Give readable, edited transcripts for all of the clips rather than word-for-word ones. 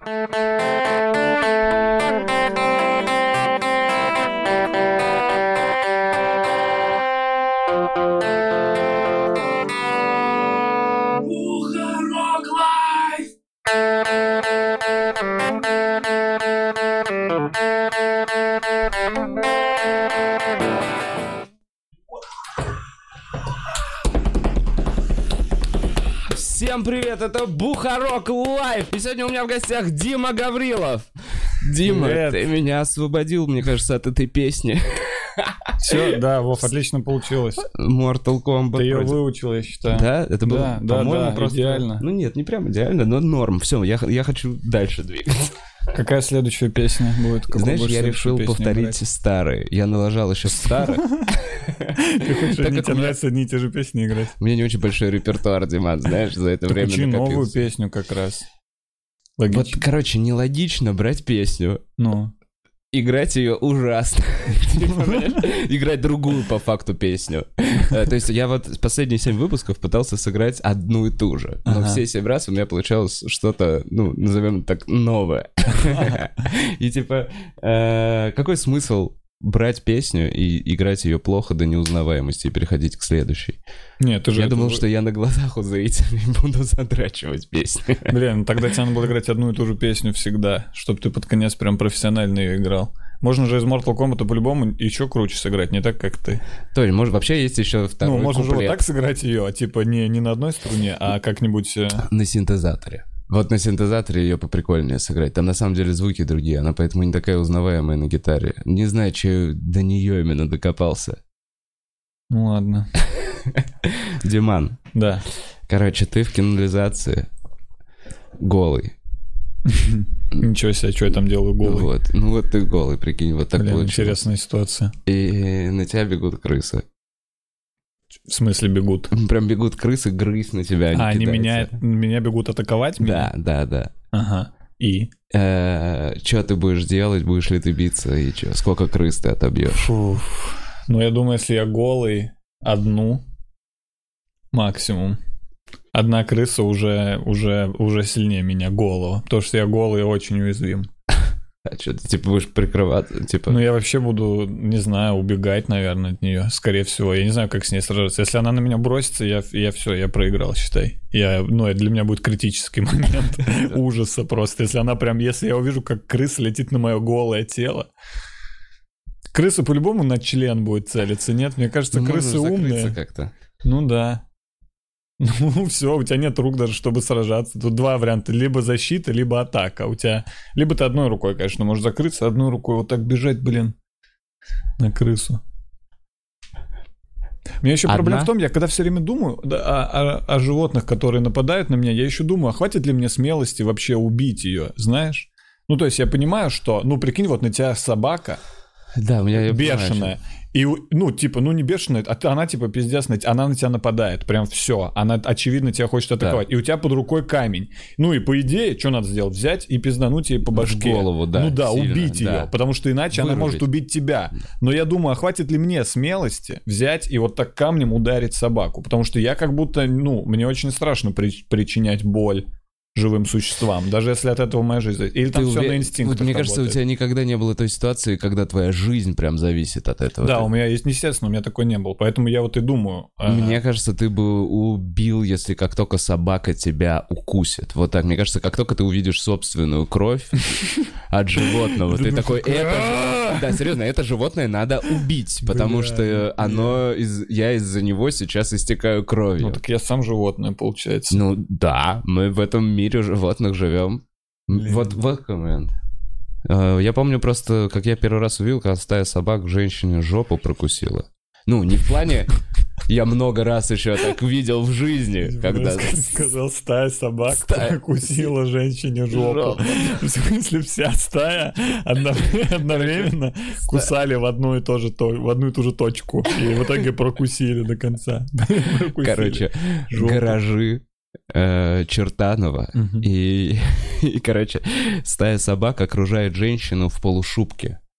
Всем привет, это Бухарок Лайв, и сегодня у меня в гостях Дима Гаврилов. Дима, привет. Ты меня освободил, мне кажется, от этой песни. Все, да, Вов, отлично получилось. Mortal Kombat. Ты ее выучил, я считаю. Да? Это было, по-моему, да, просто идеально. Ну нет, не прям идеально, но норм. Все, я хочу дальше двигаться. Какая следующая песня будет? Знаешь, я решил повторить старые. Я налажал еще старые. Ты хочешь, мне тебе нравятся одни и те же песни играть? У меня не очень большой репертуар, Диман, знаешь, за это время накопился. Включи новую накопился. Песню как раз. Логично. Вот, короче, нелогично брать песню. Ну. Играть ее ужасно. Играть другую по факту песню. То есть я вот последние 7 выпусков пытался сыграть одну и ту же. Но все 7 раз у меня получалось что-то, ну, назовем так, новое. И типа, какой смысл брать песню и играть ее плохо до неузнаваемости и переходить к следующей? Нет, я думал, что я на глазах у зрителей буду задрачивать песни. Блин, тогда тебе надо было играть одну и ту же песню всегда, чтобы ты под конец прям профессионально ее играл. Можно же из Mortal Kombat по-любому еще круче сыграть, не так, как ты. Толь, может, вообще есть еще второй можно куплет. же вот так сыграть ее, типа не на одной струне, а как-нибудь... На синтезаторе. Вот на синтезаторе ее поприкольнее сыграть. Там на самом деле звуки другие, она поэтому не такая узнаваемая на гитаре. Не знаю, че до нее именно докопался. Ну ладно. Диман. Да. Короче, ты в кинализации голый. Ничего себе, что я там делаю голый. Вот. Ну вот ты голый, прикинь, вот так получилось. Интересная ситуация. И на тебя бегут крысы. В смысле бегут? Прям бегут крысы, грызть на тебя. Они меня бегут атаковать? Да. Ага. И? Что ты будешь делать? Будешь ли ты биться? И что? Сколько крыс ты отобьешь? Ну, я думаю, если я голый, одну максимум. Одна крыса уже сильнее меня голого. Потому что я голый и очень уязвим. А что, ты типа будешь прикрываться? Типа... Ну, я вообще буду, не знаю, убегать, наверное, от нее, скорее всего. Я не знаю, как с ней сражаться. Если она на меня бросится, я все, я проиграл, считай. Это для меня будет критический момент ужаса просто. Если я увижу, как крыса летит на мое голое тело. Крыса по-любому на член будет целиться, нет? Мне кажется, крысы умные. Как-то. Ну да. Ну все, у тебя нет рук даже, чтобы сражаться. Тут два варианта: либо защита, либо атака. У тебя либо ты одной рукой, конечно, можешь закрыться, одной рукой вот так бежать, на крысу. У меня еще проблема в том, я когда все время думаю о животных, которые нападают на меня, я еще думаю, а хватит ли мне смелости вообще убить ее, знаешь? Ну, то есть я понимаю, что, прикинь, вот на тебя собака, да, у меня бешеная. И, не бешеная, а она, пиздец, она на тебя нападает. Прям все. Она, очевидно, тебя хочет атаковать. Да. И у тебя под рукой камень. Ну, и по идее, что надо сделать? Взять и пиздануть ей по башке. В голову, да. Ну да, сильно, убить ее. Да. Потому что иначе она может убить тебя. Но я думаю, а хватит ли мне смелости взять и вот так камнем ударить собаку? Потому что я как будто, мне очень страшно причинять боль живым существам, даже если от этого моя жизнь зависит. Или там все на инстинктах Мне кажется, у тебя никогда не было той ситуации, когда твоя жизнь прям зависит от этого. Да, у меня есть, естественно, у меня такой не было. Поэтому я вот и думаю. Мне кажется, ты бы убил, если как только собака тебя укусит. Вот так. Мне кажется, как только ты увидишь собственную кровь от животного, ты такой, да, серьезно, это животное надо убить, потому что я из-за него сейчас истекаю кровью. Ну так я сам животное, получается. Ну да, мы в этом мире животных живем. Вот коммент. Я помню просто, как я первый раз увидел, когда стая собак женщине жопу прокусила. Ну, не в плане... Я много раз еще так видел в жизни, когда... Сказал, стая собак прокусила женщине жопу. В смысле, вся стая одновременно кусали в одну и ту же точку. И в итоге прокусили до конца. Короче, гаражи Чертанова. И, короче, стая собак окружает женщину в полушубке.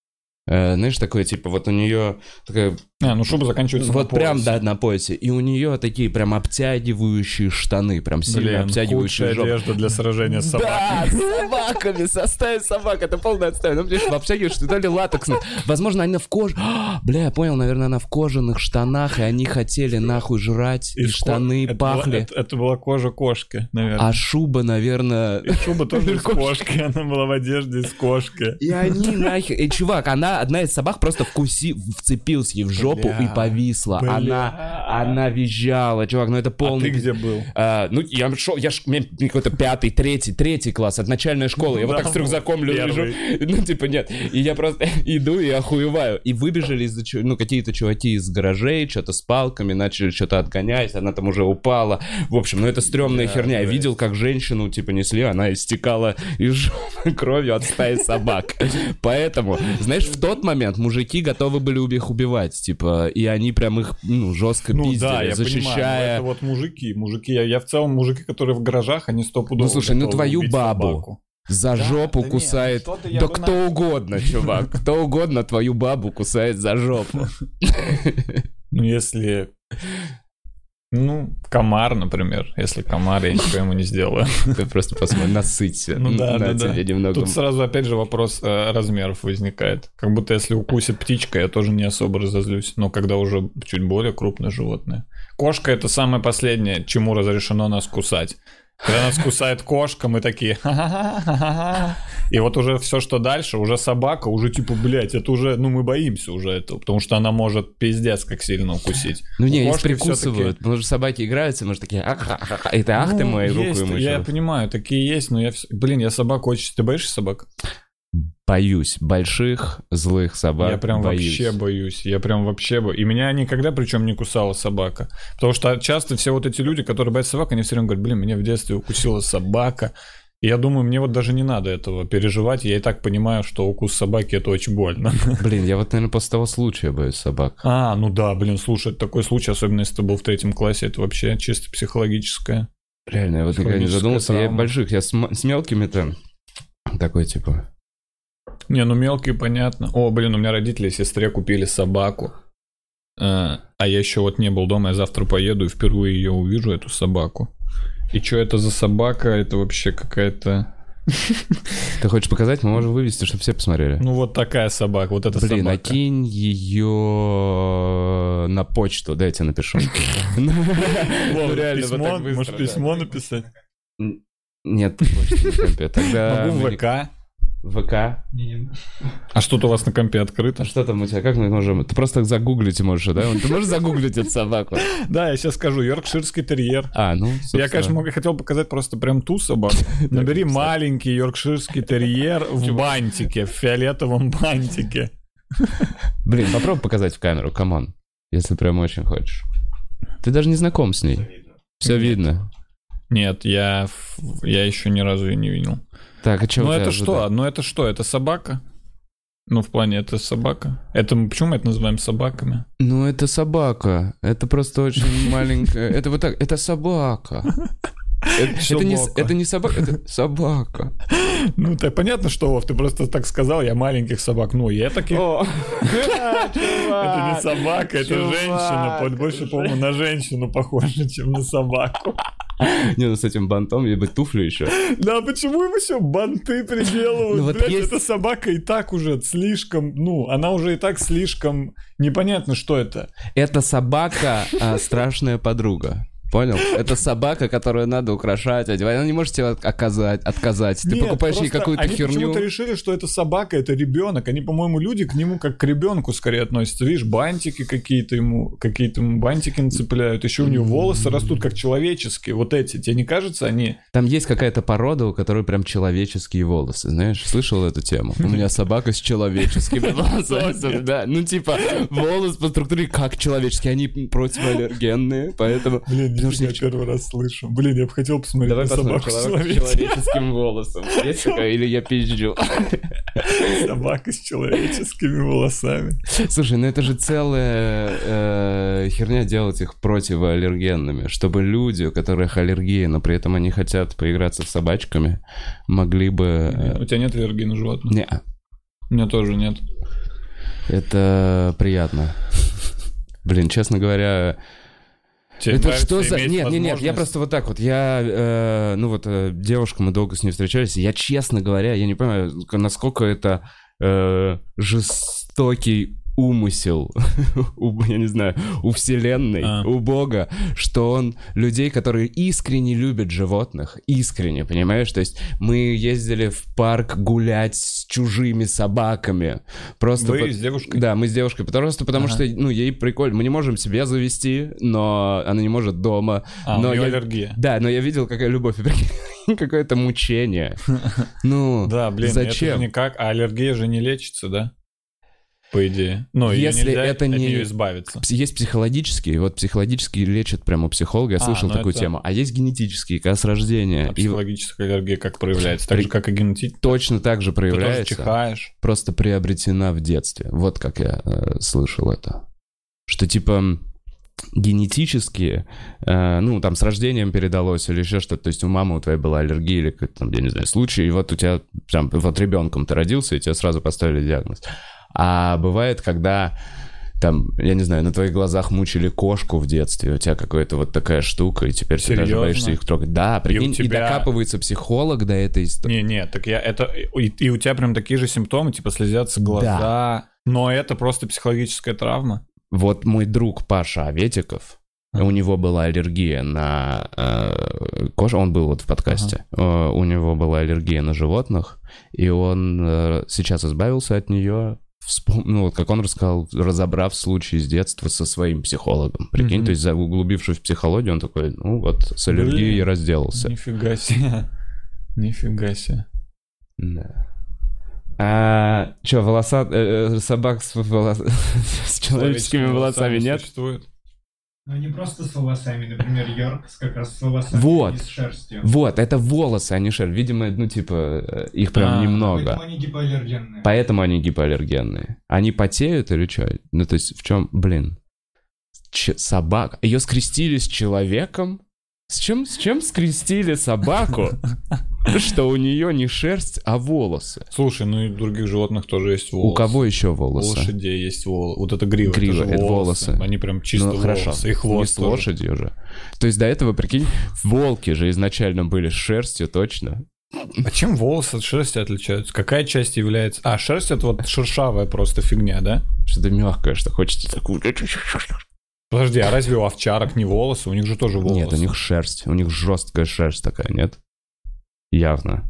Знаешь, такое, типа, вот у нее такая... шуба заканчивается вот на поясе. прям, да, на поясе. И у нее такие прям обтягивающие штаны, прям сильно обтягивающие жопу. Одежда для сражения с собаками. Да, с собаками, со стаей собак, это полная отстой. Ну, понимаешь, в обтягивающих, то ли латексных. Возможно, она в коже... Бля, я понял, наверное, она в кожаных штанах, и они хотели нахуй жрать, и штаны пахли. Это была кожа кошки, наверное. А шуба, наверное... И шуба тоже из кошки, она была в одежде из кошки. И они нахер... И, чувак, одна из собак просто вцепилась ей в жопу и повисла. Она визжала, чувак, ну это полный... А ты где был? Я шел, мне какой-то 5-й, 3-й класс от начальной школы. Я вот так с рюкзаком лежу. Ну, типа, нет. И я просто иду и охуеваю. И выбежали какие-то чуваки из гаражей, что-то с палками, начали что-то отгонять, она там уже упала. В общем, ну это стрёмная херня. Я видел, как женщину, типа, несли, она истекала из жопы кровью от стаи собак. Поэтому, знаешь, в тот момент мужики готовы были их убивать, типа, и они прям их, жестко пиздили, да, я защищая... понимаю, это вот мужики, я в целом мужики, которые в гаражах, они стопудово. Ну, слушай, твою бабу собаку за жопу кусает, да кто угодно, чувак, кто угодно твою бабу кусает за жопу. Ну, если... комар, например. Если комар, я ничего ему не сделаю. Ты просто посмотри, насыться. Да. Немного... Тут сразу опять же вопрос размеров возникает. Как будто если укусит птичка, я тоже не особо разозлюсь. Но когда уже чуть более крупное животное. Кошка — это самое последнее, чему разрешено нас кусать. Когда нас кусает кошка, мы такие ха-ха-ха-ха-ха. И вот уже все, что дальше, уже собака, уже типа, блядь, это уже, мы боимся уже этого, потому что она может пиздец как сильно укусить. Их прикусывают, потому что собаки играются, мы же такие, и ты ах ты мою руку ему. Я понимаю, такие есть, но я собак очень... Ты боишься собак? Боюсь больших, злых собак. Я прям вообще боюсь. И меня никогда причем не кусала собака. Потому что часто все вот эти люди, которые боятся собак, они все время говорят, меня в детстве укусила собака. И я думаю, мне вот даже не надо этого переживать. Я и так понимаю, что укус собаки — это очень больно. Я вот, наверное, после того случая боюсь собак. Слушай, такой случай, особенно если ты был в 3 классе, это вообще чисто психологическое. Реально, я вот никогда не задумался. Я больших, я с мелкими-то такой, типа... мелкие, понятно. У меня родители сестре купили собаку. А я еще вот не был дома, я завтра поеду и впервые ее увижу, эту собаку. И что это за собака? Это вообще какая-то... Ты хочешь показать? Мы можем вывести, чтобы все посмотрели. Вот такая собака, вот эта собака. Накинь ее на почту, дай я тебе напишу. Письмо? Может, письмо написать? Нет, почту на компе. Тогда... Могу в ВК. ВК. А что-то у вас на компе открыто? А что там у тебя? Как мы можем? Ты просто загуглить можешь, да? Ты можешь загуглить эту собаку? Да, я сейчас скажу. Йоркширский терьер. Собственно. Я, конечно, хотел показать просто прям ту собаку. Набери маленький йоркширский терьер в бантике, в фиолетовом бантике. Попробуй показать в камеру, камон. Если прям очень хочешь. Ты даже не знаком с ней. Все видно. Нет, я еще ни разу ее не видел. Так, а что это что? Это собака? В плане, это собака? Почему мы это называем собаками? Это собака. Это просто очень маленькая... Это вот так, это собака. Это не собака, это собака. Это понятно, что, Вов, ты просто так сказал, я маленьких собак. Я такие... Это не собака, это женщина. Больше, по-моему, на женщину похоже, чем на собаку. С этим бантом, либо туфли еще. Да, почему ему все банты приделывают? Эта собака и так уже слишком, она уже и так слишком непонятно, что это. Это собака, страшная подруга. Понял? Это собака, которую надо украшать, одевать. Она не может тебе отказать. Ты покупаешь ей какую-то херню. Они почему-то решили, что это собака, это ребенок. Они, по-моему, люди к нему как к ребенку скорее относятся. Видишь, бантики какие-то ему бантики нацепляют. Еще у него волосы растут как человеческие. Вот эти. Тебе не кажется, они... Там есть какая-то порода, у которой прям человеческие волосы. Знаешь, слышал эту тему? У меня собака с человеческими волосами. Да, волос по структуре как человеческие. Они противоаллергенные, поэтому... Я первый раз слышу. Я бы хотел посмотреть на собаку с человеческим волосом. Есть такая? Или я пизжу? Собака с человеческими волосами. Слушай, это же целая херня делать их противоаллергенными, чтобы люди, у которых аллергия, но при этом они хотят поиграться с собачками, могли бы... У тебя нет аллергии на животных? Нет. У меня тоже нет. Это приятно. Блин, честно говоря... Тебе это нравится что за... иметь Нет, возможность? я просто вот так вот. Я, девушка, мы долго с ней встречались, и я, честно говоря, я не понимаю, насколько это жестокий умысел, я не знаю, у вселенной, у Бога, что он людей, которые искренне любят животных, искренне, понимаешь? То есть мы ездили в парк гулять с чужими собаками. Просто Вы с девушкой? Да, мы с девушкой, просто потому что, ей прикольно. Мы не можем себе завести, но она не может дома. Но у нее аллергия. Да, но я видел, какая любовь, какое-то мучение. Ну, да, блин, зачем? Это же никак, а аллергия же не лечится, да? По идее. Но если нельзя это от не... нее избавиться. Есть психологические, вот психологические лечат прямо у психолога, я слышал такую тему. А есть генетические, как с рождения. Психологическая аллергия как проявляется? Так же, как и генетическая? Точно так же проявляется. Ты тоже чихаешь. Просто приобретена в детстве. Вот как я слышал это. Что типа... генетические, там с рождением передалось или еще что-то, то есть у мамы у твоей была аллергия или там, я не знаю, случай, и вот у тебя там, вот ребенком ты родился, и тебе сразу поставили диагноз. А бывает, когда там, я не знаю, на твоих глазах мучили кошку в детстве, у тебя какая-то вот такая штука, и теперь ты даже боишься их трогать. Да, прикинь, и докапывается психолог до этой истории. Не, так и у тебя прям такие же симптомы, типа слезятся глаза, да. Но это просто психологическая травма. Вот мой друг Паша Аветиков, у него была аллергия на кошку, он был вот в подкасте, у него была аллергия на животных, и он сейчас избавился от нее, как он рассказал, разобрав случай с детства со своим психологом. Прикинь, то есть углубившись в психологию, он такой, с аллергией я разделался. Нифига себе. Нифига себе. Да. Собак с человеческими волосами нет? Существует? Ну, не просто с волосами, например, Йорк как раз с волосами, вот. И с шерстью. Вот, это волосы, а не шерсть. Видимо, их прям немного. Поэтому они гипоаллергенные. Поэтому они гипоаллергенные. Они потеют или что? Ну, то есть в чем, собака? Ее скрестили с человеком? С чем скрестили собаку? Что у нее не шерсть, а волосы. Слушай, и у других животных тоже есть волосы. У кого еще волосы? У лошадей есть волосы. Вот это грива, это волосы. Они прям чисто волосы. Хорошо. И хвост не с лошадью уже. То есть до этого, прикинь, волки же изначально были с шерстью, точно. А чем волосы от шерсти отличаются? Какая часть является... шерсть — это вот шершавая просто фигня, да? Что-то мягкое, что хочется такую... Подожди, а разве у овчарок не волосы? У них же тоже волосы. Нет, у них шерсть. У них жесткая шерсть такая, нет? Явно.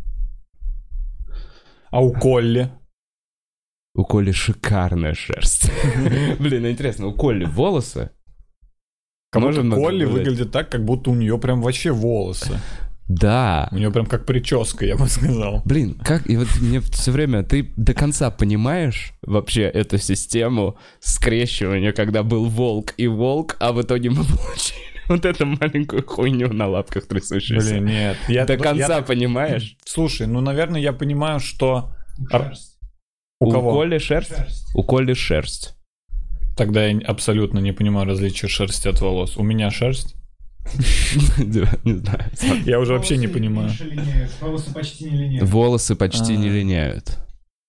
А у Колли? У Колли шикарная шерсть. Блин, интересно, у Колли волосы? Колли выглядит так, как будто у нее прям вообще волосы. Да. У нее прям как прическа, я бы сказал. Блин, как... И вот мне все время... Ты до конца понимаешь вообще эту систему скрещивания, когда был волк и волк, а в итоге мы получили вот эту маленькую хуйню на лапках трясущуюся. Блин, нет. До конца понимаешь? Слушай, наверное, я понимаю, что... Шерсть. У кого? Колли шерсть? У Колли шерсть. Тогда я абсолютно не понимаю различия шерсти от волос. У меня шерсть? Не знаю. Я уже вообще не понимаю. Волосы почти не линяют. Волосы почти не линяют.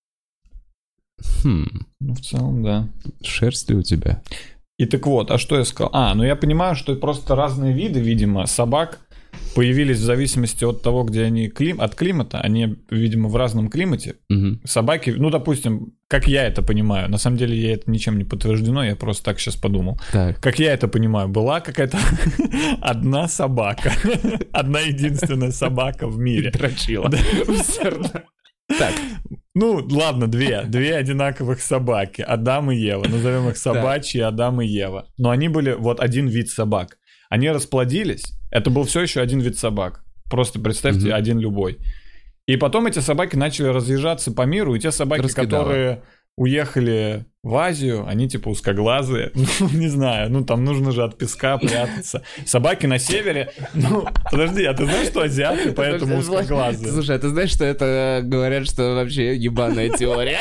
В целом, да. Шерсть ли у тебя? И так вот, а что я сказал? Я понимаю, что просто разные виды, видимо, собак появились в зависимости от того, где они от климата. Они, видимо, в разном климате. Собаки, допустим, как я это понимаю, на самом деле это ничем не подтверждено, я просто так сейчас подумал. Так. Как я это понимаю, была какая-то одна собака, одна единственная собака в мире. Дрочила. Так. Ладно, две одинаковых собаки, Адам и Ева, назовем их собачьи, Адам и Ева. Но они были вот один вид собак. Они расплодились, это был все еще один вид собак. Просто представьте, один любой. И потом эти собаки начали разъезжаться по миру, и те собаки, которые уехали в Азию, они типа узкоглазые. Не знаю, там нужно же от песка прятаться. Собаки на севере, подожди, а ты знаешь, что азиаты, поэтому узкоглазые? Слушай, а ты знаешь, что это говорят, что вообще ебаная теория?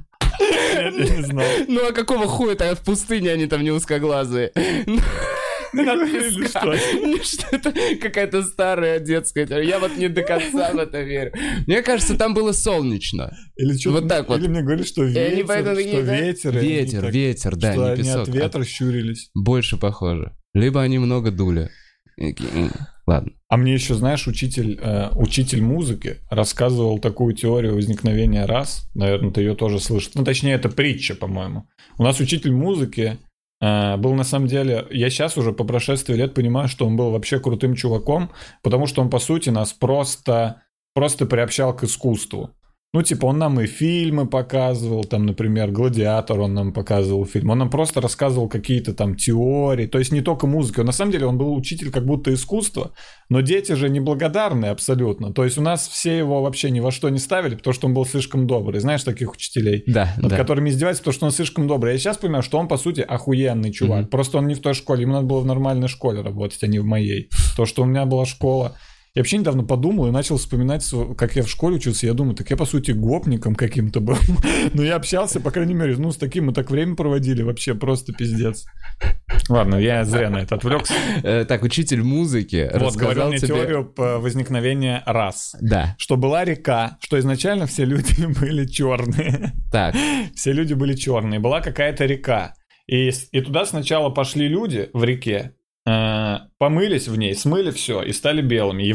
Я не знал. А какого хуя-то в пустыне они там не узкоглазые? Или что? Что это какая-то старая детская теория. Я вот не до конца в это верю. Мне кажется, там было солнечно. Или что? Вот так вот. Или мне говорят, что они ветер, поэтому такие, что да? ветер. и они так- Ветер, да, что не они песок. от ветра щурились. Больше похоже. Либо они много дули. Ладно. А мне еще, знаешь, учитель музыки рассказывал такую теорию возникновения рас. Наверное, ты ее тоже слышал. Ну, точнее, это притча, по-моему. У нас учитель музыки был, на самом деле, я сейчас уже по прошествии лет понимаю, что он был вообще крутым чуваком, потому что он, по сути, нас просто приобщал к искусству. Ну, типа, он нам и фильмы показывал, там, например, «Гладиатор» он нам показывал фильм. Он нам просто рассказывал какие-то там теории, то есть не только музыки. На самом деле он был учитель как будто искусства, но дети же неблагодарные абсолютно. То есть у нас все его вообще ни во что не ставили, потому что он был слишком добрый. Знаешь таких учителей? Да, Над да. которыми издеваются, потому что он слишком добрый. Я сейчас понимаю, что он, по сути, охуенный чувак. Просто он не в той школе. Ему надо было в нормальной школе работать, а не в моей. То, что у меня была школа. Я вообще недавно подумал и начал вспоминать, как я в школе учился. Я думаю, так я, по сути, гопником каким-то был. Но я общался, по крайней мере, ну, с таким мы так время проводили. Вообще просто пиздец. Ладно, я зря на это отвлекся. Так, учитель музыки Вот, говорил рассказал мне тебе... теорию возникновения рас. Да, Что была река, что изначально все люди были черные. так. Все люди были черные. Была какая-то река. И туда сначала пошли люди в реке, помылись в ней, смыли все и стали белыми.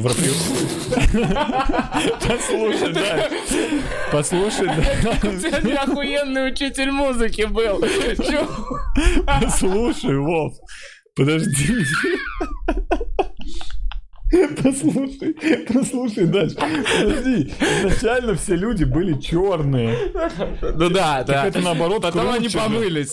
Послушай дальше. Послушай дальше. У тебя не охуенный учитель музыки был. Чё? Послушай, Вов. Подожди. Послушай дальше. Подожди. Изначально все люди были черные. Ну да, да. Это наоборот. Потом они круче. помылись.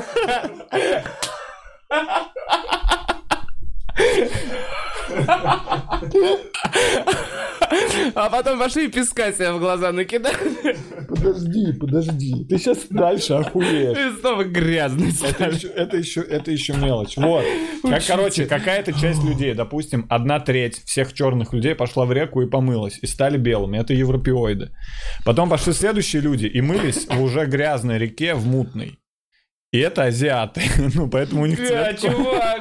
А потом пошли и песка себе в глаза накидали. Подожди. Ты сейчас дальше охуеешь. И снова грязный стали. Это еще мелочь. Вот. Короче, какая-то часть людей, допустим, 1/3 всех черных людей пошла в реку и помылась, и стали белыми. Это европеоиды. Потом пошли следующие люди и мылись в уже грязной реке, в мутной. И это азиаты. Ну, поэтому у них цвет... Чувак.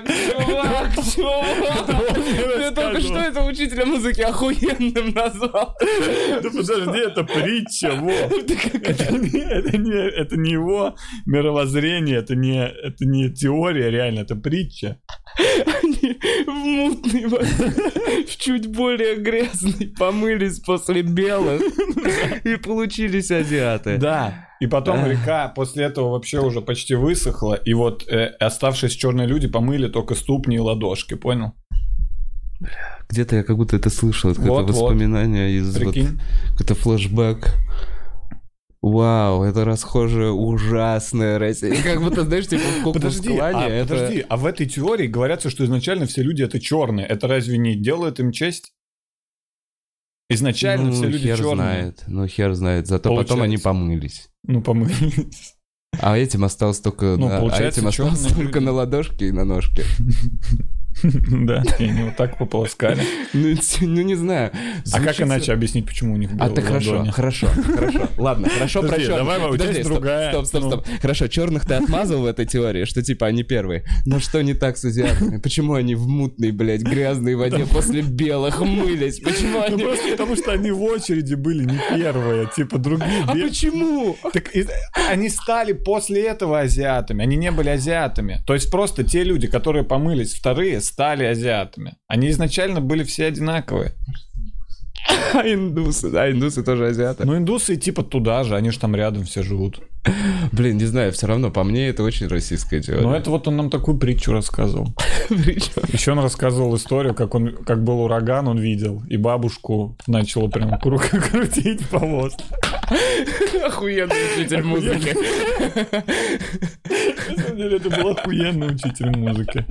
Ты только что этого учителя музыки охуенным назвал. Да подожди, это притча, Вов. Это не его мировоззрение, это не теория, реально, это притча. Они в мутной воде, в чуть более грязный, помылись после белых и получились азиаты. Да. И потом река после этого вообще уже почти высохла, и вот оставшиеся черные люди помыли только ступни и ладошки, понял? Где-то я как будто это слышал, это какое-то воспоминание из... Прикинь. Какой-то флешбэк. Вау, это расхожая, ужасная Россия. Как будто, знаешь, типа в Ку-клукс-клане. Подожди, а в этой теории говорится, что изначально все люди это черные. Это разве не делает им честь? Изначально все люди черные. Хер знает. Зато Получается. потом они помылись. Ну, помылись. А этим осталось только... только на ладошке и на ножке. Да, и они вот так пополоскали. Ну, не знаю. А как иначе объяснить, почему у них А белые так ладони? хорошо. Ладно, хорошо про Подожди, черных. давай, у тебя есть другая. Стоп. Хорошо, черных ты отмазал в этой теории, что типа они первые. Но что не так с азиатами? Почему они в мутной, блядь, грязной воде после белых мылись? Почему Ну они... просто потому, что они в очереди были не первые, типа другие. А почему? Так они стали после этого азиатами, они не были азиатами. То есть просто те люди, которые помылись вторые, стали азиатами. Они изначально были все одинаковые. А индусы тоже азиаты. Ну, индусы типа туда же, они же там рядом все живут. Блин, не знаю, все равно, по мне, это очень российская теория. Ну, это вот он нам такую притчу рассказывал. Еще он рассказывал историю, как был ураган, он видел, и бабушку начало прям крутить по воздуху. Охуенный учитель музыки. На самом деле, это был охуенный учитель музыки.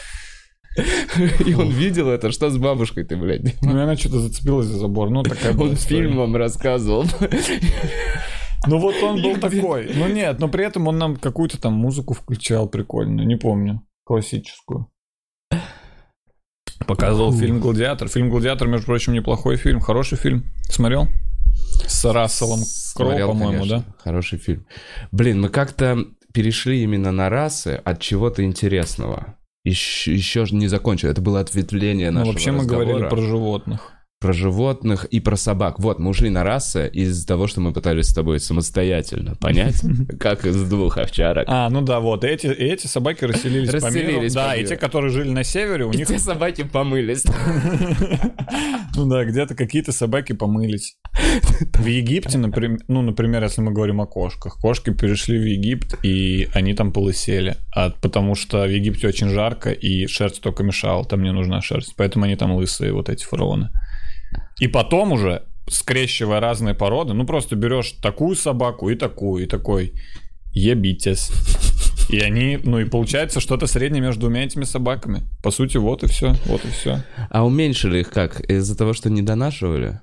И он видел это, что с бабушкой ты, блядь? Ну, и она что-то зацепилась за забор, ну, такая была Он история. фильм вам рассказывал. Ну, вот он был такой. Ну, нет, но при этом он нам какую-то там музыку включал прикольную, не помню, классическую. Показывал фильм «Гладиатор». Фильм «Гладиатор», между прочим, неплохой фильм, хороший фильм. Смотрел? С Расселом Кроу, по-моему, конечно. да? Хороший фильм. Блин, мы как-то перешли именно на расы от чего-то интересного. еще не закончил. Это было ответвление нашего вообще мы разговора. говорили про животных. Про животных и про собак. Вот, мы ушли на расы из-за того, что мы пытались с тобой самостоятельно понять, как из двух овчарок. Ну да, вот. Эти собаки расселились по миру. Да, и те, которые жили на севере, у них... те собаки помылись. Ну да, где-то какие-то собаки помылись. В Египте, например, если мы говорим о кошках, кошки перешли в Египет, и они там полысели. Потому что в Египте очень жарко, и шерсть только мешала, там не нужна шерсть. Поэтому они там лысые, вот эти фараоны. И потом уже, скрещивая разные породы, просто берешь такую собаку и такой, ебитесь. И они, и получается что-то среднее между двумя этими собаками. По сути, вот и все. А уменьшили их как? Из-за того, что не донашивали?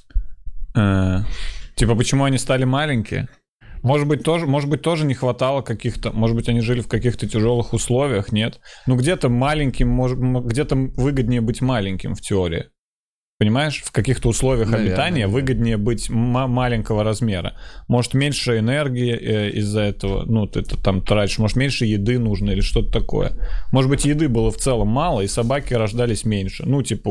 Типа, почему они стали маленькие? Может быть, тоже не хватало каких-то... Может быть, они жили в каких-то тяжелых условиях, нет? Где-то маленьким, где-то выгоднее быть маленьким в теории. Понимаешь, в каких-то условиях обитания выгоднее быть маленького размера. Может, меньше энергии из-за этого, ты там тратишь, может, меньше еды нужно или что-то такое. Может быть, еды было в целом мало, и собаки рождались меньше.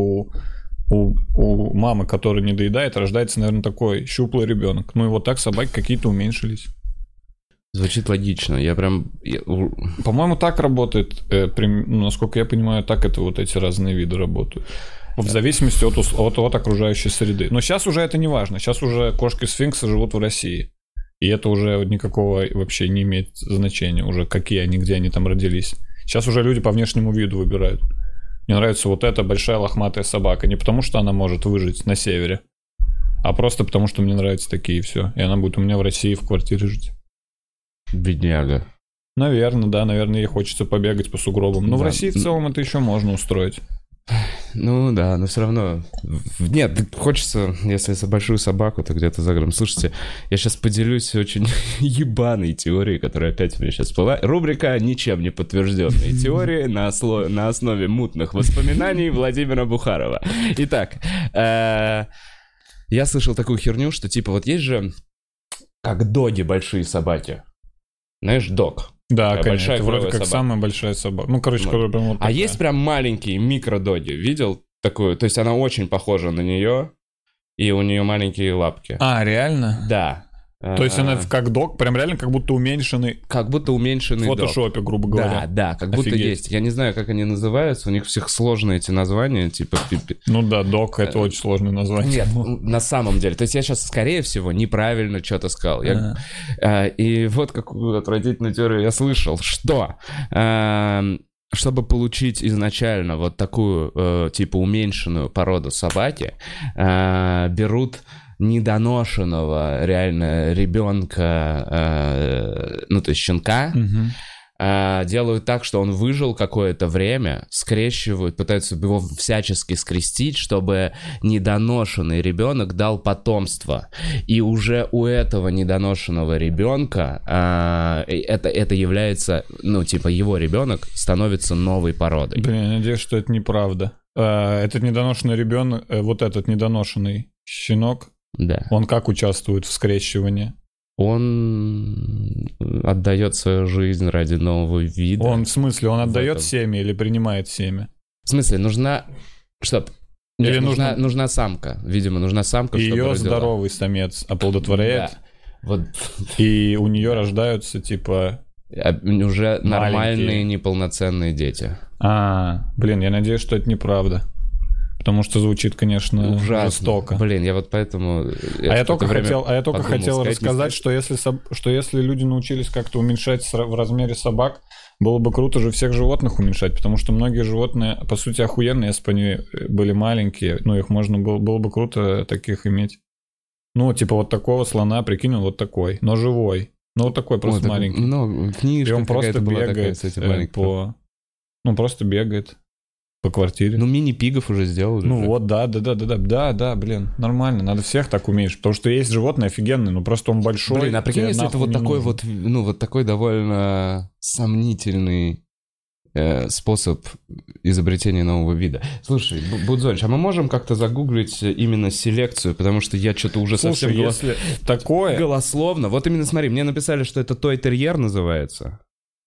У мамы, которая не доедает, рождается, наверное, такой щуплый ребенок. И вот так собаки какие-то уменьшились. Звучит логично. По-моему, так работает, насколько я понимаю, так это вот эти разные виды работают. В зависимости от окружающей среды. Но сейчас уже это не важно. Сейчас уже кошки-сфинксы живут в России. И это уже никакого вообще не имеет значения. Уже какие они, где они там родились. Сейчас уже люди по внешнему виду выбирают. Мне нравится вот эта большая лохматая собака. Не потому, что она может выжить на севере, а просто потому, что мне нравятся такие, и все. И она будет у меня в России в квартире жить. Бедняга. Наверное, ей хочется побегать по сугробам. Но в России в целом это еще можно устроить. Но все равно... Нет, хочется, если за большую собаку, то где-то за городом. Слушайте, я сейчас поделюсь очень ебаной теорией, которая опять у меня сейчас всплыла. Рубрика «Ничем не подтвержденные теории» на основе мутных воспоминаний Владимира Бухарова. Итак, я слышал такую херню, что типа вот есть же как доги большие собаки. Знаешь, дог. Да, конечно, это вроде как самая большая собака. Которая прям вот такая. А есть прям маленькие микродоги, видел такую? То есть она очень похожа на нее, и у нее маленькие лапки. Реально? Да. То есть она как дог, прям реально как будто уменьшенный. Как будто уменьшенный дог. В фотошопе, грубо говоря. Да, как будто есть. Я не знаю, как они называются, у них у всех сложные эти названия, типа... дог — это очень сложное название. Нет, на самом деле. То есть я сейчас, скорее всего, неправильно что-то сказал. И вот какую отвратительную теорию я слышал, что... Чтобы получить изначально вот такую, типа, уменьшенную породу собаки, берут недоношенного реально ребенка, то есть щенка, делают так, что он выжил какое-то время, скрещивают, пытаются его всячески скрестить, чтобы недоношенный ребенок дал потомство. И уже у этого недоношенного ребенка это является, его ребенок становится новой породой. Блин, я надеюсь, что это неправда. Этот недоношенный ребенок, вот этот недоношенный щенок, да. Он как участвует в скрещивании? Он отдает свою жизнь ради нового вида. Он отдает семя или принимает семя? В смысле, нужна самка. Видимо, нужна самка, и чтобы ее родила. Здоровый самец оплодотворяет. Да. Вот. И у нее рождаются, типа... уже нормальные неполноценные дети. Блин, я надеюсь, что это неправда. Потому что звучит, конечно, ужасно. Жестоко. Блин, я вот поэтому... Я только хотел рассказать, что если люди научились как-то уменьшать в размере собак, было бы круто же всех животных уменьшать, потому что многие животные, по сути, охуенные, если бы они были маленькие, их можно было бы круто таких иметь. Типа вот такого слона, прикинь, он вот такой, но живой. Вот такой просто маленький. Книжка и он просто бегает просто бегает по квартире. Мини-пигов уже сделали. Да, блин, нормально. Надо всех так уменьшить, потому что есть животные офигенные, просто он большой. Блин, а прикинь, если это вот такой нужен. Вот такой довольно сомнительный способ изобретения нового вида. Слушай, Будзонч, а мы можем как-то загуглить именно селекцию, потому что я что-то уже совсем такое голословно. Вот именно смотри, мне написали, что это той-терьер называется.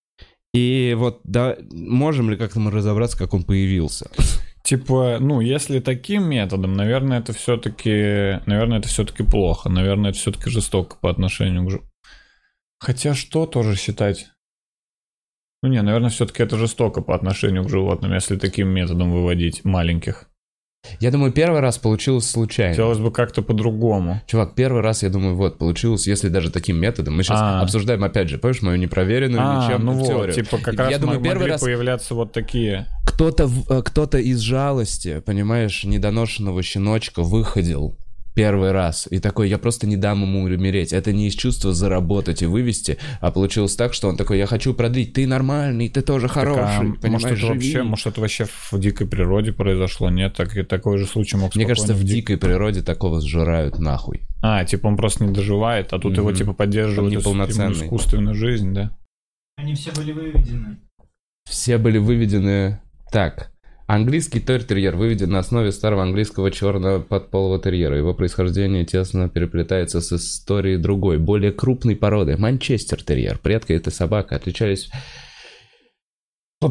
И вот, да, можем ли как-то мы разобраться, как он появился? Типа, ну, если таким методом, наверное, это все-таки плохо. Наверное, это все-таки жестоко по отношению к животным. Хотя что тоже считать? Ну, не, наверное, все-таки это жестоко по отношению к животным, если таким методом выводить маленьких. Я думаю, первый раз получилось случайно. Хотелось бы как-то по-другому. Чувак, первый раз, я думаю, вот, получилось, если даже таким методом. Мы сейчас обсуждаем, опять же, помнишь, мою непроверенную ничем теорию. Типа как раз могли появляться вот такие. Кто-то из жалости, понимаешь, недоношенного щеночка выходил первый раз. И такой, я просто не дам ему умереть. Это не из чувства заработать и вывести, а получилось так, что он такой, я хочу продлить, ты нормальный, ты тоже хороший, понимаешь, может, это вообще в дикой природе произошло? Нет, такой же случай мог Мне кажется, в дикой природе такого сжирают нахуй. Типа он просто не доживает, а тут его типа поддерживают искусственную жизнь, да? Они все были выведены. Все были выведены... Так... Английский тойр-терьер выведен на основе старого английского черного подполого терьера. Его происхождение тесно переплетается с историей другой, более крупной породы. Манчестер-терьер. Предки этой собаки отличались... А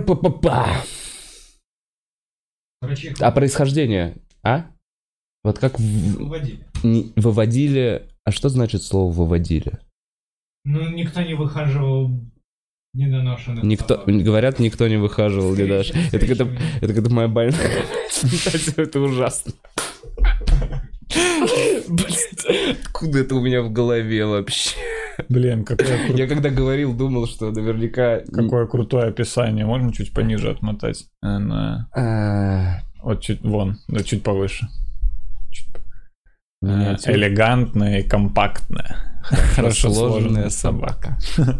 происхождение? Вот как... Выводили. Выводили... А что значит слово «выводили»? Ну, никто не выхаживал... Недоношенных собак. Говорят, никто не выхаживал недоношенных. Это когда моя больная. Это ужасно. Откуда это у меня в голове вообще? Блин, какое... Я когда говорил, думал, что наверняка... Какое крутое описание. Можно чуть пониже отмотать? Вот чуть... Вон, да, чуть повыше. Элегантная и компактная. Хорошо сложенная собака.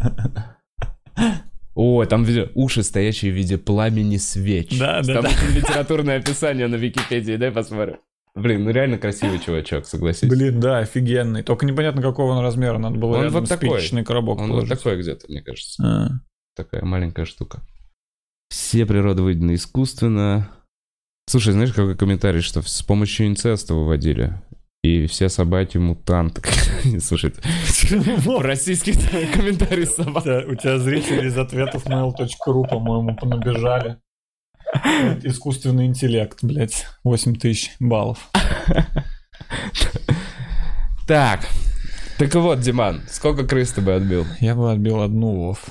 О, там уши, стоящие в виде пламени свеч. Да. Там очень литературное описание на Википедии, дай посмотрим. Блин, ну реально красивый чувачок, согласись. Блин, да, офигенный. Только непонятно, какого он размера. Надо было он рядом вот такой. Спичечный коробок он положить. Вот такой где-то, мне кажется. Такая маленькая штука. Все природы выведены искусственно. Слушай, знаешь, какой комментарий, что с помощью инцеста выводили? И все собаки мутанты. Слушай, российский комментарий собак. У тебя зрители из ответов mail.ru, по-моему, понабежали. Искусственный интеллект, блядь. 8000 баллов. Так вот, Диман, сколько крыс ты бы отбил? Я бы отбил одну, Вов.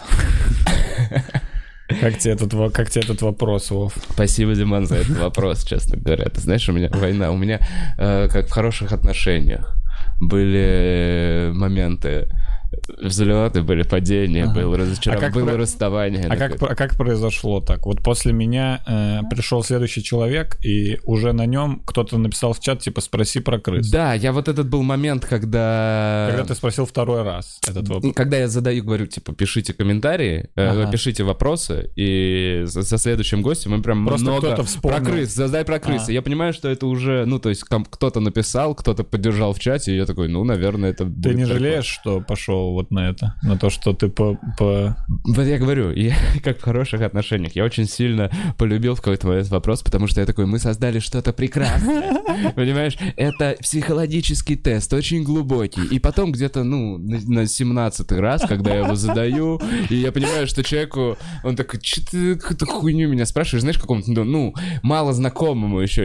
Как тебе этот вопрос, Вов? Спасибо, Диман, за этот вопрос, честно говоря. Ты знаешь, у меня война. У меня, как в хороших отношениях, были моменты взлеты, были падения, было разочарование, было расставание. А как произошло так? Вот после меня пришел следующий человек, и уже на нем кто-то написал в чат, типа, спроси про крыс. Да, я вот этот был момент, когда ты спросил второй раз этот вопрос. Когда я говорю, типа, пишите комментарии, пишите вопросы, и за следующим гостем мы прям просто много про крыс, задай про крыс. Я понимаю, что это уже, ну, то есть кто-то написал, кто-то поддержал в чате, и я такой, ну, наверное, это будет. Ты не жалеешь, что пошел вот на это? На то, что ты Вот я говорю, я как в хороших отношениях. Я очень сильно полюбил в какой-то момент вопрос, потому что я такой, мы создали что-то прекрасное. Понимаешь? Это психологический тест, очень глубокий. И потом где-то, ну, на 17-й раз, когда я его задаю, и я понимаю, что человеку, он такой, что ты какую-то хуйню меня спрашиваешь, знаешь, какому-то, ну, мало знакомому еще,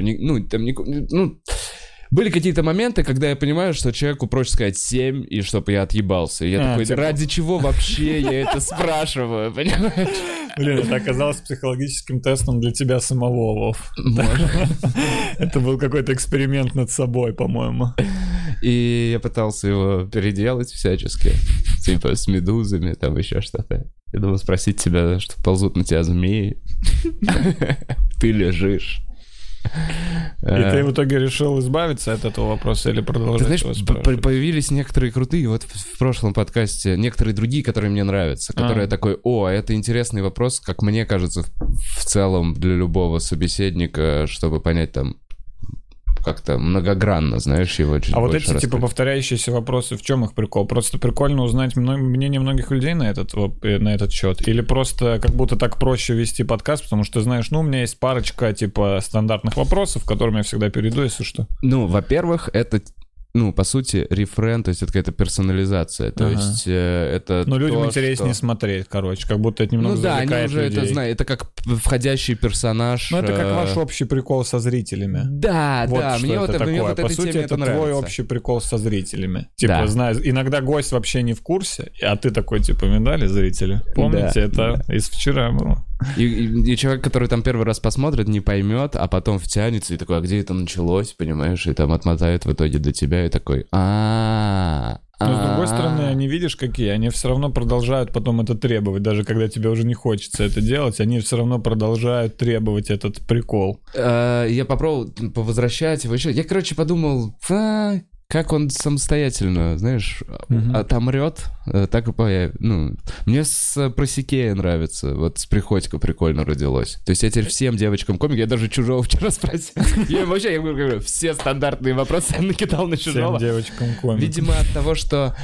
были какие-то моменты, когда я понимаю, что человеку проще сказать 7, и чтобы я отъебался. И я такой, ради чего вообще я это спрашиваю, понимаешь? Блин, это оказалось психологическим тестом для тебя самого, Вов. Это был какой-то эксперимент над собой, по-моему. И я пытался его переделать всячески. Типа с медузами, там еще что-то. Я думал спросить тебя, что ползут на тебя змеи. Ты лежишь. И ты в итоге решил избавиться от этого вопроса или продолжать? Ты знаешь, появились некоторые крутые, вот в прошлом подкасте, некоторые другие, которые мне нравятся, которые такой, это интересный вопрос, как мне кажется, в целом для любого собеседника, чтобы понять там, как-то многогранно, знаешь, его чуть больше. А вот эти, раскрыть. типа, повторяющиеся вопросы, в чем их прикол? Просто прикольно узнать мнение многих людей на этот счет? Или просто как будто так проще вести подкаст, потому что, знаешь, у меня есть парочка, типа, стандартных вопросов, к которым я всегда перейду, если что. Ну, во-первых, это ну, по сути, рефрен, то есть это какая-то персонализация, то есть это но людям то, интереснее что... смотреть, короче, как будто это немного завлекает людей. Ну да, они уже людей. это знают, это как входящий персонаж. Ну это как ваш общий прикол со зрителями. Да, вот да, мне вот по этой сути, теме это твой нравится. общий прикол со зрителями. Типа, Да. знаешь, иногда гость вообще не в курсе, а ты такой, типа, медали зрители? Помните, Да, это из вчера было. И человек, который там первый раз посмотрит, не поймет, а потом втянется и такой, а где это началось, понимаешь, и там отмотает в итоге до тебя и такой, Но с другой стороны, они, видишь, какие, они все равно продолжают потом это требовать, даже когда тебе уже не хочется это делать, они все равно продолжают требовать этот прикол. Я попробовал повозвращать его еще. Я, короче, подумал, как он самостоятельно, знаешь, отомрет, так и появится. Ну, мне про Сикея нравится, вот с Приходько прикольно родилось. То есть я теперь всем девочкам комик, я даже Чужого вчера спросил. Я вообще, я говорю, все стандартные вопросы я накидал на Чужого. Всем девочкам комик. Видимо, от того, что,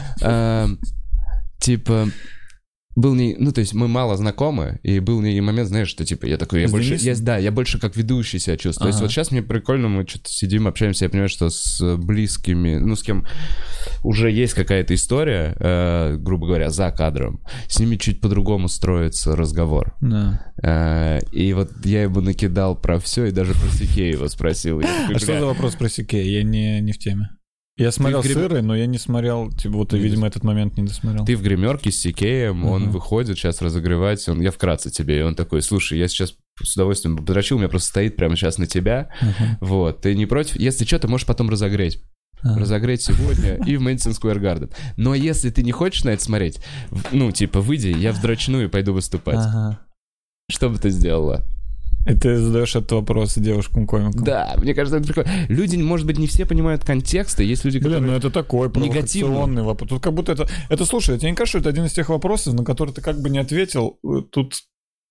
типа... Был не, ну, то есть мы мало знакомы, и был некий момент, знаешь, что, типа, я такой, я больше как ведущий себя чувствую. То есть вот сейчас мне прикольно, мы что-то сидим, общаемся, я понимаю, что с близкими, ну, с кем уже есть какая-то история, грубо говоря, за кадром, с ними чуть по-другому строится разговор. Да. И вот я ему накидал про все, и даже про Сикея его спросил. А что за вопрос про Сикея? Я не в теме. Я смотрел «Сыры», но я не смотрел, типа, вот, видимо, этот момент не досмотрел. Ты в гримерке с Сикеем, он выходит сейчас разогревать, я вкратце тебе, и он такой, слушай, я сейчас с удовольствием подрочил, у меня просто стоит прямо сейчас на тебя, вот, ты не против? Если что, ты можешь потом разогреть сегодня и в Мэдисон Сквер Гарден. Но если ты не хочешь на это смотреть, ну, типа, выйди, я вдрочну и пойду выступать. Что бы ты сделала? И ты задаешь этот вопрос девушкам-комикам. Да, мне кажется, это прикольно. Люди, может быть, не все понимают контекста. Есть люди, которые... Блин, ну это такой провокационный вопрос. Тут как будто это, слушай, тебе не кажется, что это один из тех вопросов, на который ты как бы не ответил? Тут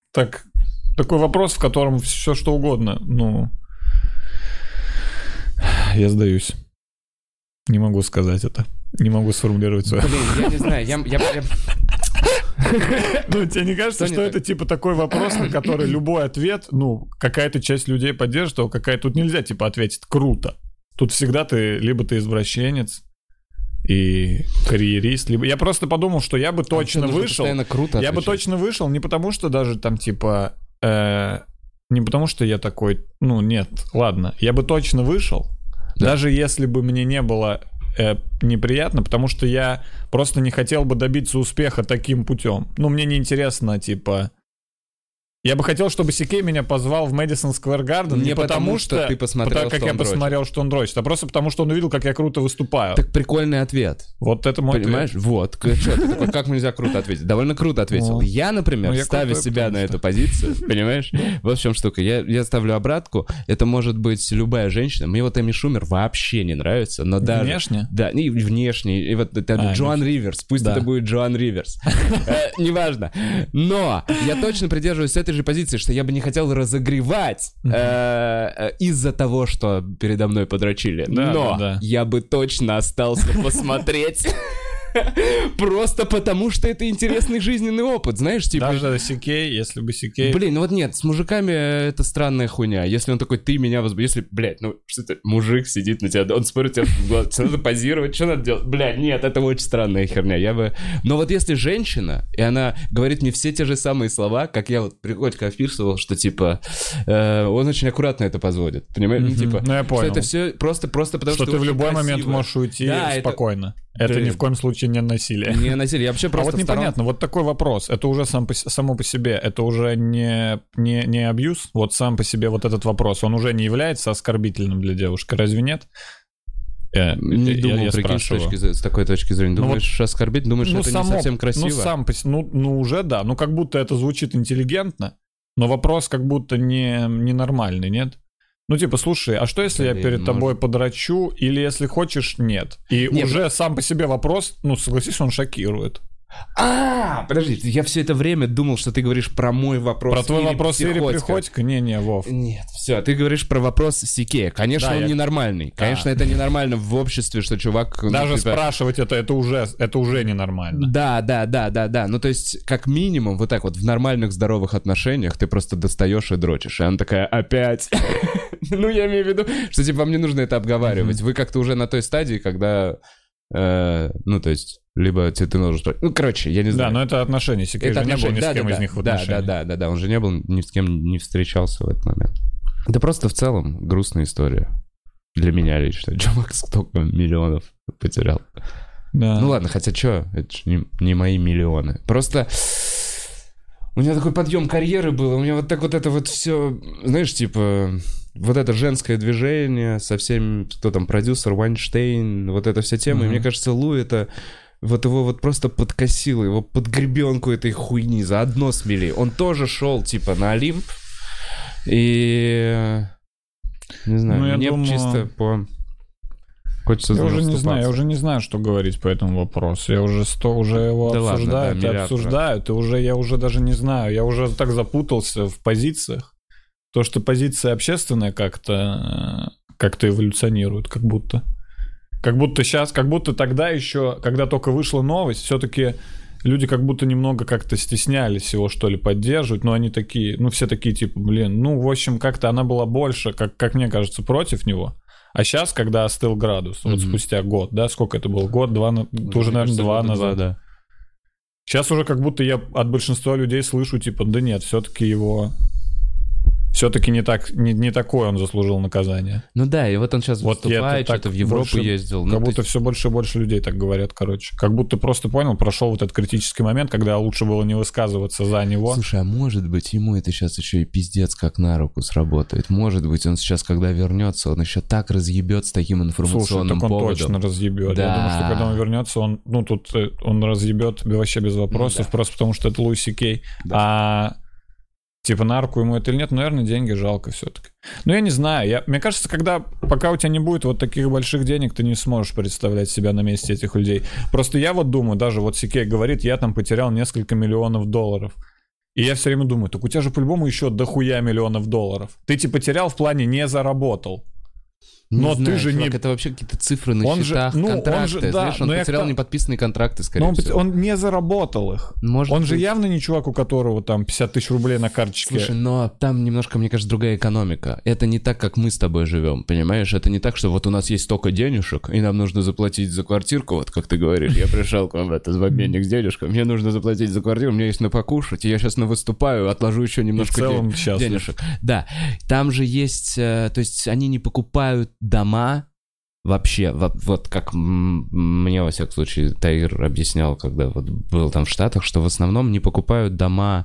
такой вопрос, в котором все что угодно. Ну, я сдаюсь. Не могу сказать это. Не могу сформулировать свое. Блин, я не знаю, я... Ну, тебе не кажется, что это типа такой вопрос, на который любой ответ, ну, какая-то часть людей поддержит, а какая-то... Тут нельзя типа ответить «круто». Тут всегда либо ты извращенец и карьерист, либо... Я просто подумал, что я бы точно вышел... Я бы точно вышел не потому, что даже там типа... Не потому, что я такой... Ну, нет, ладно. Я бы точно вышел, даже если бы мне не было... неприятно, потому что я просто не хотел бы добиться успеха таким путем. Ну, мне неинтересно, типа... Я бы хотел, чтобы Сикей меня позвал в Мэдисон Сквер Гарден не потому, что ты посмотрел, как я посмотрел, что он дрочит, а просто потому, что он увидел, как я круто выступаю. Так прикольный ответ. Вот это мой Понимаешь? ответ. Вот. Как нельзя круто ответить? Довольно круто ответил. Я, например, ставя себя на эту позицию, понимаешь? Вот в чем штука. Я ставлю обратку. Это может быть любая женщина. Мне вот Эми Шумер вообще не нравится, но даже... Внешне? Да, и внешне. И вот это Джоан Риверс. Пусть это будет Джоан Риверс. Неважно. Но я точно придерживаюсь этой же позиции, что я бы не хотел разогревать из-за того, что передо мной подрочили. Но я бы точно остался посмотреть. Просто потому, что это интересный жизненный опыт, знаешь, типа... Даже Сикей, если бы Сикей... Блин, ну вот нет, с мужиками это странная хуйня. Если он такой, ты меня возбудишь... Если, блядь, ну что ты, мужик сидит на тебя, он смотрит тебе в глаза, тебе надо позировать, что надо делать? Блядь, нет, это очень странная херня, я бы... Но вот если женщина, и она говорит мне все те же самые слова, как я вот Приходько описывал, что типа... он очень аккуратно это позводит, понимаешь? Ну, типа, ну, я понял. что это все просто потому, что ты в любой красиво. момент можешь уйти спокойно. Это ни в коем случае не насилие. Не насилие, я вообще просто... А вот непонятно, вот такой вопрос, это уже само по себе, это уже не абьюз, вот сам по себе вот этот вопрос, он уже не является оскорбительным для девушки, разве нет? Не думал, прикинь, с такой точки зрения. Думаешь, вот, оскорбить? Думаешь, это не совсем красиво? Ну, уже да, ну как будто это звучит интеллигентно, но вопрос как будто не нормальный, нет? Ну, типа, слушай, а что, если я перед тобой подрочу, или, если хочешь, нет? И уже сам по себе вопрос, ну, согласись, он шокирует. Подожди, я все это время думал, что ты говоришь про мой вопрос. Про твой вопрос или Приходько? Не, Вов. Нет, все, ты говоришь про вопрос Сикея. Конечно, он ненормальный. Конечно, это ненормально в обществе, что чувак... Даже спрашивать это уже ненормально. Да. Ну, то есть, как минимум, вот так вот, в нормальных здоровых отношениях ты просто достаешь и дрочишь. И она такая, опять... Ну, я имею в виду, что, типа, мне нужно это обговаривать. Вы как-то уже на той стадии, когда... Ну, то есть... Либо ты должен... Ну, короче, я не знаю. Да, но это отношения. Сикей же не был ни с кем из них в отношениях. Да, он же не был, ни с кем не встречался в этот момент. Да просто в целом грустная история. Для меня лично. Чувак столько миллионов потерял. Да. Ну ладно, хотя что, это же не мои миллионы. Просто у меня такой подъем карьеры был, у меня вот так вот это вот все, знаешь, типа... Вот это женское движение со всеми, кто там, продюсер, Вайнштейн, вот эта вся тема. И мне кажется, Лу это... Вот его вот просто подкосило, его под гребенку этой хуйни заодно смели. Он тоже шел, типа, на Олимп. И... Не знаю, мне думаю... чисто по... Хочется я уже не знаю, что говорить по этому вопросу. Я уже его обсуждают и обсуждают. И я уже даже не знаю. Я уже так запутался в позициях. То, что позиция общественная как-то эволюционирует, как будто сейчас, как будто тогда еще, когда только вышла новость, все-таки люди как будто немного как-то стеснялись его, что ли, поддерживать, но они такие, все такие, типа, в общем, как-то она была больше, как мне кажется, против него. А сейчас, когда остыл градус, вот спустя год, да, сколько это было, год-два, уже, наверное, 2 назад. Да. Сейчас уже как будто я от большинства людей слышу, типа, да нет, все-таки не такое он заслужил наказание. Ну да, и вот он сейчас выступает, что-то в Европу ездил. Как будто все больше и больше людей так говорят, короче. Как будто просто понял, прошел вот этот критический момент, когда лучше было не высказываться за него. Слушай, а может быть, ему это сейчас еще и пиздец как на руку сработает. Может быть, он сейчас, когда вернется, он еще так разъебет с таким информационным поводом. Слушай, так он точно разъебет. Да. Я думаю, что когда он вернется, он разъебет вообще без вопросов, просто потому что это Луи Сикей. Да. Типа на руку ему это или нет, наверное, деньги жалко все-таки. Но я не знаю, мне кажется, пока у тебя не будет вот таких больших денег, ты не сможешь представлять себя на месте этих людей. Просто я вот думаю, даже вот Сикей говорит, я там потерял несколько миллионов долларов. И я все время думаю, так у тебя же по-любому еще дохуя миллионов долларов. Ты типа потерял в плане не заработал. Но ты же чувак, не... Это вообще какие-то цифры на счетах, контракты. Знаешь, он потерял неподписанные контракты, скорее всего. Он не заработал их. Он же явно не чувак, у которого там 50 тысяч рублей на карточке. Слушай, но там немножко, мне кажется, другая экономика. Это не так, как мы с тобой живем, понимаешь? Это не так, что вот у нас есть столько денежек, и нам нужно заплатить за квартирку, вот как ты говоришь. Я пришел к вам в обменник с денежкой, мне нужно заплатить за квартиру, у меня есть на покушать, и я сейчас выступаю, отложу еще немножко денежек. Да, там же есть, то есть они не покупают дома вообще, вот как мне, во всяком случае, Таир объяснял, когда вот был там в Штатах, что в основном не покупают дома,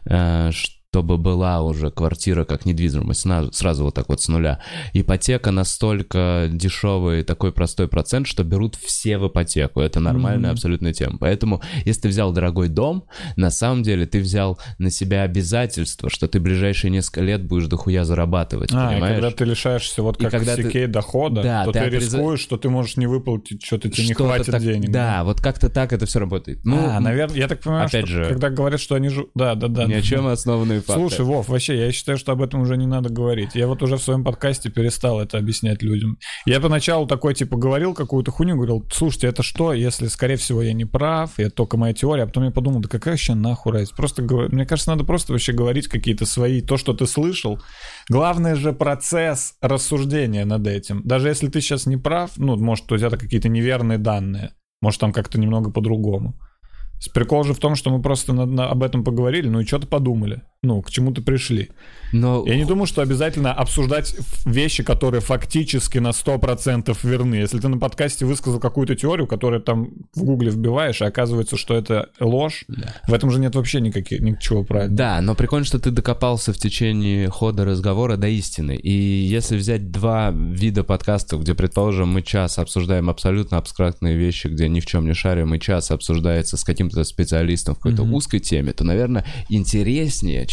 чтобы была уже квартира как недвижимость, сразу вот так вот с нуля. Ипотека настолько дешевый, такой простой процент, что берут все в ипотеку. Это нормальная абсолютная тема. Поэтому, если ты взял дорогой дом, на самом деле ты взял на себя обязательство, что ты ближайшие несколько лет будешь дохуя зарабатывать, понимаешь? И когда ты лишаешься вот как Сикей дохода, то ты рискуешь, что ты можешь не выплатить, что-то тебе не хватит денег. Да, вот как-то так это все работает. Наверное, я так понимаю, что когда говорят, что они же... Да. Ни о чем основные факты. Слушай, Вов, вообще, я считаю, что об этом уже не надо говорить. Я вот уже в своем подкасте перестал это объяснять людям. Я поначалу такой, типа, говорил какую-то хуйню, говорил, слушайте, это что, если, скорее всего, я не прав, это только моя теория, а потом я подумал, да какая вообще нахуй разница? Просто, мне кажется, надо просто вообще говорить какие-то свои, то, что ты слышал. Главное же процесс рассуждения над этим. Даже если ты сейчас не прав, может, у тебя какие-то неверные данные, может, там как-то немного по-другому. Прикол же в том, что мы просто об этом поговорили, и что-то подумали, к чему-то пришли. Но... Я не думаю, что обязательно обсуждать вещи, которые фактически на 100% верны. Если ты на подкасте высказал какую-то теорию, которую там в гугле вбиваешь, и оказывается, что это ложь, в этом же нет вообще ничего правильного. Да, но прикольно, что ты докопался в течение хода разговора до истины. И если взять 2 вида подкастов, где, предположим, мы час обсуждаем абсолютно абстрактные вещи, где ни в чем не шарим, и час обсуждается с каким-то специалистом в какой-то узкой теме, то, наверное, интереснее,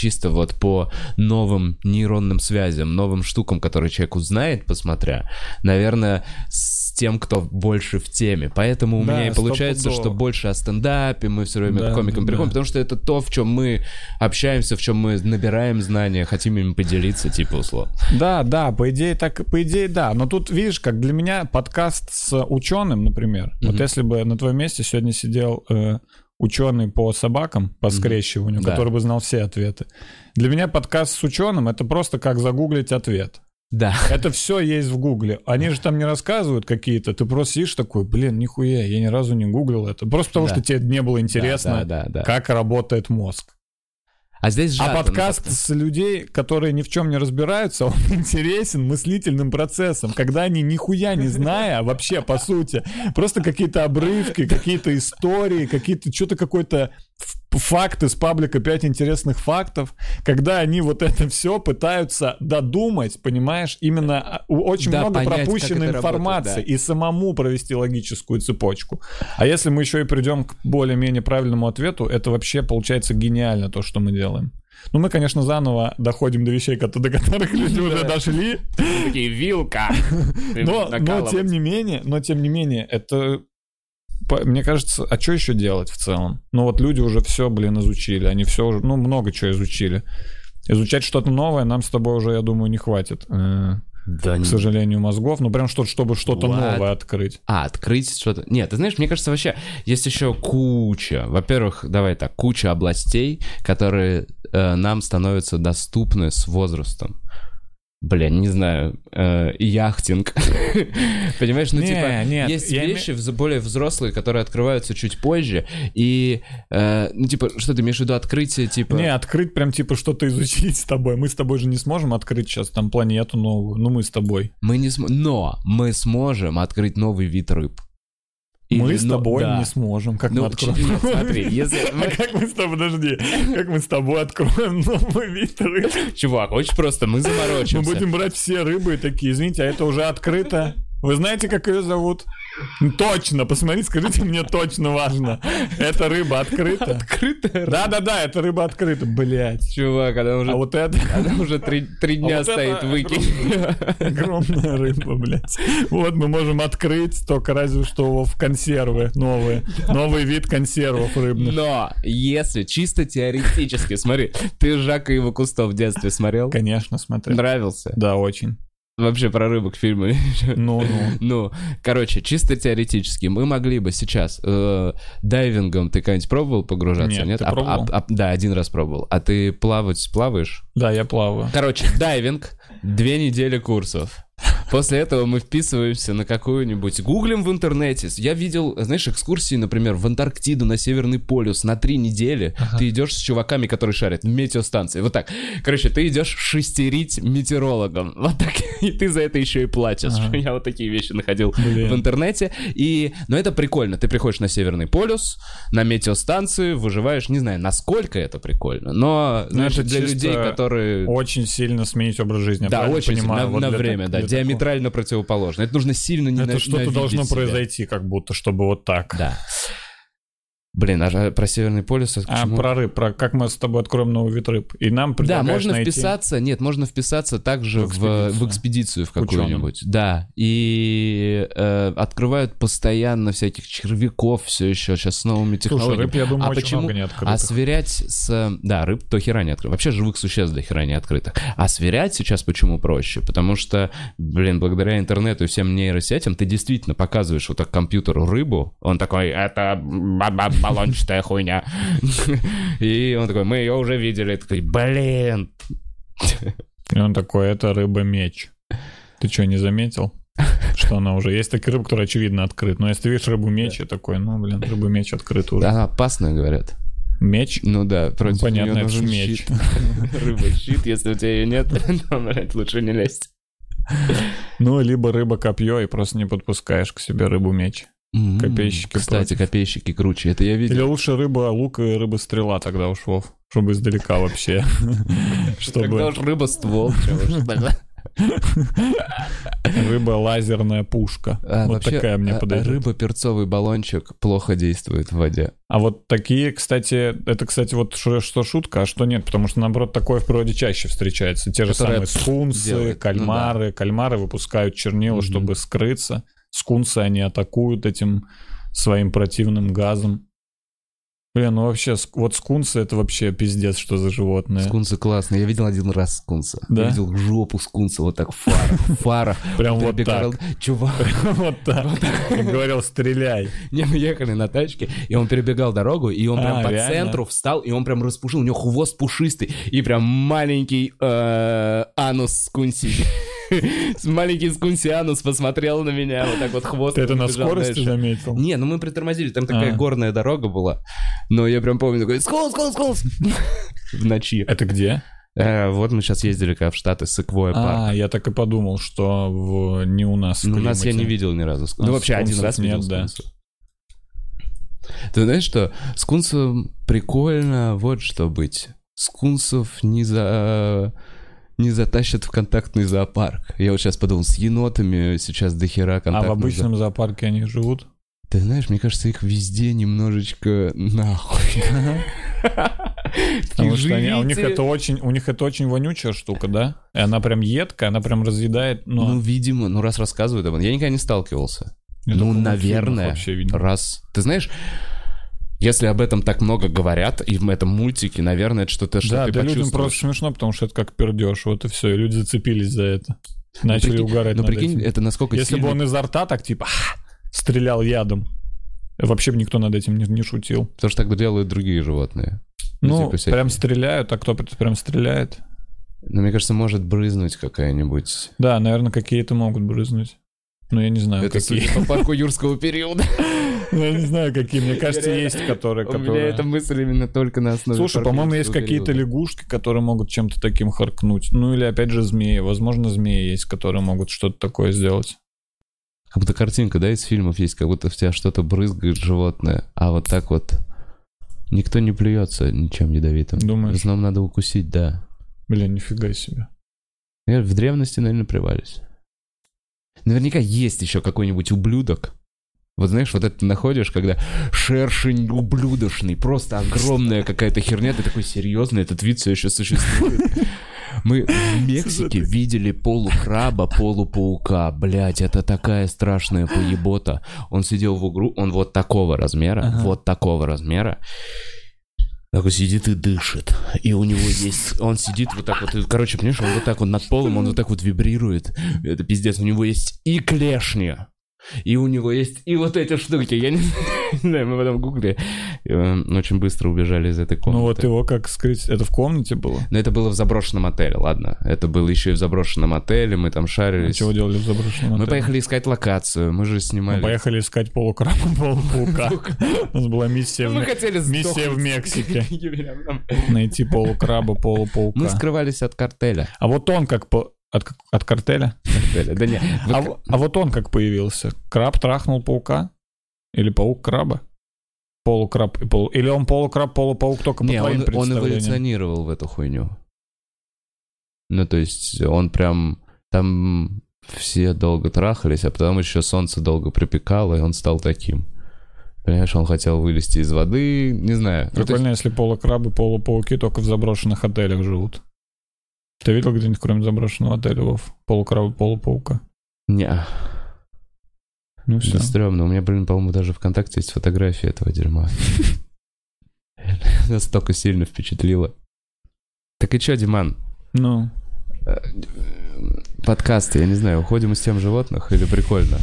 чисто вот по новым нейронным связям, новым штукам, которые человек узнает, посмотря, наверное, с тем, кто больше в теме. Поэтому у меня и получается, что больше о стендапе мы все время к комикам приходим, потому что это то, в чем мы общаемся, в чем мы набираем знания, хотим им поделиться, типа, условно. Да, по идее, да. Но тут, видишь, как для меня подкаст с ученым, например, вот если бы на твоем месте сегодня сидел ученый по собакам, по скрещиванию, который бы знал все ответы. Для меня подкаст с ученым — это просто как загуглить ответ. Да. Это все есть в Гугле. Они же там не рассказывают какие-то. Ты просто сидишь такой, нихуя, я ни разу не гуглил это. Просто потому что тебе не было интересно, как работает мозг. А здесь сжато, подкаст с людей, которые ни в чем не разбираются, он интересен мыслительным процессом, когда они нихуя не зная вообще, по сути, просто какие-то обрывки, какие-то истории, что-то какой-то факты с паблика 5 интересных фактов, когда они вот это все пытаются додумать, понимаешь, именно очень много понять, пропущенной информации работает, и самому провести логическую цепочку. А если мы еще и придем к более-менее правильному ответу, это вообще получается гениально, то, что мы делаем. Ну, мы, конечно, заново доходим до вещей, до которых люди уже дошли. Такие, вилка. Но тем не менее, это... Мне кажется, а что еще делать в целом? Ну вот люди уже все, изучили. Они все уже, много чего изучили. Изучать что-то новое нам с тобой уже, я думаю, не хватит. К сожалению, мозгов. Прям чтобы что-то новое открыть. Открыть что-то... Нет, ты знаешь, мне кажется, вообще есть еще куча. Во-первых, куча областей, которые нам становятся доступны с возрастом. Не знаю, яхтинг. Понимаешь, есть вещи более взрослые, которые открываются чуть позже, и, что ты имеешь в виду, открытие, Не, открыть прям, что-то изучить с тобой. Мы с тобой же не сможем открыть сейчас там планету новую, мы с тобой. Но мы сможем открыть новый вид рыб. Мы с тобой не сможем. Как мы откроем? Смотри, если... как мы с тобой, подожди, как мы с тобой откроем новый вид рыб? Чувак, очень просто, мы заморочимся. Мы будем брать все рыбы и такие, извините, а это уже открыто? Вы знаете, как ее зовут? Точно, посмотри, скажите мне, точно важно. Эта рыба открыта? Открытая рыба? Да, эта рыба открыта, блядь. Чувак, она уже... А вот это... Она уже 3 дня стоит, выкинь. Огромная рыба, блядь. Вот мы можем открыть, только разве что в консервы новые. Новый вид консервов рыбных. Но если чисто теоретически, смотри, ты Жака и его Кусто в детстве смотрел? Конечно, смотрел. Нравился? Да, очень. Вообще про рыбок фильмы. Короче, чисто теоретически мы могли бы сейчас дайвингом ты когда-нибудь пробовал погружаться? Нет? Ты пробовал? Да, 1 раз пробовал. А ты плаваешь? Да, я плаваю. Короче, дайвинг, 2 недели курсов. После этого мы вписываемся на какую-нибудь... Гуглим в интернете. Я видел, знаешь, экскурсии, например, в Антарктиду, на Северный полюс на 3 недели. Ты идешь с чуваками, которые шарят в метеостанции. Вот так. Короче, ты идешь шестерить метеорологом. Вот так. И ты за это еще и платишь. Я вот такие вещи находил в интернете. Но это прикольно. Ты приходишь на Северный полюс, на метеостанцию, выживаешь. Не знаю, насколько это прикольно. Но, знаешь, для людей, которые... Очень сильно сменить образ жизни. Да, очень сильно. На время, да. Диаметрально противоположно. Это нужно сильно ненавидеть. Это что-то должно произойти, как будто, чтобы вот так. Да. Блин, а про Северный полюс... Про рыб, про как мы с тобой откроем новый вид рыб. И нам предлагаешь можно вписаться... Нет, можно вписаться также в экспедицию в какую-нибудь. Да, и открывают постоянно всяких червяков все еще, сейчас с новыми технологиями. Слушай, рыб, я думаю, очень много не открытых. А сверять с... Да, рыб до хера не открытых. Вообще живых существ до хера не открытых. А сверять сейчас почему проще? Потому что, благодаря интернету и всем нейросетям ты действительно показываешь вот так компьютеру рыбу, он такой, это... баллончатая хуйня. И он такой, мы ее уже видели. Такой, блин. И он такой, это рыба-меч. Ты что, не заметил? Что она уже... Есть такие рыбы, которые, очевидно, открыты. Но если ты видишь рыбу-меч, я такой, рыба-меч открыт уже. Она опасная, говорят. Меч? Ну да, против понятно, нее нужен меч. щит. Рыба-щит, если у тебя ее нет, то, блядь, лучше не лезть. Либо рыба-копье, и просто не подпускаешь к себе рыбу-меч. Копейщики. Кстати, копейщики круче, это я видел. Или лучше рыба-лук и рыба-стрела тогда уж, Вов, чтобы издалека вообще. Тогда уж рыба-ствол. Рыба-лазерная пушка. Вот вообще, такая мне подойдет. Рыба-перцовый баллончик плохо действует в воде. А вот такие, кстати, это, кстати, вот что шутка, а что нет, потому что, наоборот, такое в природе чаще встречается. Те же самые скунсы, делает. кальмары. Ну, да. Кальмары выпускают чернила, чтобы скрыться. Скунсы, они атакуют этим своим противным газом. Блин, ну вообще, вот скунсы — это вообще пиздец, что за животные. Скунсы классные. Я видел один раз скунса. Да? Я видел жопу скунса вот так в фарах. Прям вот так. Чувак. Вот так. Как говорил, стреляй. Не, мы ехали на тачке, и он перебегал дорогу, и он прям по центру встал, и он прям распушил, у него хвост пушистый, и прям маленький анус скунси. Маленький скунсианус посмотрел на меня, вот так вот хвост. Ты это на скорости заметил? Не, ну мы притормозили, там такая горная дорога была. Но я прям помню, такой скунс! В ночи. Это где? Вот мы сейчас ездили в Штаты, Секвойя парк. Я так и подумал, что не у нас. Ну, у нас я не видел ни разу. Ну, вообще один раз видел скунса. Ты знаешь что? Скунсом прикольно вот что быть. Скунсов не затащат в контактный зоопарк. Я вот сейчас подумал, с енотами сейчас дохера контактных. А в обычном зоопарке они живут? Ты знаешь, мне кажется, их везде немножечко нахуй. Потому что у них это очень вонючая штука, да? И она прям едкая, она прям разъедает. Ну, видимо, раз рассказывают об этом. Я никогда не сталкивался. Ну, наверное, раз. Ты знаешь, если об этом так много говорят, и в этом мультике, наверное, это что-то, что ты почувствуешь. Да, людям просто смешно, потому что это как пердеж, вот и все, и люди зацепились за это. Начали угорать над прикинь, этим. Это насколько Если бы он изо рта так типа стрелял ядом, вообще бы никто над этим не шутил. Потому что так делают другие животные. Ну, прям стреляют, а кто прям стреляет? Ну, мне кажется, может брызнуть какая-нибудь. Да, наверное, какие-то могут брызнуть. Но я не знаю, это какие. Это по парку юрского периода. Ну, я не знаю, какие. Мне кажется, есть, которые... У меня эта мысль именно только на основе... Слушай, по-моему, есть какие-то лягушки, которые могут чем-то таким харкнуть. Ну, или, опять же, змеи. Возможно, змеи есть, которые могут что-то такое сделать. Как будто картинка, да, из фильмов есть, как будто в тебя что-то брызгает животное, а вот так вот никто не плюется ничем ядовитым. Думаешь? В основном надо укусить, да. Блин, нифига себе. В древности, наверное, плевались. Наверняка есть еще какой-нибудь ублюдок. Вот знаешь, вот это ты находишь, когда шершень ублюдочный, просто огромная какая-то херня, ты такой серьезный, этот вид все еще существует. Мы в Мексике видели полукраба, полупаука. Блять, это такая страшная поебота. Он сидел в углу, он вот такого размера, такой сидит и дышит. И у него есть... Он сидит вот так вот... Короче, понимаешь, он вот так вот над полом, он вот так вот вибрирует. Это пиздец. У него есть и клешни, и у него есть и вот эти штуки. Я не знаю, мы потом гуглили. Очень быстро убежали из этой комнаты. Ну вот его как скрыть? Это в комнате было? Но это было в заброшенном отеле, ладно. Это было еще и в заброшенном отеле, мы там шарились. А чего делали в заброшенном отеле? Мы поехали искать локацию, мы же снимали... Мы поехали искать полукраба, полупаука. У нас была миссия в Мексике. Найти полукраба, полупаука. Мы скрывались от картеля. А вот он как... От картеля? Да нет. А вот он как появился? Краб трахнул паука? Или паук краба? Полукраб и полу... Или он полукраб, полупаук только по твоим представлениям? Он эволюционировал в эту хуйню. Ну, то есть он прям... Там все долго трахались, а потом еще солнце долго припекало, и он стал таким. Понимаешь, он хотел вылезти из воды, не знаю. Прикольно, если полукрабы, полупауки только в заброшенных отелях живут. Ты видел где-нибудь, кроме заброшенного отеля, Вов? Полукраба, полупаука? Не. Ну все. Это стрёмно. У меня, по-моему, даже ВКонтакте есть фотография этого дерьма. Настолько сильно впечатлило. Так и чё, Диман? Ну? Подкасты, я не знаю, уходим из тем животных или прикольно?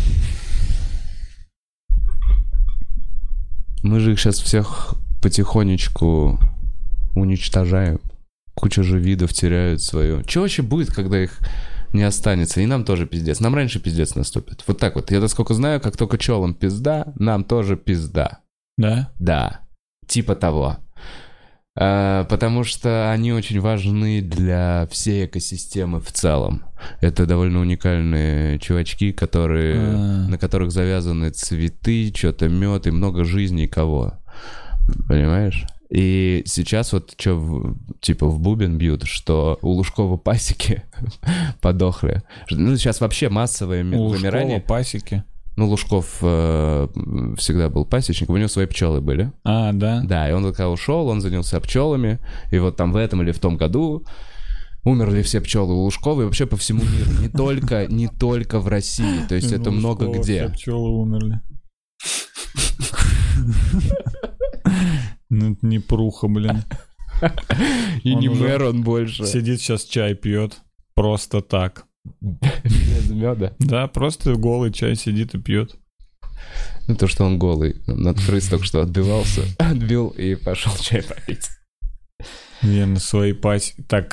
Мы же их сейчас всех потихонечку уничтожаем. Куча же видов теряют свое. Что вообще будет, когда их не останется? И нам тоже пиздец. Нам раньше пиздец наступит. Вот так вот. Я насколько знаю, как только пчелам пизда, нам тоже пизда. Да? Да. Типа того. Потому что они очень важны для всей экосистемы в целом. Это довольно уникальные чувачки, на которых завязаны цветы, что-то мед и много жизней кого. Понимаешь? И сейчас вот что, типа, в бубен бьют, что у Лужкова пасеки подохли. Ну, сейчас вообще массовое вымирание. У Лужкова пасеки? Ну, Лужков всегда был пасечником, у него свои пчелы были. А, да? Да, и он когда ушел, он занялся пчелами, и вот там в этом или в том году умерли все пчелы у Лужкова, и вообще по всему миру, не только в России, то есть это много где. Все пчелы умерли. Ну, это не пруха, блин. И не мэр он больше. Сидит сейчас чай пьет. Просто так. Без меда? Да, просто голый чай сидит и пьет. Ну, то, что он голый. Он от крыс только что отбил и пошел чай попить. Я на своей пасе. Так,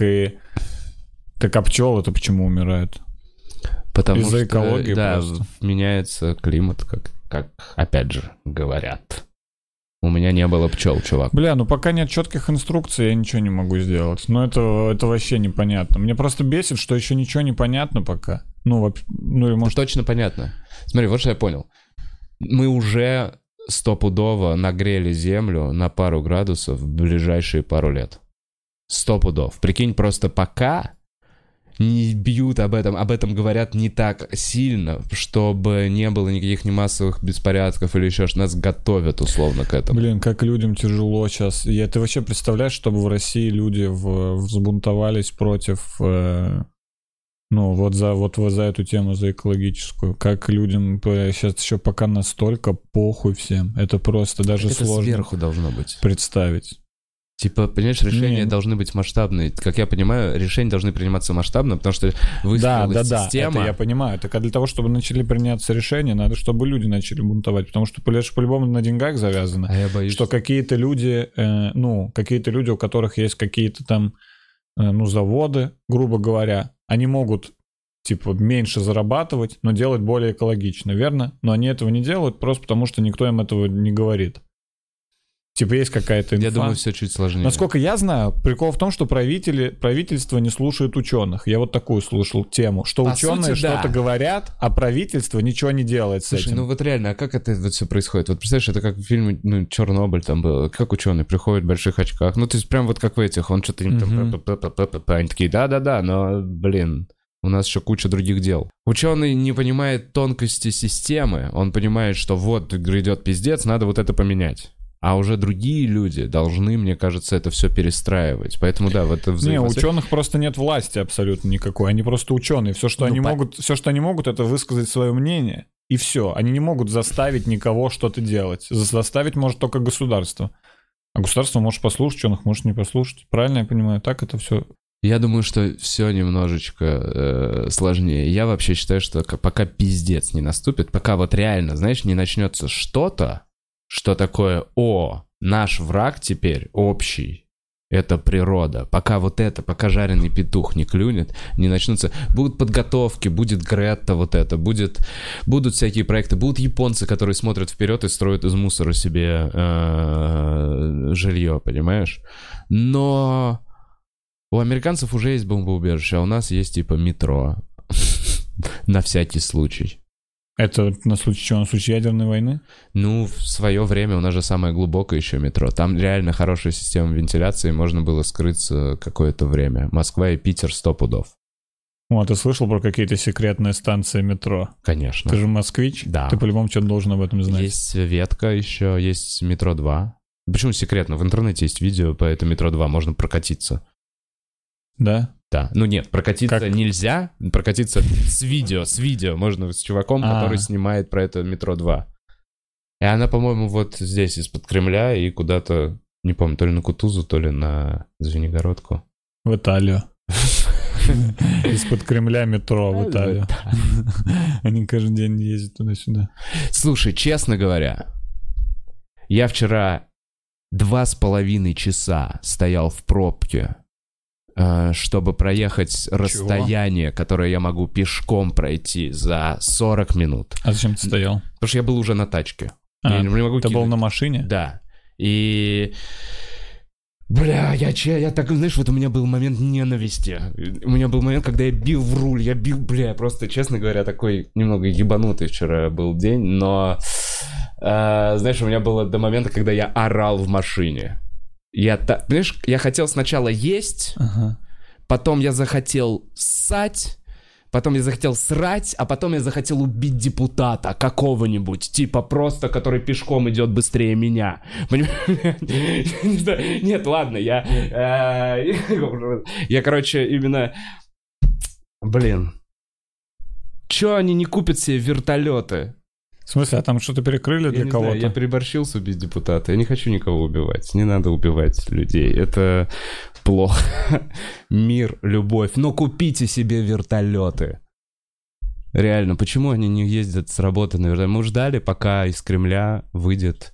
а пчелы-то почему умирают? Потому из-за что, экологии да, просто. меняется климат, как опять же говорят. У меня не было пчел, чувак. Бля, ну пока нет четких инструкций, я ничего не могу сделать. Но это вообще непонятно. Мне просто бесит, что еще ничего не понятно пока. Ну или может... Точно понятно. Смотри, вот что я понял. Мы уже стопудово нагрели Землю на пару градусов в ближайшие пару лет. 100 пудов. Прикинь, просто пока не бьют об этом говорят не так сильно, чтобы не было никаких ни массовых беспорядков или еще что, нас готовят условно к этому. Блин, как людям тяжело сейчас. Ты вообще представляешь, чтобы в России люди взбунтовались против, вот за эту тему, за экологическую. Как людям сейчас еще пока настолько похуй всем. Это просто даже это сложно сверху должно быть представить. Типа, понимаешь, решения должны быть масштабные. Как я понимаю, решения должны приниматься масштабно, потому что выстроилась система. Да, это я понимаю. Так а для того, чтобы начали приниматься решения, надо, чтобы люди начали бунтовать. Потому что по-любому на деньгах завязано. А я боюсь, что какие-то люди, у которых есть какие-то там, заводы, грубо говоря, они могут, типа, меньше зарабатывать, но делать более экологично, верно? Но они этого не делают просто потому, что никто им этого не говорит. Типа есть какая-то инфа. Я думаю, все чуть сложнее. Насколько я знаю, прикол в том, что правительство не слушает ученых. Я вот такую слушал тему, что по ученые сути, да. что-то говорят, а правительство ничего не делает с Слушай, этим. ну вот реально, а как это вот все происходит? Вот представляешь, это как в фильме «Чернобыль» там было. Как ученые приходят в больших очках. Ну, то есть прям вот как в этих. Он что-то им там... Они такие, да-да-да, но, блин... У нас еще куча других дел. Ученый не понимает тонкости системы. Он понимает, что вот грядет пиздец, надо вот это поменять. А уже другие люди должны, мне кажется, это все перестраивать. Поэтому да, в это взаимосвязь. Не, у ученых просто нет власти абсолютно никакой. Они просто ученые. Все, что они могут, это высказать свое мнение. И все. Они не могут заставить никого что-то делать. Заставить может только государство. А государство может послушать ученых, может не послушать. Правильно я понимаю? Так это все. Я думаю, что все немножечко сложнее. Я вообще считаю, что пока пиздец не наступит, пока вот реально, знаешь, не начнется что-то, что такое, наш враг теперь общий, это природа. Пока пока жареный петух не клюнет, не начнутся, будут подготовки, будет Гретта вот это, будут всякие проекты, будут японцы, которые смотрят вперед и строят из мусора себе жилье, понимаешь? Но у американцев уже есть бомбоубежище, а у нас есть типа метро. На всякий случай. Это на случай чего? На случай ядерной войны? Ну, в свое время у нас же самое глубокое еще метро. Там реально хорошая система вентиляции, можно было скрыться какое-то время. Москва и Питер 100 пудов. О, ты слышал про какие-то секретные станции метро? Конечно. Ты же москвич? Да. Ты по-любому что-то должен об этом знать. Есть ветка еще, есть метро 2. Почему секретно? В интернете есть видео по этому метро 2, можно прокатиться. Да? Да. Ну нет, прокатиться нельзя. Прокатиться с видео. Можно с чуваком, который снимает про это метро 2. И она, по-моему, вот здесь, из-под Кремля, и куда-то, не помню, то ли на Кутузу, то ли на Звенигородку. В Италию. Из-под Кремля метро в Италию. Они каждый день ездят туда-сюда. Слушай, честно говоря, я вчера 2,5 часа стоял в пробке, чтобы проехать расстояние, которое я могу пешком пройти за 40 минут. А зачем ты стоял? Потому что я был уже на тачке. Ты был на машине? Да. И... Бля, я так, знаешь, вот у меня был момент ненависти. У меня был момент, когда я бил в руль. Просто, честно говоря, такой немного ебанутый вчера был день. Но, знаешь, у меня было до момента, когда я орал в машине. Понимаешь, я хотел сначала есть, потом я захотел ссать, потом я захотел срать, а потом я захотел убить депутата какого-нибудь, типа просто, который пешком идет быстрее меня. Нет, ладно, я, короче, именно... Блин. Чё они не купят себе вертолеты? В смысле, а там что-то перекрыли для кого-то? Знаю, я переборщил с убить депутата. Я не хочу никого убивать. Не надо убивать людей. Это плохо. Мир, любовь. Но купите себе вертолеты. Реально, почему они не ездят с работы на вертолете? Мы ждали, пока из Кремля выйдет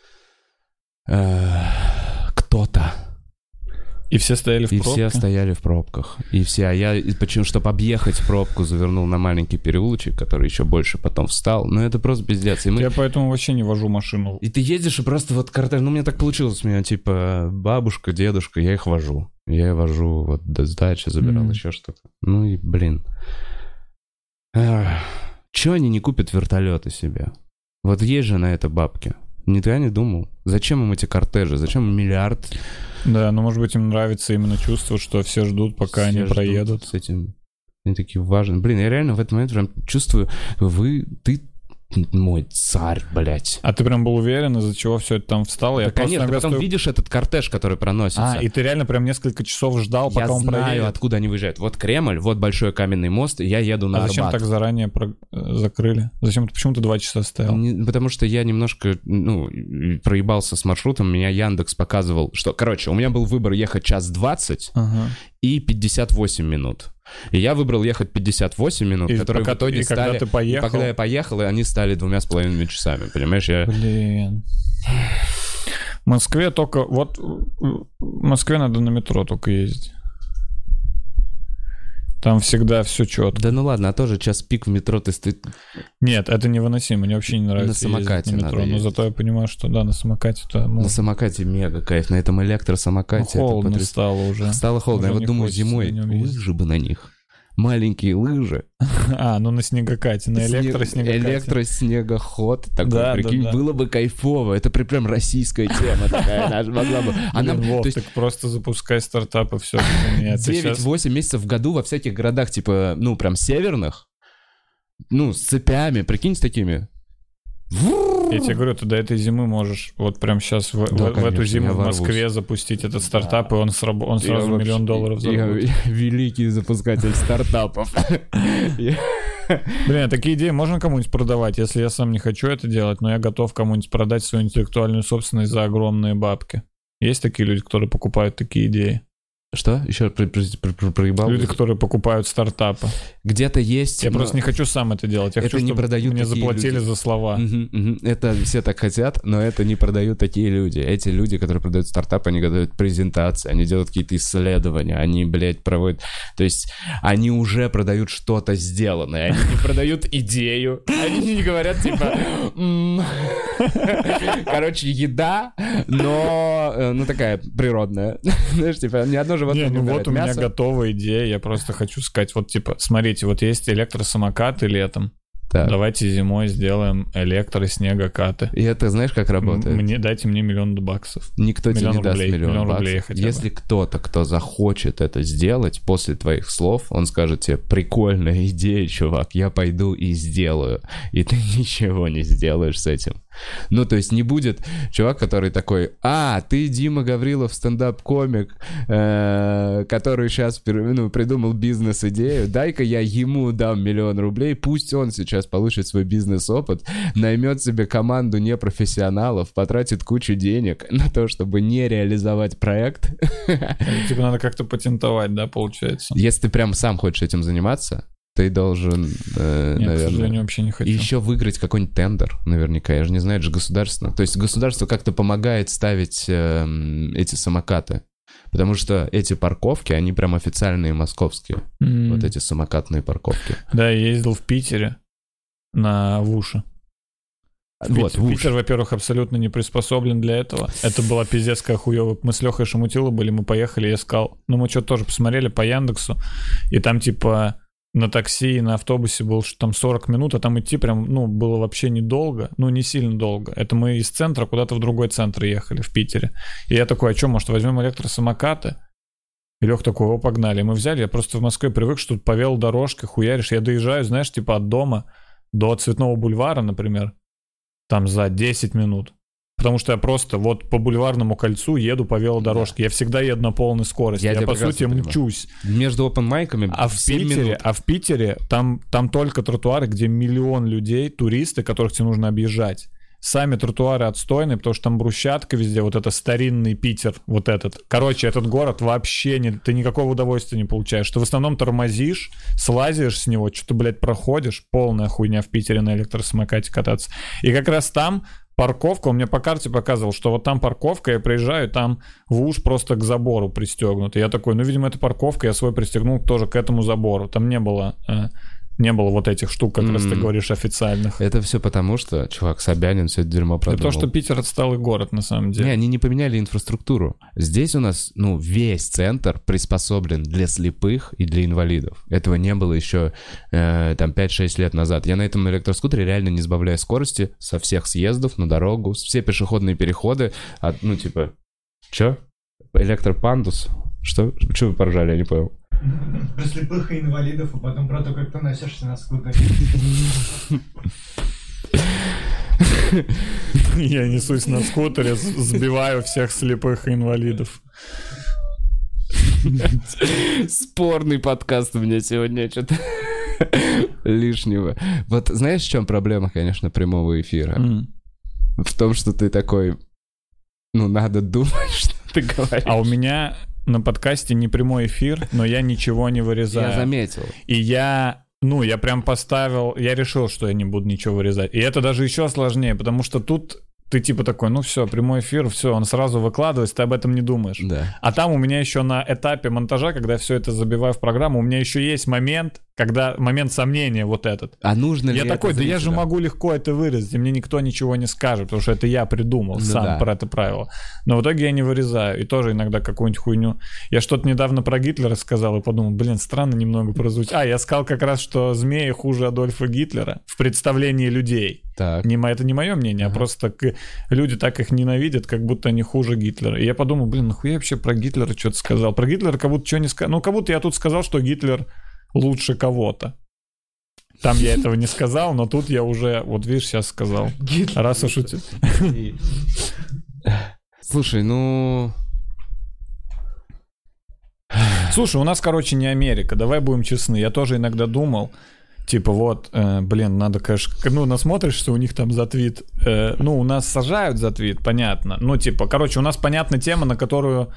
кто-то. И все стояли в пробке? И все стояли в пробках. И все, а я, почему, чтобы объехать пробку, завернул на маленький переулочек, который еще больше потом встал. Ну, это просто пиздец. И мы... Я поэтому вообще не вожу машину. И ты едешь, и просто вот кортеж... Ну, мне так получилось. У меня, типа, бабушка, дедушка, я их вожу. Я их вожу вот до сдачи, забирал еще что-то. Ну и, блин. Чего они не купят вертолеты себе? Вот есть же на это бабки. Никогда не думал. Зачем им эти кортежи? Зачем им миллиард? Да, но может быть им нравится именно чувство, что все ждут, пока все они проедут. С этим. Они такие важные. Блин, я реально в этот момент прям чувствую, ты мой царь, блядь. А ты прям был уверен, из-за чего все это там встало? Да, конечно, ты потом видишь этот кортеж, который проносится. И ты реально прям несколько часов ждал, пока он проедет? Я знаю, откуда они выезжают. Вот Кремль, вот большой каменный мост, и я еду на Арбат. А зачем так заранее закрыли? Почему ты 2 часа стоял? Потому что я немножко, проебался с маршрутом, меня Яндекс показывал, что... Короче, у меня был выбор ехать 1:20 и 58 минут. И я выбрал ехать 58 минут, которые в итоге стали... Когда ты поехал... Когда я поехал, и они стали 2,5 часами, понимаешь? Блин. В Москве только... Вот в Москве надо на метро только ездить. Там всегда все четко. Да ну ладно, а тоже час пик в метро ты... Нет, это невыносимо, мне вообще не нравится на самокате ездить на метро. Но зато я понимаю, что да, на самокате-то... Можно. На самокате мега кайф, на этом электросамокате. Холодно стало уже. Стало холодно, уже я вот думаю, зимой лыжи бы на них. Маленькие лыжи. Ну на снегокате, на электроснегокате. Электроснегоход такой, прикинь, было бы кайфово. Это прям российская тема такая, наша могла бы. Вов, так просто запускай стартапы, все меняется. 9-8 месяцев в году во всяких городах, типа, прям северных, с цепями, прикинь, с такими. Я тебе говорю, ты до этой зимы можешь вот прям сейчас в эту зиму в Москве запустить этот стартап, и он сразу $1 миллион заработает. Я великий запускатель стартапов. Блин, такие идеи можно кому-нибудь продавать, если я сам не хочу это делать, но я готов кому-нибудь продать свою интеллектуальную собственность за огромные бабки. Есть такие люди, которые покупают такие идеи? Что? Еще проебал? Люди, которые покупают стартапы. Где-то есть... Я просто не хочу сам это делать. Я это хочу, не продают мне заплатили люди. за слова. Это все так хотят, но это не продают такие люди. Эти люди, которые продают стартапы, они готовят презентации, они делают какие-то исследования, они, блядь, проводят... То есть они уже продают что-то сделанное. Они не продают идею. Они не говорят, типа... Короче, еда, но такая природная. Знаешь, типа, ни одно животное не вот у меня мясо. готовая идея, я просто хочу сказать, вот типа, смотрите, вот есть электросамокаты летом, так. Давайте зимой сделаем электроснегокаты. И это знаешь, как работает? Дайте мне $1 миллион. Никто тебе не даст $1 миллион рублей Если кто-то, кто захочет это сделать после твоих слов, он скажет тебе: прикольная идея, чувак, я пойду и сделаю. И ты ничего не сделаешь с этим. То есть не будет чувак, который такой: ты Дима Гаврилов, стендап-комик, который сейчас придумал бизнес-идею, дай-ка я ему дам $1 миллион, пусть он сейчас получит свой бизнес-опыт, наймет себе команду непрофессионалов, потратит кучу денег на то, чтобы не реализовать проект. Типа надо как-то патентовать, да, получается? Если ты прям сам хочешь этим заниматься, ты должен, Нет, наверное... к сожалению, вообще не хочу. И еще выиграть какой-нибудь тендер, наверняка. Я же не знаю, это же государство. То есть государство как-то помогает ставить эти самокаты. Потому что эти парковки, они прям официальные московские. Вот эти самокатные парковки. Да, я ездил в Питере на Вуше. Питер, во-первых, абсолютно не приспособлен для этого. Это была пиздецкая хуёвая. Мы с Лёхой Шамутило были, мы поехали, я искал. Мы что-то тоже посмотрели по Яндексу, и там типа на такси и на автобусе был что там 40 минут, а там идти прям, ну, было вообще недолго, ну, не сильно долго. Это мы из центра куда-то в другой центр ехали, в Питере. И я такой, а что, может, возьмем электросамокаты? И Лёх такой, о, погнали. И мы взяли, я просто в Москве привык, что тут по велодорожке хуяришь. Я доезжаю, знаешь, типа от дома до Цветного бульвара, например, там за 10 минут. Потому что я просто вот по Бульварному кольцу еду по велодорожке. Я всегда еду на полной скорости. Я по сути, мчусь. Между опенмайками в 7 минут. А в Питере там только тротуары, где миллион людей, туристы, которых тебе нужно объезжать. Сами тротуары отстойные, потому что там брусчатка везде, вот это старинный Питер, вот этот. Короче, этот город вообще ты никакого удовольствия не получаешь. Ты в основном тормозишь, слазишь с него, что-то, блядь, проходишь. Полная хуйня в Питере на электросамокате кататься. И как раз там парковка, он мне по карте показывал, что вот там парковка, я приезжаю, там ВУШ просто к забору пристегнут. И я такой, ну, видимо, это парковка, я свой пристегнул тоже к этому забору. Там не было вот этих штук, как раз ты говоришь, официальных. Это все потому, что, чувак, Собянин все это дерьмо продумал. Это то, что Питер отсталый город, на самом деле. Не, они не поменяли инфраструктуру. Здесь у нас, ну, весь центр приспособлен для слепых и для инвалидов. Этого не было еще, там, 5-6 лет назад. Я на этом электроскутере реально не сбавляя скорости со всех съездов на дорогу, все пешеходные переходы, ну, типа, чё? Электропандус? Что? Чё вы поржали, я не понял. Про слепых и инвалидов, а потом про то, как ты носишься на скутере. Я несусь на скутере, сбиваю всех слепых и инвалидов. Спорный подкаст у меня сегодня, что-то лишнего. Вот знаешь, в чем проблема, конечно, прямого эфира? В том, что ты такой, ну, надо думать, что ты говоришь. А у меня на подкасте не прямой эфир, но я ничего не вырезаю. Я заметил. И я прям поставил, я решил, что я не буду ничего вырезать. И это даже еще сложнее, потому что тут ты типа такой, ну все, прямой эфир, все, он сразу выкладывается, ты об этом не думаешь. Да. А там у меня еще на этапе монтажа, когда я все это забиваю в программу, у меня еще есть момент сомнения вот этот. А нужно ли я такой, да я же могу легко это вырезать, и мне никто ничего не скажет, потому что это я придумал сам про это правило. Но в итоге я не вырезаю, и тоже иногда какую-нибудь хуйню. Я что-то недавно про Гитлера сказал и подумал, блин, странно немного прозвучит. Я сказал как раз, что змеи хуже Адольфа Гитлера в представлении людей. Так. Это не мое мнение, а просто люди так их ненавидят, как будто они хуже Гитлера. И я подумал, блин, нахуя я вообще про Гитлера что-то сказал? Про Гитлера как будто что не сказал. Ну, как будто я тут сказал, что Гитлер лучше кого-то. Там я этого не сказал, но тут я уже, вот видишь, сейчас сказал. Гитлер. Раз уж у тебя... Слушай, ну... Слушай, у нас, короче, не Америка, давай будем честны. Я тоже иногда думал, типа вот, надо, конечно, насмотришь, что у них там за твит. У нас сажают за твит, понятно. Ну, типа, короче, у нас понятна тема, на которую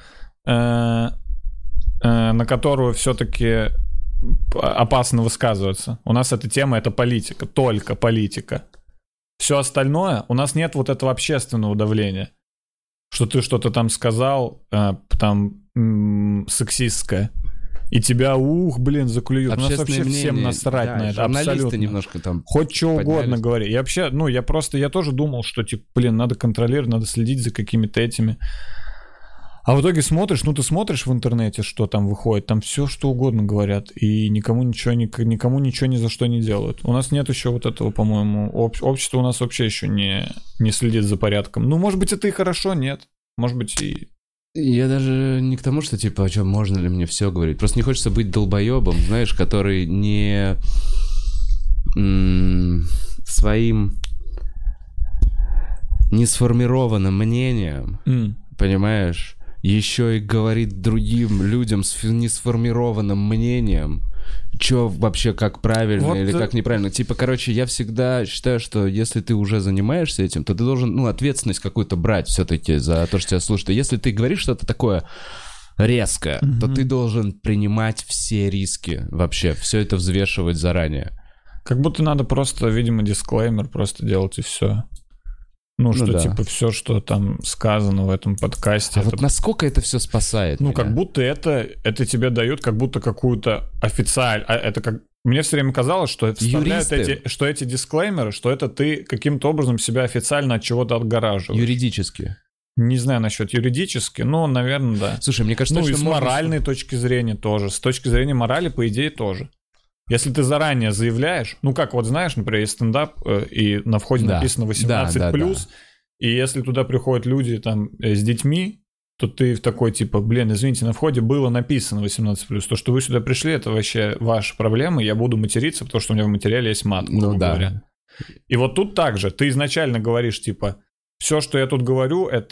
все-таки опасно высказываться. У нас эта тема — это политика, только политика. Все остальное, у нас нет вот этого общественного давления. Что ты что-то там сказал, сексистское, и тебя, заклюют. У нас вообще мнение, всем насрать на это, абсолютно. Немножко там хоть что угодно говори. Я вообще, я тоже думал, что, надо контролировать, надо следить за какими-то этими. А в итоге смотришь, ты смотришь в интернете, что там выходит, там все что угодно говорят, и никому ничего ни за что не делают. У нас нет еще вот этого, по-моему, общество у нас вообще еще не следит за порядком. Может быть, это и хорошо, нет. Может быть, и... Я даже не к тому, что, о чем можно ли мне все говорить. Просто не хочется быть долбоебом, знаешь, который не своим несформированным мнением, понимаешь, еще и говорит другим людям с несформированным мнением, что вообще как правильно вот или как неправильно. Я всегда считаю, что если ты уже занимаешься этим, то ты должен, ответственность какую-то брать все-таки за то, что тебя слушают. И если ты говоришь что-то такое резкое, то ты должен принимать все риски вообще, все это взвешивать заранее. Как будто надо просто, видимо, дисклеймер просто делать и все. Все, что там сказано в этом подкасте. А вот насколько это все спасает? Как будто это тебе дают как будто какую-то официальную... Это как... Мне все время казалось, что это вставляют эти дисклеймеры, что это ты каким-то образом себя официально от чего-то отгораживаешь. Юридически. Не знаю насчет юридически, но, наверное, да. Слушай, мне кажется, и с моральной точки зрения тоже. С точки зрения морали, по идее, тоже. Если ты заранее заявляешь, ну как вот знаешь, например, есть стендап, и на входе написано 18+, и если туда приходят люди там с детьми, то ты такой, типа, блин, извините, на входе было написано 18+. То, что вы сюда пришли, это вообще ваша проблема, я буду материться, потому что у меня в материале есть мат, грубо говоря. И вот тут также, ты изначально говоришь, типа, все, что я тут говорю, я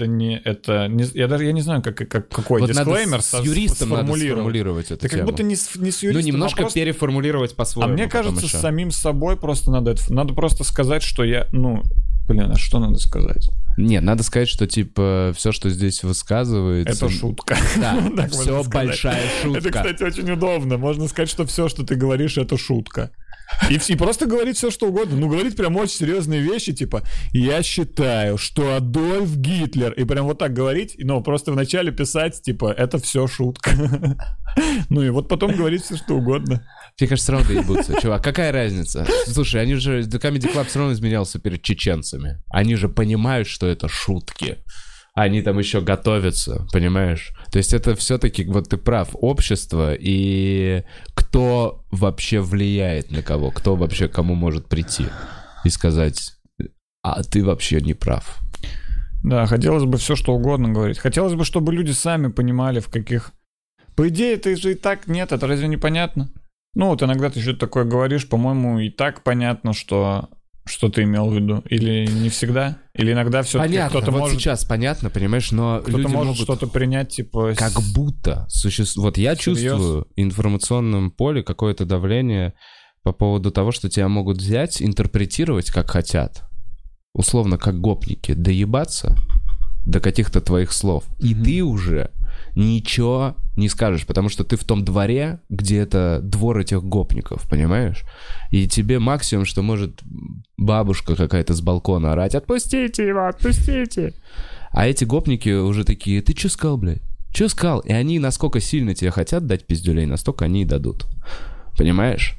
не знаю, какой вот дисклеймер с юристом сформулировать эту тему. Как будто не с юристом, ну, немножко просто переформулировать по-своему. А мне кажется, с самим собой просто надо просто сказать, что я, а что надо сказать? Нет, надо сказать, что, типа, все, что здесь высказывается... Это шутка. Да, все большая шутка. Это, кстати, очень удобно. Можно сказать, что все, что ты говоришь, это шутка. И просто говорить все, что угодно. Ну, говорить прям очень серьезные вещи, типа, я считаю, что Адольф Гитлер. И прям вот так говорить, но просто вначале писать, типа, это все шутка. Ну и вот потом говорить все, что угодно. Мне кажется, все равно доебутся. Чувак, какая разница? Слушай, они же... Comedy Club все равно изменялся перед чеченцами. Они же понимают, что это шутки. Они там еще готовятся, понимаешь? То есть это все-таки, вот ты прав, общество и кто вообще влияет на кого, кто вообще кому может прийти и сказать, а ты вообще не прав. Да, хотелось бы все, что угодно говорить. Хотелось бы, чтобы люди сами понимали, в каких... По идее, это же и так нет, это разве не понятно? Ну, вот иногда ты что-то такое говоришь, по-моему, и так понятно, что ты имел в виду. Или не всегда? Или иногда все-таки понятно, кто-то вот может... сейчас понятно, понимаешь, но кто-то люди может могут... что-то принять, типа... Как будто существует... Вот я чувствую в информационном поле какое-то давление по поводу того, что тебя могут взять, интерпретировать как хотят. Условно, как гопники. Доебаться до каких-то твоих слов. И ты уже... ничего не скажешь, потому что ты в том дворе, где это двор этих гопников, понимаешь? И тебе максимум, что может бабушка какая-то с балкона орать: «Отпустите его, отпустите!» А эти гопники уже такие: «Ты чё сказал, блядь? Чё сказал?» И они, насколько сильно тебе хотят дать пиздюлей, настолько они и дадут. Понимаешь?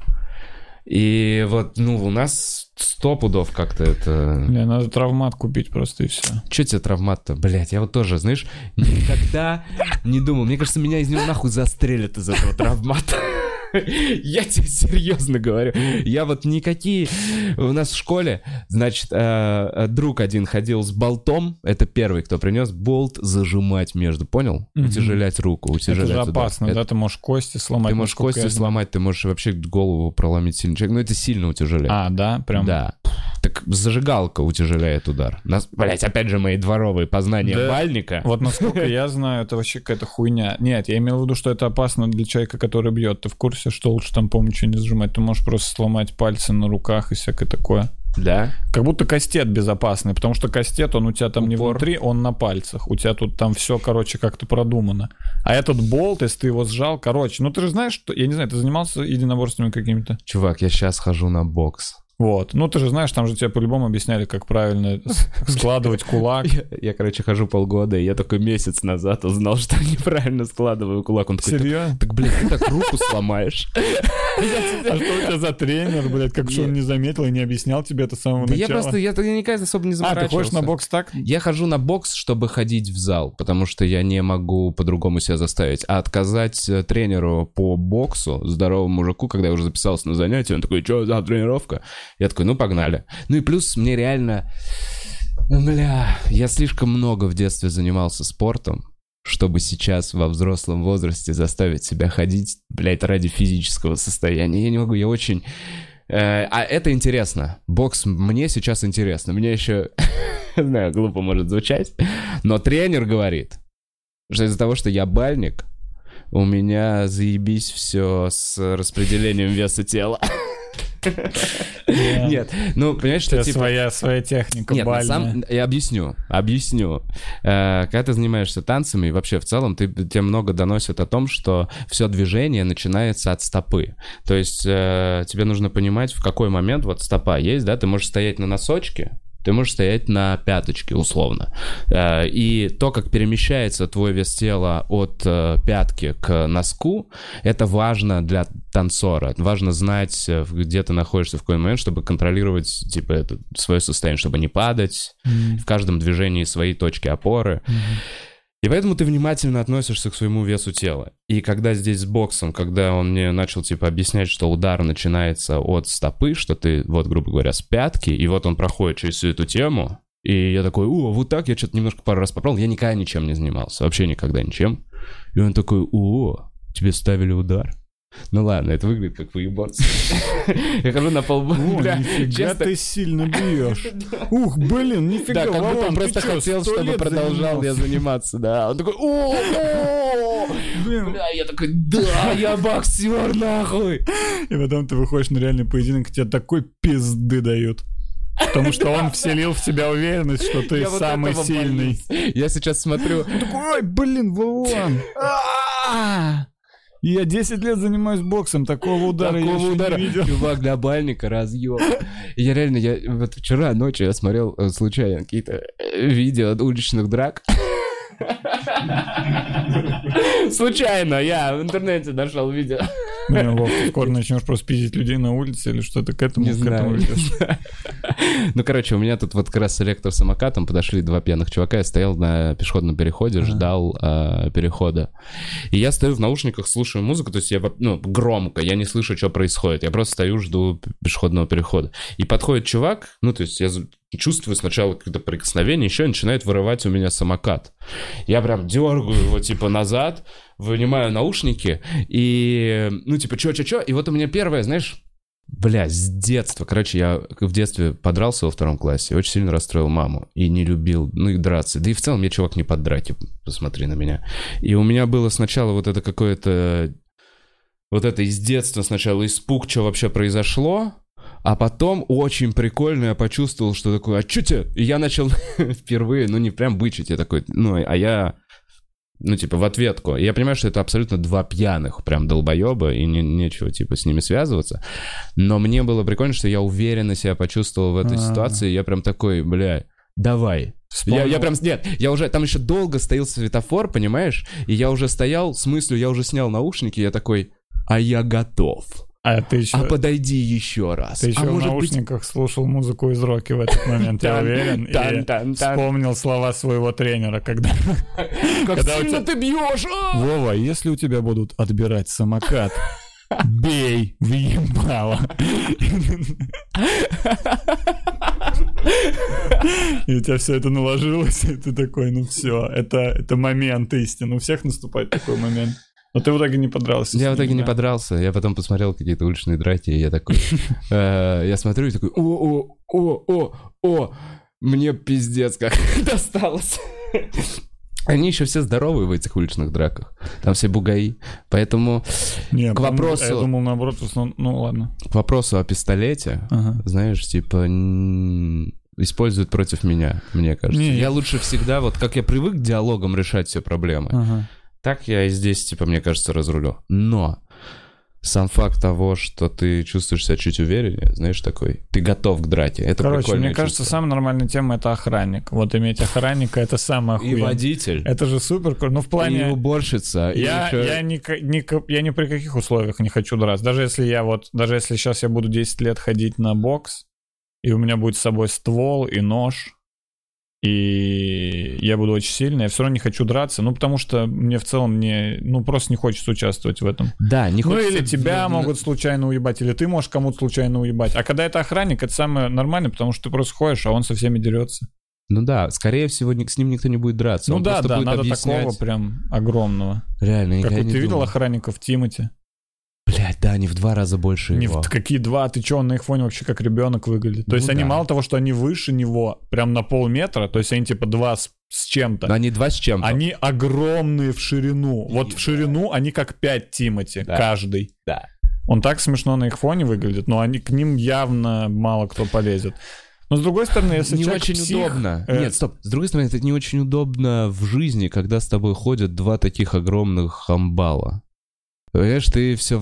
И вот, у нас 100 пудов как-то это... надо травмат купить просто и все. Че тебе травмат-то? Блять, я вот тоже, знаешь, никогда не думал. Мне кажется, меня из него нахуй застрелят из этого травмата. Я тебе серьезно говорю. Я вот никакие... У нас в школе, значит, друг один ходил с болтом. Это первый, кто принес болт зажимать между. Понял? Утяжелять руку, утяжелять. Это же опасно, да? Ты можешь кости сломать. Ты можешь кости сломать, ты можешь вообще голову проломить сильно. Ну, это сильно утяжеляет. А, да? Прям? Да. Так зажигалка утяжеляет удар. Блять, опять же, мои дворовые познания бальника. Вот насколько я знаю, это вообще какая-то хуйня. Нет, я имел в виду, что это опасно для человека, который бьет. Ты в курсе, что лучше там, по-моему, ничего не сжимать? Ты можешь просто сломать пальцы на руках и всякое такое. Да? Как будто кастет безопасный, потому что кастет, он у тебя там не внутри, он на пальцах. У тебя тут там все, как-то продумано. А этот болт, если ты его сжал, ты же знаешь, что... Я не знаю, ты занимался единоборствами какими-то? Чувак, я сейчас хожу на бокс. Вот. Ты же знаешь, там же тебе по-любому объясняли, как правильно складывать кулак. Я, хожу полгода, и я только месяц назад узнал, что я неправильно складываю кулак. Он такой: серьезно? Так, блядь, ты так руку сломаешь. А что у тебя за тренер, блядь? Как что он не заметил и не объяснял тебе это с самого начала? Я никогда особо не заморачивался. А, ты ходишь на бокс так? Я хожу на бокс, чтобы ходить в зал, потому что я не могу по-другому себя заставить. А отказать тренеру по боксу, здоровому мужику, когда я уже записался на занятие, он такой: что за тренировка? Я такой: погнали. И плюс мне реально... я слишком много в детстве занимался спортом, чтобы сейчас во взрослом возрасте заставить себя ходить, блядь, ради физического состояния. Я не могу, я очень... А это интересно. Бокс мне сейчас интересно. Мне еще, знаю, глупо может звучать, но тренер говорит, что из-за того, что я бальник, у меня заебись все с распределением веса тела. Нет, понимаешь, что типа... Своя техника бальная. Я объясню. Когда ты занимаешься танцами, и вообще в целом, тебе много доносит о том, что все движение начинается от стопы. То есть тебе нужно понимать, в какой момент вот стопа есть, да, ты можешь стоять на носочке, ты можешь стоять на пяточке, условно. И то, как перемещается твой вес тела от пятки к носку, это важно для танцора. Важно знать, где ты находишься в какой момент, чтобы контролировать, типа, это свое состояние, чтобы не падать. В каждом движении свои точки опоры. И поэтому ты внимательно относишься к своему весу тела. И когда здесь с боксом, когда он мне начал, типа, объяснять, что удар начинается от стопы, что ты, вот, грубо говоря, с пятки, и вот он проходит через всю эту тему, и я такой, вот так, я что-то немножко пару раз попробовал, я никогда ничем не занимался, вообще никогда ничем. И он такой, тебе ставили удар. Ну ладно, это выглядит как выебаться. Я хожу на полбу. Нифига ты сильно бьешь. Ух, блин, нифига. Да, как будто он просто хотел, чтобы продолжал я заниматься, да. Он такой, бля, я такой, да, я боксер, нахуй. И потом ты выходишь на реальный поединок, тебе такой пизды дают. Потому что он вселил в тебя уверенность, что ты самый сильный. Я сейчас смотрю. Он такой, ой, блин, Вован. Я 10 лет занимаюсь боксом, такого удара я еще не видел. Чувак, для бальника разъем. И я реально, вот вчера ночью я смотрел случайно какие-то видео уличных драк. Случайно, я в интернете нашел видео. Блин, Вов, ты скоро начнешь просто пиздить людей на улице или что-то к этому? Не знаю. Ну, короче, у меня тут вот как раз с электросамокатом подошли два пьяных чувака, я стоял на пешеходном переходе, ждал перехода. И я стою в наушниках, слушаю музыку, то есть я громко, я не слышу, что происходит, я просто стою, жду пешеходного перехода. И подходит чувак, ну, то есть я чувствую сначала какое-то прикосновение, еще начинает вырывать у меня самокат. Я прям дергаю его, типа, назад, вынимаю наушники, и, ну, типа, чё, и вот у меня первое, знаешь, с детства, короче, я в детстве подрался во 2 классе, очень сильно расстроил маму, и не любил, ну, и драться, да и в целом я чувак не под драки, посмотри на меня. И у меня было сначала вот это какое-то, вот это из детства сначала испуг, что вообще произошло, а потом очень прикольно я почувствовал, что такое, а чё тебе? И я начал впервые, ну, не прям бычить, я такой, ну, а я... Ну, типа, в ответку. И я понимаю, что это абсолютно два пьяных прям долбоеба, и нечего, типа, с ними связываться. Но мне было прикольно, что я уверенно себя почувствовал в этой ситуации. Я прям такой, давай. Я прям, нет, я уже, там еще долго стоял светофор, понимаешь? И я уже стоял с мыслью, я уже снял наушники, я такой, а я готов. А подойди еще раз. Ты еще в наушниках слушал музыку из Рокки в этот момент, я уверен. И вспомнил слова своего тренера, когда... Как сильно ты бьешь! Вова, если у тебя будут отбирать самокат, бей в ебало. И у тебя все это наложилось, и ты такой, ну все, это момент истины. У всех наступает такой момент. Но ты в итоге не подрался. Я в итоге не подрался. Я потом посмотрел какие-то уличные драки, и я такой... Я смотрю и такой... Мне пиздец как досталось. Они еще все здоровые в этих уличных драках. Там все бугаи. Поэтому к вопросу... Я думал, наоборот, ну ладно. К вопросу о пистолете, знаешь, типа... используют против меня, мне кажется. Я лучше всегда, вот как я привык к диалогам решать все проблемы, так я и здесь, типа, мне кажется, разрулю. Но сам факт того, что ты чувствуешь себя чуть увереннее, знаешь, такой, ты готов к драке, это прикольное чувство. Мне кажется, самая нормальная тема — это охранник. Вот иметь охранника — это самое охуенное. И водитель. Это же супер, ну в плане... И уборщица. Я ни при каких условиях не хочу драться. Даже если сейчас я буду 10 лет ходить на бокс, и у меня будет с собой ствол и нож, и я буду очень сильный, я все равно не хочу драться, ну, потому что мне в целом просто не хочется участвовать в этом. Да, не хочется... Ну, или тебя могут случайно уебать, или ты можешь кому-то случайно уебать. А когда это охранник, это самое нормальное, потому что ты просто ходишь, а он со всеми дерется. Ну да, скорее всего, с ним никто не будет драться. Ну да, надо объяснять... такого прям огромного. Реально, как вот ты видел охранников Тимати? Блядь, да, они в 2 раза больше его. Какие 2? Ты чё, он на их фоне вообще как ребенок выглядит? То есть они мало того, что они выше него, прям на полметра, то есть они типа 2 с чем-то. Но они 2 с чем-то. Они огромные в ширину. Вот в ширину они как 5 Тимати, каждый. Да. Он так смешно на их фоне выглядит, но к ним явно мало кто полезет. Но с другой стороны, если не человек очень удобно. Нет, стоп. С другой стороны, это не очень удобно в жизни, когда с тобой ходят 2 таких огромных хамбала. Понимаешь, ты все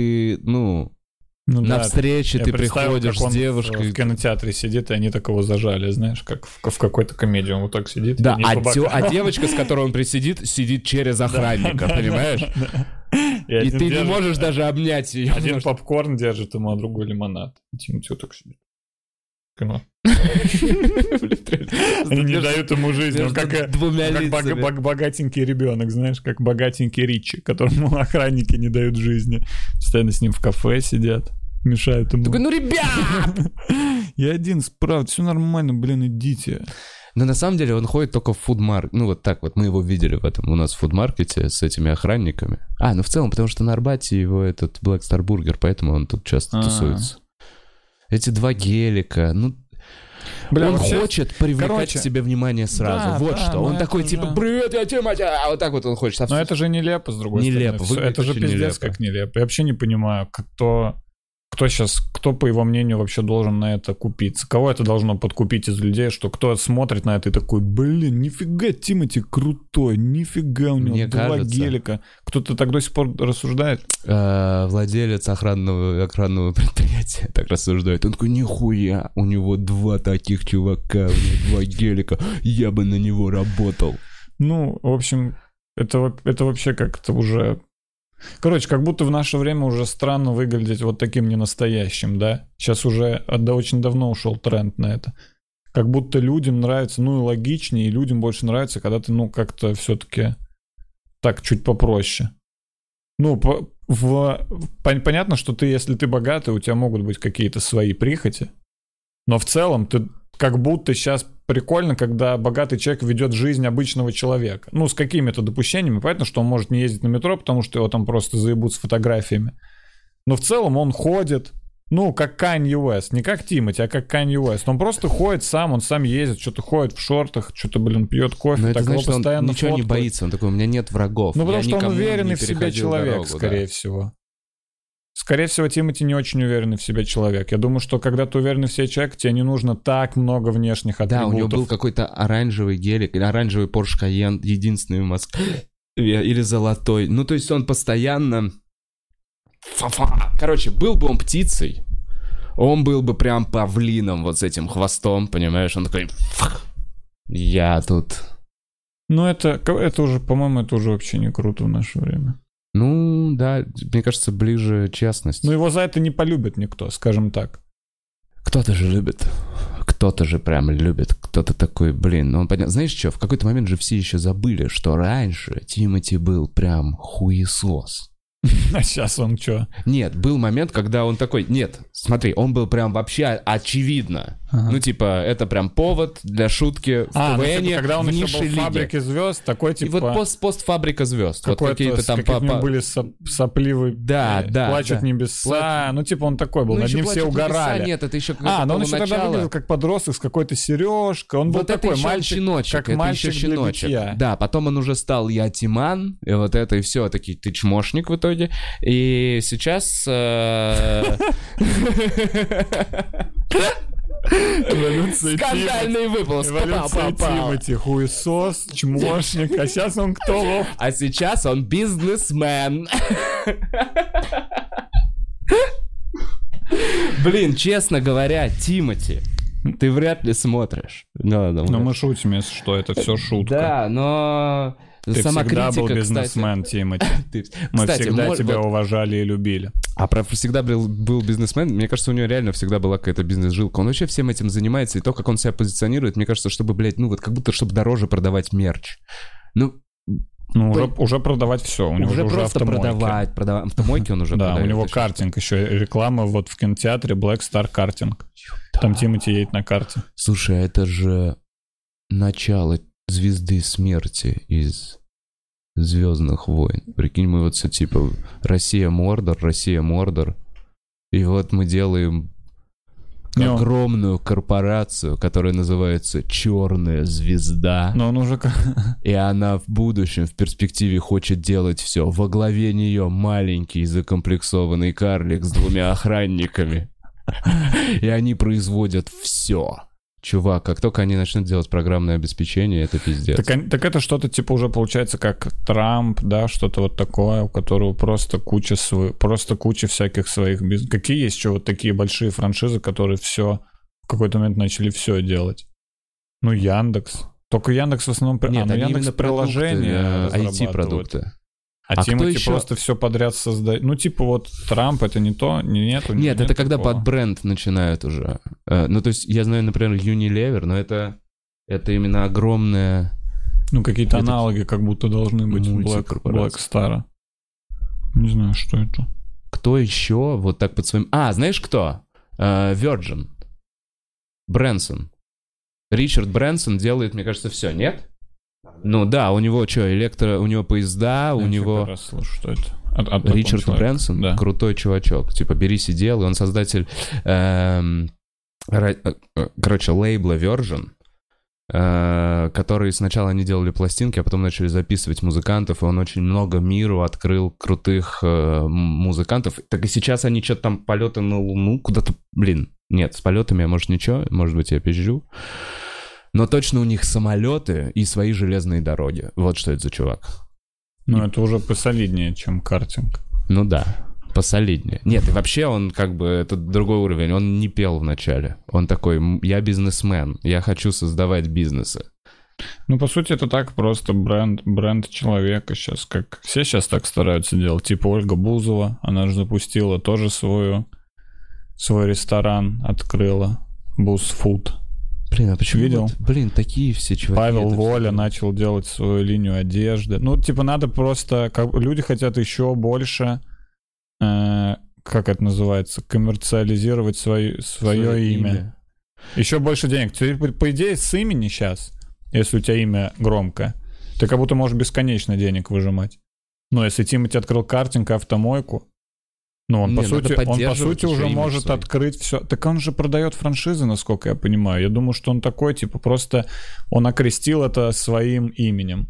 на встрече ты приходишь с девушкой. В кинотеатре сидит, и они такого зажали, знаешь, как в какой-то комедии он вот так сидит. Да, а девочка, с которой он сидит через охранника, понимаешь? И ты не можешь даже обнять ее. Один попкорн держит ему, а другой лимонад. Тимати вот так сидит. Кино. Они не дают ему жизни. Он как двумя лицами. богатенький ребенок, знаешь, как богатенький Ричи, которому охранники не дают жизни. Постоянно с ним в кафе сидят, мешают ему. Такой, ну, ребят! Я один справ, все нормально, блин, идите. Но на самом деле он ходит только в фудмаркет. Ну, вот так вот, мы его видели в этом у нас в фудмаркете с этими охранниками. Ну в целом, потому что на Арбате его этот Black Star Burger, поэтому он тут часто тусуется. Эти 2 гелика, ну... Бля, он вообще, хочет привлекать к себе внимание сразу. Да, вот да, что. Он такой, типа, же... привет, я Тимати. А вот так вот он хочет. Но это же нелепо, с другой нелепо, стороны. Это же пиздец нелепо. Как нелепо. Я вообще не понимаю, кто, по его мнению, вообще должен на это купиться? Кого это должно подкупить из людей, что кто смотрит на это и такой, блин, нифига Тимати крутой, нифига у него Мне 2 кажется... гелика. Кто-то так до сих пор рассуждает? Владелец охранного предприятия так рассуждает. Он такой, нихуя, у него 2 таких чувака, у него 2 гелика, я бы на него работал. Ну, в общем, это вообще как-то уже... Короче, как будто в наше время уже странно выглядеть вот таким ненастоящим, да? Сейчас уже очень давно ушел тренд на это. Как будто людям нравится, ну и логичнее, и людям больше нравится, когда ты, ну, как-то все-таки так чуть попроще. Ну, понятно, что если ты богатый, у тебя могут быть какие-то свои прихоти, но в целом ты как будто сейчас прикольно, когда богатый человек ведет жизнь обычного человека. Ну, с какими-то допущениями. Понятно, что он может не ездить на метро, потому что его там просто заебут с фотографиями. Но в целом он ходит, ну, как Канье Уэст. Не как Тимати, а как Канье Уэст. Он просто ходит сам, он сам ездит, что-то ходит в шортах, что-то, блин, пьет кофе. Но это так значит, его постоянно он ничего фоткают. не боится. Он такой, у меня нет врагов. Ну, потому я что он уверенный не в себе переходил человек, дорогу, скорее всего. Скорее всего, Тимати не очень уверенный в себе человек. Я думаю, что когда ты уверенный в себе человек, тебе не нужно так много внешних атрибутов. Да, у него был какой-то оранжевый гелик, или оранжевый Porsche Cayenne, единственный в Москве, или золотой. Ну, то есть он постоянно... Короче, был бы он птицей, он был бы прям павлином вот с этим хвостом, понимаешь? Он такой... Я тут... Ну, это уже, по-моему, это уже вообще не круто в наше время. Ну, да, мне кажется, ближе честность. Ну, его за это не полюбит никто, скажем так. Кто-то же любит. Кто-то же прям любит. Кто-то такой, блин, ну, понятно. Знаешь что, в какой-то момент же все еще забыли, что раньше Тимати был прям хуесос. А сейчас он что? Нет, был момент, когда он такой... Нет, смотри, он был прям вообще очевидно. Ну, типа, это прям повод для шутки в КВН, ну, типа, когда он в еще низшей был в лиге. «Фабрике звезд», такой, типа... И вот пост-фабрика звезд. Вот какие-то там... были сопливые, да, плачут небеса. Ну, типа, он такой был, ну, над ним все угорали. Небеса, нет, это еще какое-то но он еще тогда выглядел как подросток с какой-то сережкой. Он был вот такой это мальчик, щеночек, как это мальчик еще для щеночек. битья. Да, потом он уже стал «Я Тиман», и вот это, и все, такие, ты чмошник в итоге. И сейчас... Скандальный выпуск. Эволюция Тимати, хуесос, чмошник. А сейчас он кто, Вов? А сейчас он бизнесмен. Блин, честно говоря, Тимати, ты вряд ли смотришь. Но мы шутим, если что, это все шутка. Да, но... Ты сама всегда критика, был бизнесмен, кстати. Тимати. Мы всегда тебя уважали и любили. А про всегда был бизнесмен, мне кажется, у него реально всегда была какая-то бизнес-жилка. Он вообще всем этим занимается, и то, как он себя позиционирует, мне кажется, чтобы, блядь, ну вот как будто, чтобы дороже продавать мерч. Уже продавать все. У него уже просто автомойки. продавать. Автомойки он уже продает. Да, у него картинг еще. Реклама вот в кинотеатре Black Star Karting. Там Тимати едет на карте. Слушай, а это же начало звезды смерти из «Звездных войн». Прикинь, мы вот все типа Россия Мордор. И вот мы делаем огромную корпорацию, которая называется «Черная звезда». Но он уже... И она в будущем, в перспективе хочет делать все. Во главе нее маленький закомплексованный карлик с 2 охранниками. И они производят все. Чувак, как только они начнут делать программное обеспечение, это пиздец. Так это что-то типа уже получается как Трамп, да, что-то вот такое, у которого просто куча всяких своих бизнесов. Какие есть еще вот такие большие франшизы, которые все в какой-то момент начали все делать? Ну, Яндекс. Только Яндекс в основном... Нет, они Яндекс именно приложения IT-продукты. А Тимати еще? просто все подряд создает. Ну, типа вот Трамп, это не то, нету. Нет, это когда такого. под бренд начинают уже. Ну, то есть я знаю, например, Unilever, но это именно огромная... Ну, какие-то это аналоги как будто должны быть у Black Star. Не знаю, что это. Кто еще вот так под своим... знаешь кто? Virgin. Брэнсон. Ричард Брэнсон делает, мне кажется, все, нет? Ну да, у него что, у него поезда, у него... Раз слышу, что это. Ричард Брэнсон, да. Крутой чувачок. Типа, бери, сидел, и он создатель, лейбла Virgin, который сначала они делали пластинки, а потом начали записывать музыкантов, и он очень много миру открыл крутых музыкантов. Так и сейчас они что-то там полеты на Луну куда-то... Нет, с полетами, может, ничего, может быть, я пизжу. Но точно у них самолеты и свои железные дороги. Вот что это за чувак. Ну, это уже посолиднее, чем картинг. Ну да, посолиднее. Нет, и вообще он как бы, это другой уровень. Он не пел вначале. Он такой, я бизнесмен, я хочу создавать бизнесы. Ну, по сути, это так просто бренд человека сейчас. Как все сейчас так стараются делать. Типа Ольга Бузова, она же запустила тоже свой ресторан, открыла. Бузфуд. А почему? Видел? Такие все чуваки. Павел Воля начал делать свою линию одежды. Ну, типа, надо просто... люди хотят еще больше... как это называется? Коммерциализировать свое имя. Еще больше денег. Ты, по идее, с имени сейчас, если у тебя имя громкое, ты как будто можешь бесконечно денег выжимать. Но если Тимати открыл картинг и автомойку, он по сути уже может открыть все. Так он же продает франшизы, насколько я понимаю. Я думаю, что он такой, типа, просто он окрестил это своим именем.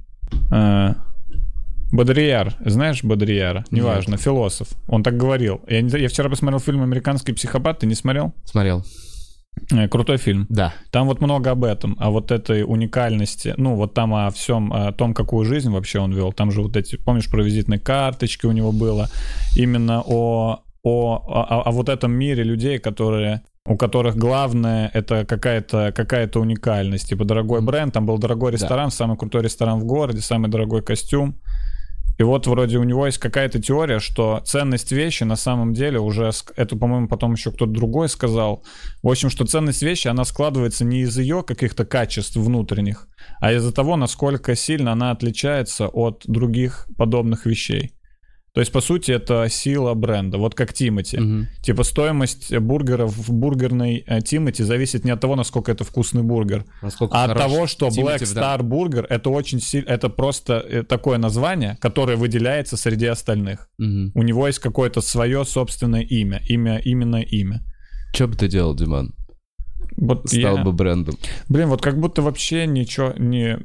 Бодрияр. Знаешь Бодрияра? Неважно, философ. Он так говорил. Я вчера посмотрел фильм «Американский психопат». Ты не смотрел? Смотрел. Крутой фильм. Да. Там вот много об этом, о вот этой уникальности. Ну, вот там о всем, о том, какую жизнь вообще он вел. Там же вот эти, помнишь, про визитные карточки у него было. Именно о вот этом мире людей, у которых главное это какая-то уникальность. Типа дорогой бренд, там был дорогой ресторан, самый крутой ресторан в городе, самый дорогой костюм. И вот вроде у него есть какая-то теория, что ценность вещи на самом деле уже... Это, по-моему, потом еще кто-то другой сказал. В общем, что ценность вещи, она складывается не из ее каких-то качеств внутренних, а из-за того, насколько сильно она отличается от других подобных вещей. То есть, по сути, это сила бренда. Вот как Тимати. Типа стоимость бургеров в бургерной Тимати зависит не от того, насколько это вкусный бургер, а от того, что Black Star Burger это очень сильно... Это просто такое название, которое выделяется среди остальных. У него есть какое-то свое собственное имя. Именно имя. Что бы ты делал, Диман? Стал бы брендом. Вот как будто вообще ничего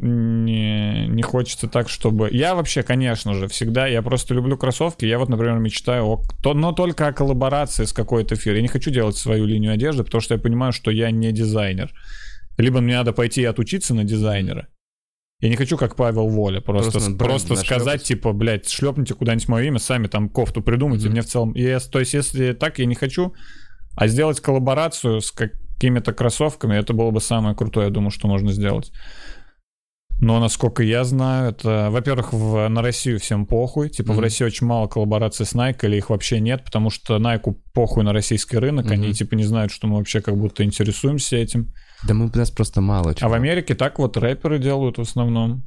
не хочется так, чтобы... Я вообще, конечно же, всегда... Я просто люблю кроссовки. Я вот, например, мечтаю но только о коллаборации с какой-то фирмой. Я не хочу делать свою линию одежды, потому что я понимаю, что я не дизайнер. Либо мне надо пойти и отучиться на дизайнера. Я не хочу, как Павел Воля, просто сказать, типа, блядь, шлепните куда-нибудь мое имя, сами там кофту придумайте. Мне в целом... То есть, если так, я не хочу... А сделать коллаборацию с какими-то кроссовками, это было бы самое крутое, я думаю, что можно сделать. Но, насколько я знаю, это, во-первых, на Россию всем похуй. Типа в России очень мало коллабораций с Nike, или их вообще нет, потому что Nike похуй на российский рынок, они типа не знают, что мы вообще как будто интересуемся этим. Да у нас просто мало чего. А в Америке так вот рэперы делают в основном.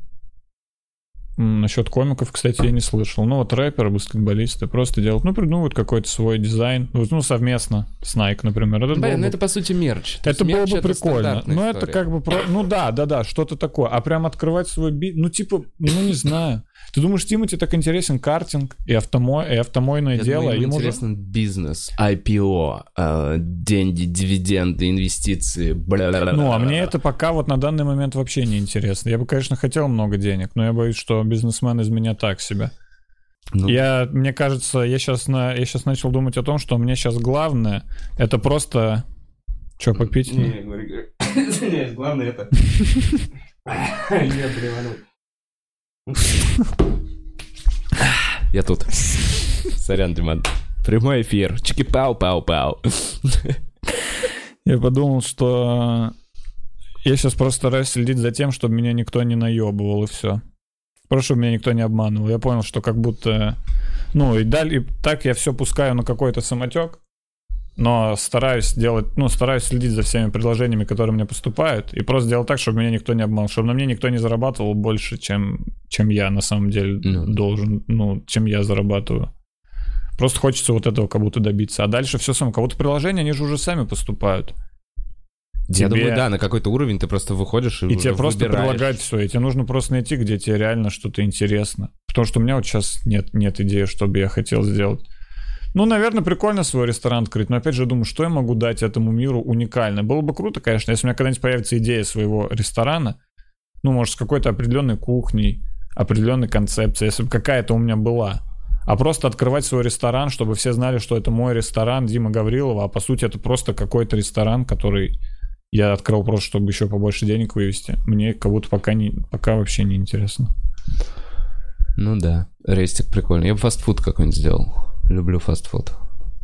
Насчет комиков, кстати, я не слышал. Ну вот рэперы, баскетболисты просто делают, придумывают какой-то свой дизайн, совместно с Nike, например. Это по сути мерч. Это было бы прикольно. Но это как бы... да, что-то такое. А прям открывать свой бизнес, не знаю. Ты думаешь, Тимати так интересен картинг и автомойное дело? Ему интересен бизнес, IPO, деньги, дивиденды, инвестиции. А мне это пока вот на данный момент вообще не интересно. Я бы, конечно, хотел много денег, но я боюсь, что бизнесмен из меня так себе. Мне кажется, я сейчас начал думать о том, что мне сейчас главное это просто... Че, попить? Нет, главное это... Нет, блин, я тут. Сорян, Диман. Прямой эфир. Чики-пау-пау-пау. Я подумал, что я сейчас просто стараюсь следить за тем, чтобы меня никто не наебывал, и все. Просто чтобы меня никто не обманывал. Я понял, что как будто... Ну, и так я все пускаю на какой-то самотек, но стараюсь следить за всеми предложениями, которые мне поступают, и просто делать так, чтобы меня никто не обманул, чтобы на мне никто не зарабатывал больше, чем я на самом деле должен, чем я зарабатываю. Просто хочется вот этого как будто добиться. А дальше все само. Кого-то приложения, они же уже сами поступают. Я думаю, да, на какой-то уровень ты просто выходишь и тебе просто выбираешь. предлагают все, и тебе нужно просто найти, где тебе реально что-то интересно. Потому что у меня вот сейчас нет идеи, что бы я хотел сделать. Ну, наверное, прикольно свой ресторан открыть, но опять же думаю, что я могу дать этому миру уникально. Было бы круто, конечно, если у меня когда-нибудь появится идея своего ресторана, ну, может, с какой-то определенной кухней, определенной концепцией, если бы какая-то у меня была. А просто открывать свой ресторан, чтобы все знали, что это мой ресторан Дима Гаврилова, а по сути это просто какой-то ресторан, который я открыл просто, чтобы еще побольше денег вывести. Мне как будто пока вообще не интересно. Ну да, рестик прикольный. Я бы фастфуд какой-нибудь сделал. Люблю фастфуд.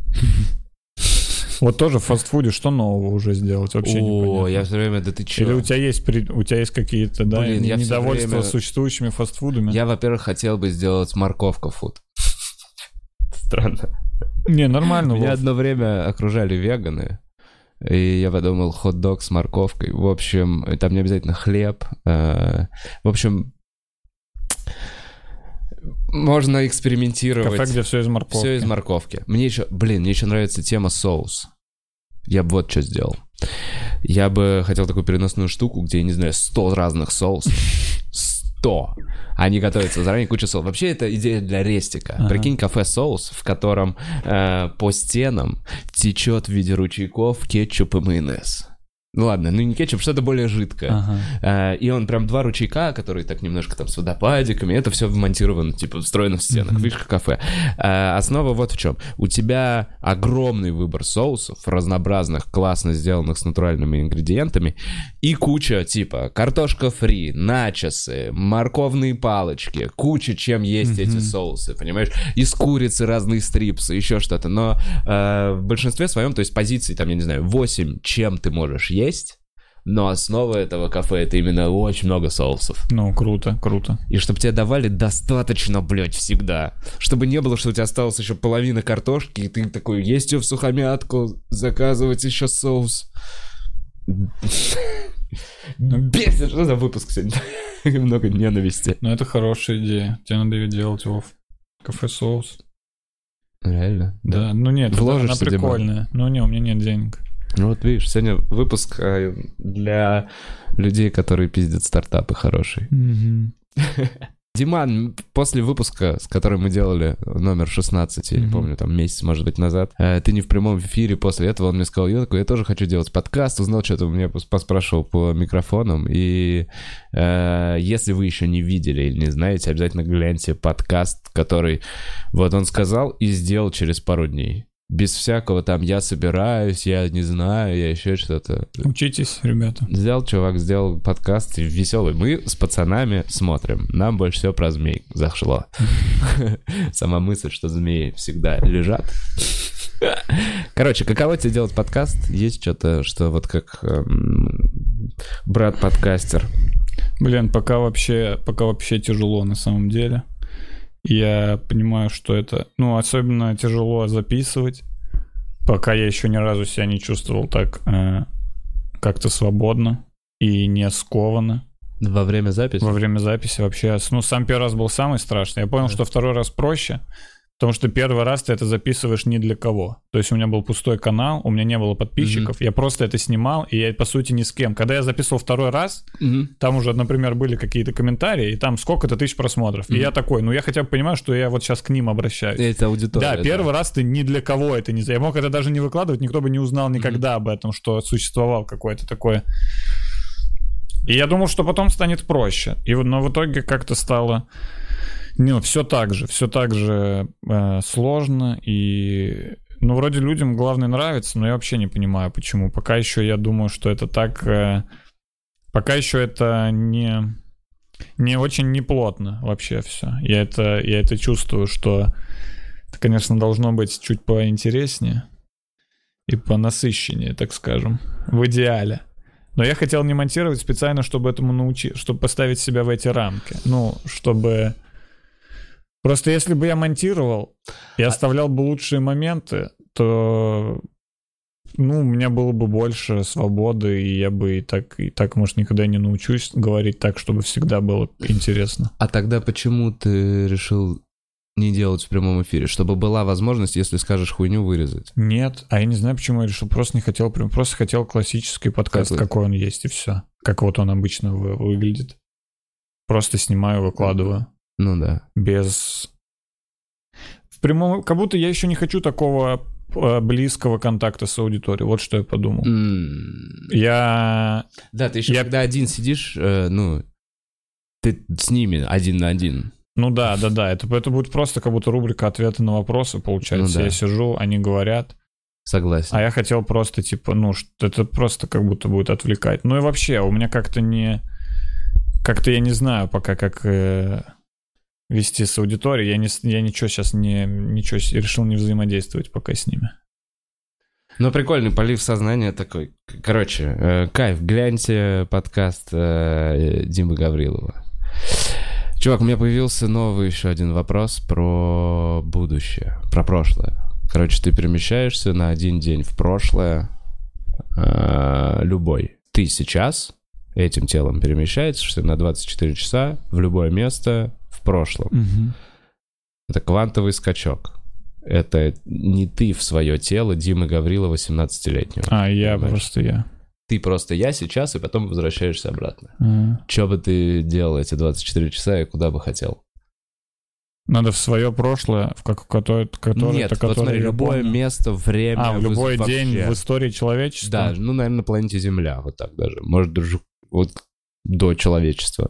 Вот тоже в фастфуде что нового уже сделать? Вообще непонятно. О, я все время, да ты чё? Или у тебя есть какие-то, да, Блин, я недовольства время... существующими фастфудами? Я, во-первых, хотел бы сделать морковка-фуд. Странно. Не, нормально. Меня одно время окружали веганы, и я подумал, хот-дог с морковкой. В общем, там не обязательно хлеб. В общем, можно экспериментировать. Кафе, где все из морковки. Все из морковки. Мне еще нравится тема соус. Я бы вот что сделал. Я бы хотел такую переносную штуку, где, я не знаю, 100 разных соусов. 100. Они готовятся заранее, куча соусов. Вообще, это идея для рестика. Ага. Прикинь, кафе-соус, в котором по стенам течет в виде ручейков кетчуп и майонез. Ну ладно, не кетчуп, что-то более жидкое. Ага. И он прям 2 ручейка, которые так немножко там с водопадиками, это все вмонтировано, типа встроено в стенах, фишка кафе. Основа вот в чем. У тебя огромный выбор соусов, разнообразных, классно сделанных с натуральными ингредиентами, и куча типа картошка фри, начосы, морковные палочки, куча чем есть эти соусы, понимаешь? Из курицы разные стрипсы, еще что-то. Но в большинстве своем, то есть позиций, там, я не знаю, 8, чем ты можешь есть, но основа этого кафе — это именно очень много соусов. Ну, круто, круто. И чтобы тебе давали достаточно, блядь, всегда. Чтобы не было, что у тебя осталась еще половина картошки, и ты такой, есть ее в сухомятку, заказывать еще соус. Бесит, что за выпуск сегодня? Много ненависти. Ну, это хорошая идея. Тебе надо ее делать, Вов. Кафе-соус. Реально? Да, ну нет, она Дима? прикольная. Ну не, у меня нет денег. Ну вот видишь, сегодня выпуск для людей, которые пиздят стартапы хороший. Диман, после выпуска, с которым мы делали номер 16, я не помню, там месяц, может быть, назад, ты не в прямом эфире, после этого он мне сказал, я тоже хочу делать подкаст, узнал, что-то у меня поспрашивал по микрофонам, и если вы еще не видели или не знаете, обязательно гляньте подкаст, который вот он сказал и сделал через пару дней. Без всякого там «я собираюсь», «я не знаю», «я еще что-то». Учитесь, ребята. Сделал подкаст веселый. Мы с пацанами смотрим. Нам больше всего про змей зашло. Сама мысль, что змеи всегда лежат. Короче, каково тебе делать подкаст? Есть что-то, что вот как брат-подкастер? Блин, пока вообще тяжело на самом деле. Я понимаю, что это, особенно тяжело записывать, пока я еще ни разу себя не чувствовал так как-то свободно и не скованно. Во время записи? Во время записи вообще. Сам первый раз был самый страшный. Я понял, что второй раз проще, потому что первый раз ты это записываешь ни для кого. То есть у меня был пустой канал, у меня не было подписчиков, я просто это снимал, и я, по сути, ни с кем. Когда я записывал второй раз, там уже, например, были какие-то комментарии, и там сколько-то тысяч просмотров. И я такой, я хотя бы понимаю, что я вот сейчас к ним обращаюсь. Это аудитория. Да, первый раз ты ни для кого это не... Я мог это даже не выкладывать, никто бы не узнал никогда об этом, что существовал какое-то такое... И я думал, что потом станет проще. Но в итоге как-то стало... все так же сложно, и, вроде людям главное нравится, но я вообще не понимаю, почему. Пока еще я думаю, что это так, пока еще это не очень неплотно вообще все. Я это чувствую, что это, конечно, должно быть чуть поинтереснее и понасыщеннее, так скажем, в идеале. Но я хотел не монтировать специально, чтобы этому научиться, чтобы поставить себя в эти рамки. Ну, чтобы... Просто если бы я монтировал и оставлял бы лучшие моменты, то... Ну, у меня было бы больше свободы, и я бы и так, может, никогда не научусь говорить так, чтобы всегда было интересно. А тогда почему ты решил не делать в прямом эфире? Чтобы была возможность, если скажешь хуйню, вырезать? Нет, а я не знаю, почему я решил. Просто не хотел, просто хотел классический подкаст, какой он есть, и все. Как вот он обычно выглядит. Просто снимаю, выкладываю. Ну да. Без... В прямом... Как будто я еще не хочу такого... близкого контакта с аудиторией. Вот что я подумал. Да, ты еще когда один сидишь, ты с ними один на один. Ну да. Это будет просто как будто рубрика «Ответы на вопросы», получается. Ну, да. Я сижу, они говорят. Согласен. А я хотел просто, это просто как будто будет отвлекать. Ну и вообще, у меня как-то Как-то я не знаю пока, как... вести с аудиторией. Я ничего сейчас решил не взаимодействовать пока с ними. Ну, прикольный полив сознания такой. Короче, кайф, гляньте подкаст Димы Гаврилова. Чувак, у меня появился новый еще один вопрос про будущее, про прошлое. Короче, ты перемещаешься на один день в прошлое, любой. Ты сейчас этим телом перемещаешься на 24 часа в любое место в прошлом. Угу. Это квантовый скачок. Это не ты в свое тело Димы Гаврилова 18-летнего. Ты просто я сейчас, и потом возвращаешься обратно. Что бы ты делал эти 24 часа и куда бы хотел? Надо в свое прошлое, в которое Нет, вот смотри, любое место, время. В любой день в истории человечества? Да, наверное, на планете Земля, вот так даже. Может, даже вот до человечества.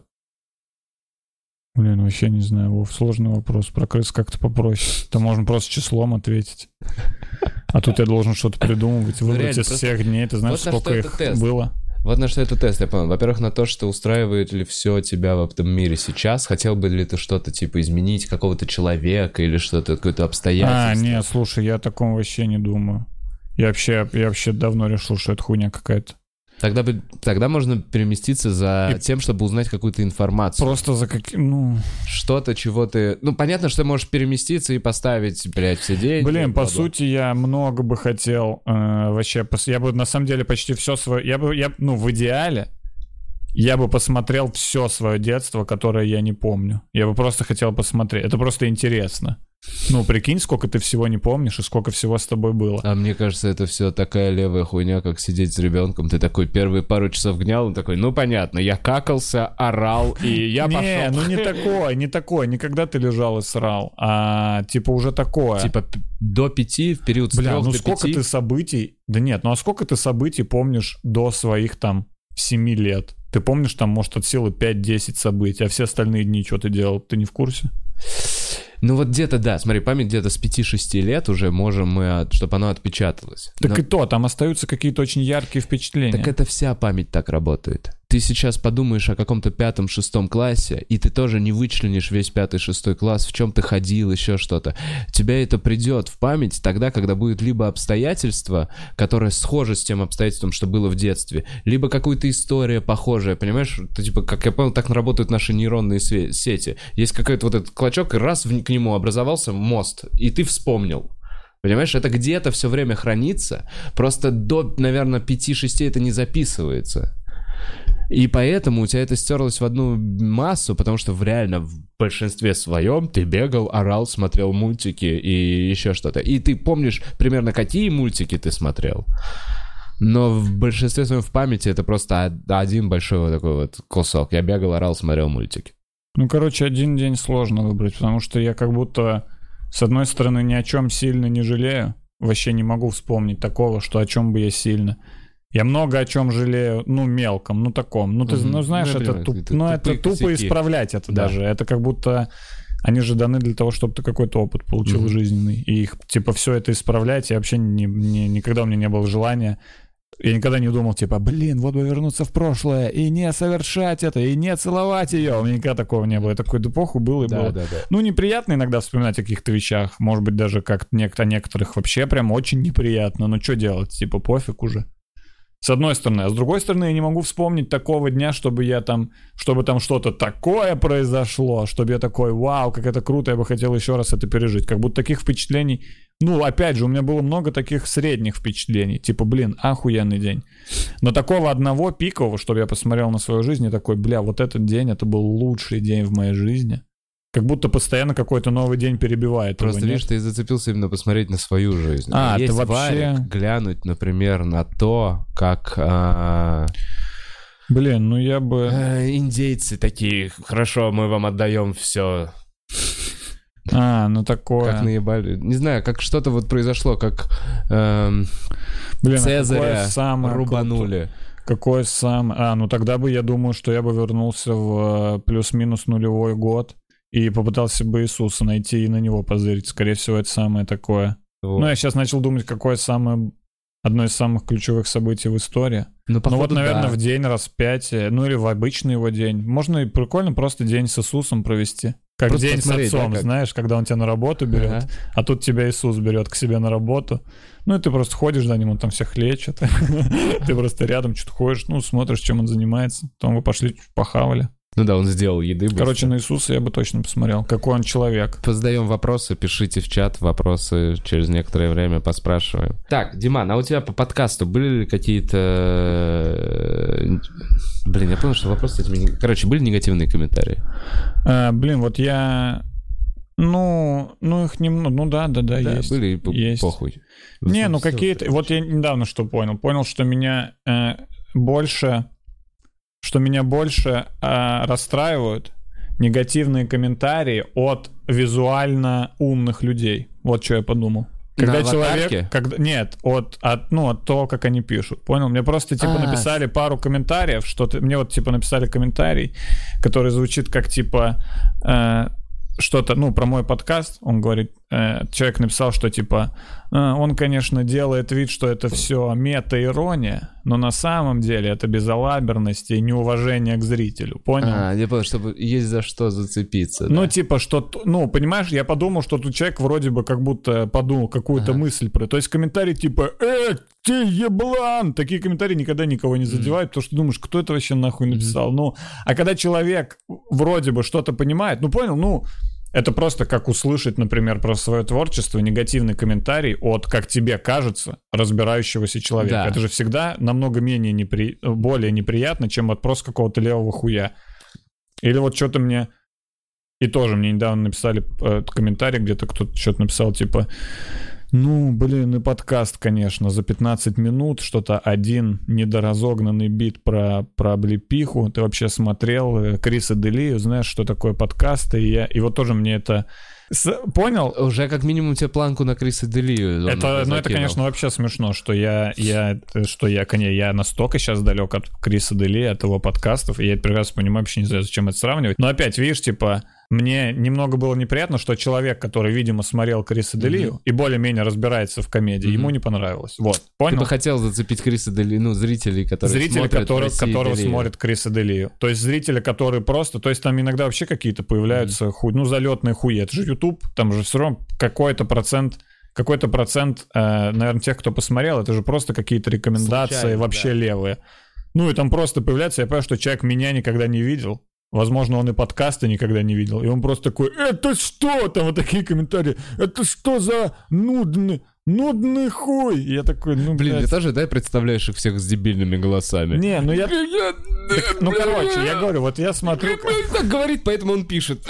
Блин, вообще не знаю, Вов, сложный вопрос. Про крыс как-то попроще. То можно просто числом ответить. А тут я должен что-то придумывать, выбрать из всех дней. Ты знаешь, вот сколько их было? Вот на что это тест, я понял. Во-первых, на то, что устраивает ли все тебя в этом мире сейчас. Хотел бы ли ты что-то, изменить какого-то человека или что-то, какое-то обстоятельство? Не, слушай, я о таком вообще не думаю. Я вообще давно решил, что это хуйня какая-то. Тогда можно переместиться за тем, чтобы узнать какую-то информацию. Просто что-то, чего ты... понятно, что ты можешь переместиться и поставить, все деньги. Блин, по сути, я много бы хотел вообще... Я бы, на самом деле, почти все свое... в идеале, я бы посмотрел все свое детство, которое я не помню. Я бы просто хотел посмотреть. Это просто интересно. Прикинь, сколько ты всего не помнишь и сколько всего с тобой было. А мне кажется, это все такая левая хуйня, как сидеть с ребенком. Ты такой первые пару часов гнял, он такой, понятно, я какался, орал, и я пошел. Не такое, не когда ты лежал и срал, а уже такое. До 5, в период с 3 до 5. Сколько ты событий... Да нет, а сколько ты событий помнишь до своих 7 лет? Ты помнишь может, от силы 5-10 событий, а все остальные дни что ты делал? Ты не в курсе? Где-то, да, смотри, память где-то с 5-6 лет уже можем мы, чтобы она отпечаталась. Так и то, там остаются какие-то очень яркие впечатления. Так это вся память так работает. Ты сейчас подумаешь о каком-то 5-6 классе, и ты тоже не вычленишь весь 5-6 класс, в чем ты ходил, еще что-то. Тебя это придет в память тогда, когда будет либо обстоятельство, которое схоже с тем обстоятельством, что было в детстве, либо какая-то история похожая, понимаешь? Как я понял, так работают наши нейронные сети. Есть какой-то этот клочок, и раз к нему образовался мост, и ты вспомнил. Понимаешь, это где-то все время хранится, просто до, наверное, 5-6 это не записывается. И поэтому у тебя это стерлось в одну массу, потому что реально в большинстве своем ты бегал, орал, смотрел мультики и еще что-то. И ты помнишь примерно, какие мультики ты смотрел. Но в большинстве своем в памяти это просто один большой вот такой вот кусок. Я бегал, орал, смотрел мультики. Один день сложно выбрать, потому что я как будто, с одной стороны, ни о чем сильно не жалею. Вообще не могу вспомнить такого, что о чем бы я сильно... Я много о чем жалею, мелком, таком. Ты знаешь, это тупо исправлять это даже. Это как будто они же даны для того, чтобы ты какой-то опыт получил жизненный. И их, все это исправлять, я вообще никогда у меня не было желания. Я никогда не думал, вот бы вернуться в прошлое и не совершать это, и не целовать ее. У меня никогда такого не было. Я такой, похуй, было и было. Да. Неприятно иногда вспоминать о каких-то вещах. Может быть, даже как-то о некоторых вообще прям очень неприятно. Но что делать? Пофиг уже. С одной стороны. А с другой стороны, я не могу вспомнить такого дня, чтобы там что-то такое произошло, чтобы я такой, вау, как это круто, я бы хотел еще раз это пережить. Как будто таких впечатлений... Ну, опять же, у меня было много таких средних впечатлений. Типа, охуенный день. Но такого одного пикового, чтобы я посмотрел на свою жизнь и такой, вот этот день, это был лучший день в моей жизни. Как будто постоянно какой-то новый день перебивает. Просто видишь, ты зацепился именно посмотреть на свою жизнь. Есть ты вообще... варик глянуть, например, на то, как... я бы... Индейцы такие, хорошо, мы вам отдаем все. Такое. Как наебали. Не знаю, как что-то вот произошло, как Цезаря рубанули. Какой самый... тогда бы, я думаю, что я бы вернулся в плюс-минус нулевой год и попытался бы Иисуса найти и на него позырить. Скорее всего, это самое такое. Вот. Я сейчас начал думать, какое одно из самых ключевых событий в истории. Походу, наверное, в день распятия, или в обычный его день. Можно и прикольно просто день с Иисусом провести. Как просто день с отцом, знаешь, когда он тебя на работу берет, а тут тебя Иисус берет к себе на работу. И ты просто ходишь за ним, он там всех лечит. Ты просто рядом что-то ходишь, смотришь, чем он занимается. Потом вы пошли, похавали. Он сделал еды. Короче, на Иисуса я бы точно посмотрел. Какой он человек. Задаем вопросы, пишите в чат вопросы, через некоторое время поспрашиваем. Так, Диман, а у тебя по подкасту были ли какие-то... я понял, что вопрос с этими... Короче, были негативные комментарии? Я... их немного... Да, есть. Были, есть. Похуй. Какие-то... Вот я недавно что понял. Понял, что меня больше расстраивают негативные комментарии от визуально умных людей. Вот что я подумал. Когда человек... от того, как они пишут. Понял? Мне просто, написали пару комментариев, мне написали комментарий, который звучит как, что-то, про мой подкаст. Он говорит, человек написал, что, он, конечно, делает вид, что это все мета-ирония, но на самом деле это безалаберность и неуважение к зрителю. Понял? Я понял, чтобы есть за что зацепиться. Понимаешь, я подумал, что тут человек вроде бы как будто подумал какую-то мысль про... То есть комментарий ты еблан! Такие комментарии никогда никого не задевают, потому что думаешь, кто это вообще нахуй написал? А когда человек вроде бы что-то понимает, понял, это просто как услышать, например, про свое творчество негативный комментарий от, как тебе кажется, разбирающегося человека. Да. Это же всегда намного более неприятно, чем от просто какого-то левого хуя. Или вот что-то мне... И тоже мне недавно написали комментарий, где-то кто-то что-то написал, и подкаст, конечно, за 15 минут что-то один недоразогнанный бит про облепиху. Ты вообще смотрел Криса Делию, знаешь, что такое подкасты? И вот тоже мне это... Понял? Уже как минимум тебе планку на Криса Делию. Это, конечно, вообще смешно, что я настолько сейчас далек от Криса Дели, от его подкастов, и я прекрасно понимаю, вообще не знаю, зачем это сравнивать. Но опять, видишь, мне немного было неприятно, что человек, который, видимо, смотрел Криса Делию и более-менее разбирается в комедии, ему не понравилось. Вот, понял? Ты бы хотел зацепить Криса Делию, зрителей, которые смотрят Криса Делию. То есть зрители, которые просто... То есть там иногда вообще какие-то появляются залетные хуи. Это же YouTube, там же все равно какой-то процент, наверное, тех, кто посмотрел, это же просто какие-то рекомендации случайно, вообще левые. И там просто появляется, я понимаю, что человек меня никогда не видел. Возможно, он и подкасты никогда не видел. И он просто такой, это что? Там вот такие комментарии. Это что за нудный хуй? И я такой, ты тоже, представляешь их всех с дебильными голосами? Не, короче, я говорю, вот я смотрю... Так говорит, поэтому он пишет.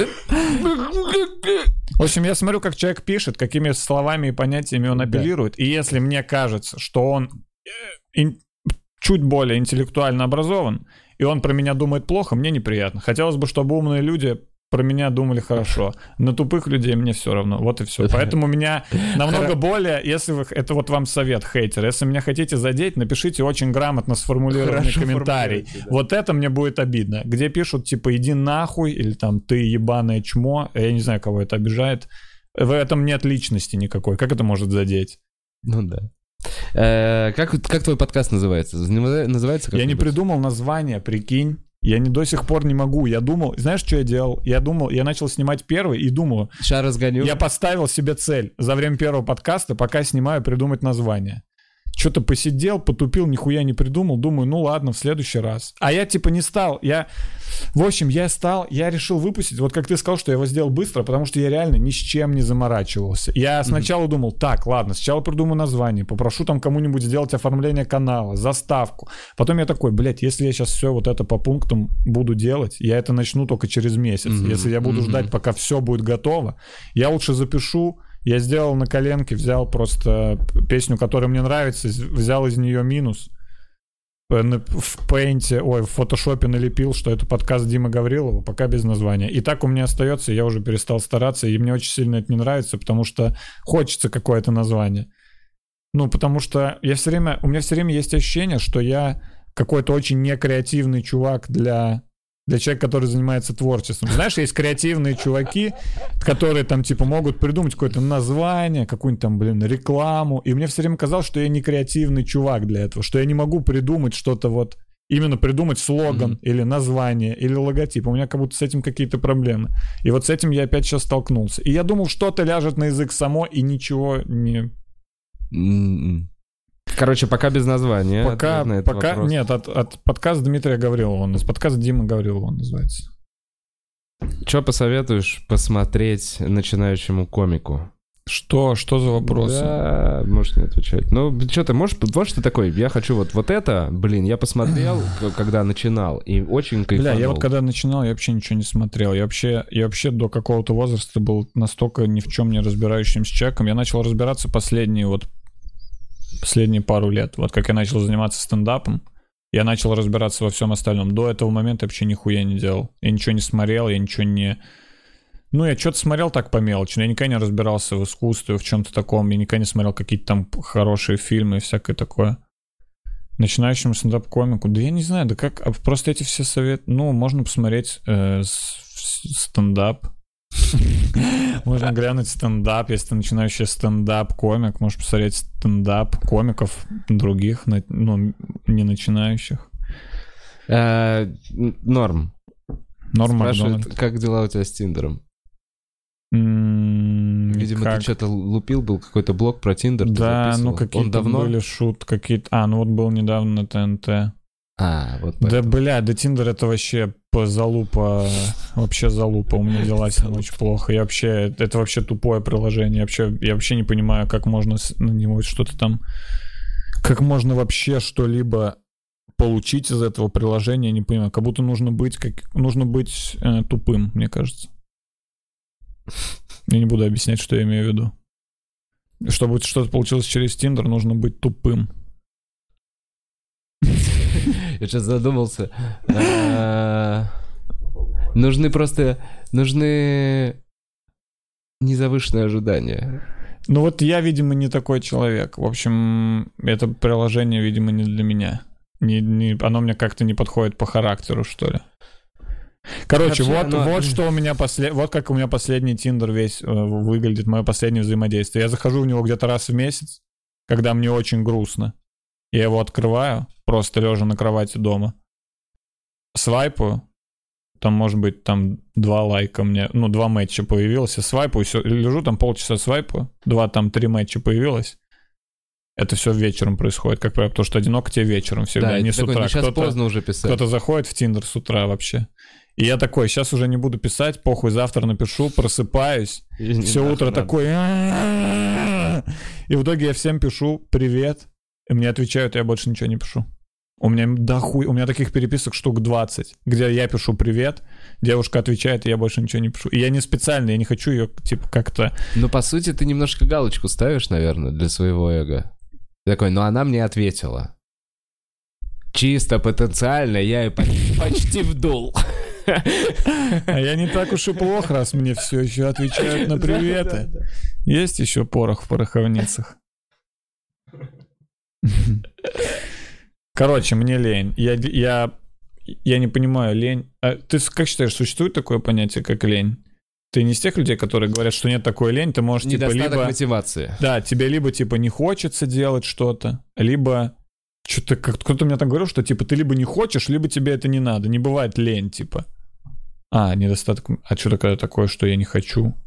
В общем, я смотрю, как человек пишет, какими словами и понятиями он апеллирует. И если мне кажется, что он чуть более интеллектуально образован, и он про меня думает плохо, мне неприятно. Хотелось бы, чтобы умные люди про меня думали хорошо. На тупых людей мне все равно. Вот и все. Поэтому меня намного более... Это вот вам совет, хейтер. Если меня хотите задеть, напишите очень грамотно сформулированный комментарий. Да. Вот это мне будет обидно. Где пишут, иди нахуй, или там, ты ебаное чмо. Я не знаю, кого это обижает. В этом нет личности никакой. Как это может задеть? Да. Как твой подкаст называется? Называется я не придумал название, прикинь. Я до сих пор не могу. Я думал, знаешь, что я делал? Я начал снимать первый и думал... Сейчас разгоню. Я поставил себе цель за время первого подкаста, пока снимаю, придумать название. что-то посидел, потупил, нихуя не придумал, думаю, ну ладно, в следующий раз. А я типа не стал, я решил выпустить, вот как ты сказал, что я его сделал быстро, потому что я реально ни с чем не заморачивался. Я сначала думал, так, ладно, сначала придумаю название, попрошу там кому-нибудь сделать оформление канала, заставку. Потом я такой, блядь, если я сейчас все вот это по пунктам буду делать, я это начну только через месяц. Если я буду ждать, пока все будет готово, я лучше запишу. Я сделал на коленке, взял просто песню, которая мне нравится, взял из нее минус. В Paint, в фотошопе налепил, что это подкаст Димы Гаврилова, пока без названия. И так у меня остается, я уже перестал стараться, и мне очень сильно это не нравится, потому что хочется какое-то название. Ну, потому что у меня все время есть ощущение, что я какой-то очень некреативный чувак для человека, который занимается творчеством. Знаешь, есть креативные чуваки, которые там типа могут придумать какое-то название, какую-нибудь там, рекламу. И мне все время казалось, что я не креативный чувак для этого, что я не могу придумать что-то вот, именно придумать слоган или название, или логотип. У меня как будто с этим какие-то проблемы. И вот с этим я опять сейчас столкнулся. И я думал, что-то ляжет на язык само, и ничего не... Короче, пока без названия. Пока нет, от подкаста Дмитрия Гаврилова. Подкаст Димы Гаврилова он называется. Что посоветуешь посмотреть начинающему комику? Что за вопросы? Да, можешь не отвечать. Ну, что ты можешь... Вот что такое, я хочу вот это, я посмотрел, когда начинал, и очень кайфанул. Бля, я вот когда начинал, я вообще ничего не смотрел. Я вообще до какого-то возраста был настолько ни в чем не разбирающимся человеком. Я начал разбираться последние пару лет. Вот как я начал заниматься стендапом, я начал разбираться во всем остальном. До этого момента я вообще нихуя не делал. Я ничего не смотрел, я ничего не... Ну, я что-то смотрел так по мелочи, но я никогда не разбирался в искусстве, в чем-то таком. Я никогда не смотрел какие-то там хорошие фильмы и всякое такое. Начинающему стендап-комику, да я не знаю, да как... Просто эти все советы... Ну, можно посмотреть стендап. Можно глянуть стендап, если ты начинающий стендап-комик, можешь посмотреть стендап-комиков других, ну, не начинающих. Норм. Спрашивает, как дела у тебя с Тиндером? Видимо, ты что-то лупил, был какой-то блог про Тиндер. Да, ну какие-то были какие-то... Ну вот был недавно на ТНТ. Вот да, да Тиндер это вообще залупа, вообще залупа, у меня дела с ним очень плохо. Это вообще тупое приложение, я вообще не понимаю, как можно на него что-то там, как можно вообще что-либо получить из этого приложения, не понимаю, как будто нужно быть тупым, мне кажется. Я не буду объяснять, что я имею в виду. Чтобы что-то получилось через Тиндер, нужно быть тупым. Я сейчас задумался. Нужны незавышенные ожидания. Ну вот я, видимо, не такой человек. В общем, это приложение, видимо, не для меня. Оно мне как-то не подходит по характеру, что ли. Короче, вот что у меня вот как у меня последний Тиндер весь выглядит, мое последнее взаимодействие. Я захожу в него где-то раз в месяц, когда мне очень грустно. Я его открываю, просто лежа на кровати дома. Свайпаю. Там, может быть, там 2 лайка мне... 2 матча появилось. Я свайпаю, все, лежу там полчаса свайпаю. 3 матча появилось. Это все вечером происходит, как правило, потому что одиноко тебе вечером всегда, да, не с утра. Сейчас поздно уже писать. Кто-то заходит в Тиндер с утра вообще. И я такой, сейчас уже не буду писать, похуй, завтра напишу, просыпаюсь. Все утро такой... И в итоге я всем пишу «Привет». И мне отвечают, я больше ничего не пишу. У меня таких переписок штук 20, где я пишу «Привет», девушка отвечает, и я больше ничего не пишу. И я не специально, я не хочу ее, типа, как-то... Ну, по сути, ты немножко галочку ставишь, наверное, для своего эго. Такой, она мне ответила. Чисто потенциально я и почти вдул. А я не так уж и плохо, раз мне все еще отвечают на приветы. Есть еще порох в пороховницах. Короче, мне лень. Я не понимаю, лень. Ты как считаешь, существует такое понятие, как лень? Ты не из тех людей, которые говорят, что нет такой лень, ты можешь недостаток мотивации. Да, тебе либо не хочется делать что-то, либо что-то кто-то мне так говорил, что ты либо не хочешь, либо тебе это не надо. Не бывает лень, недостаток. А что такое, что я не хочу?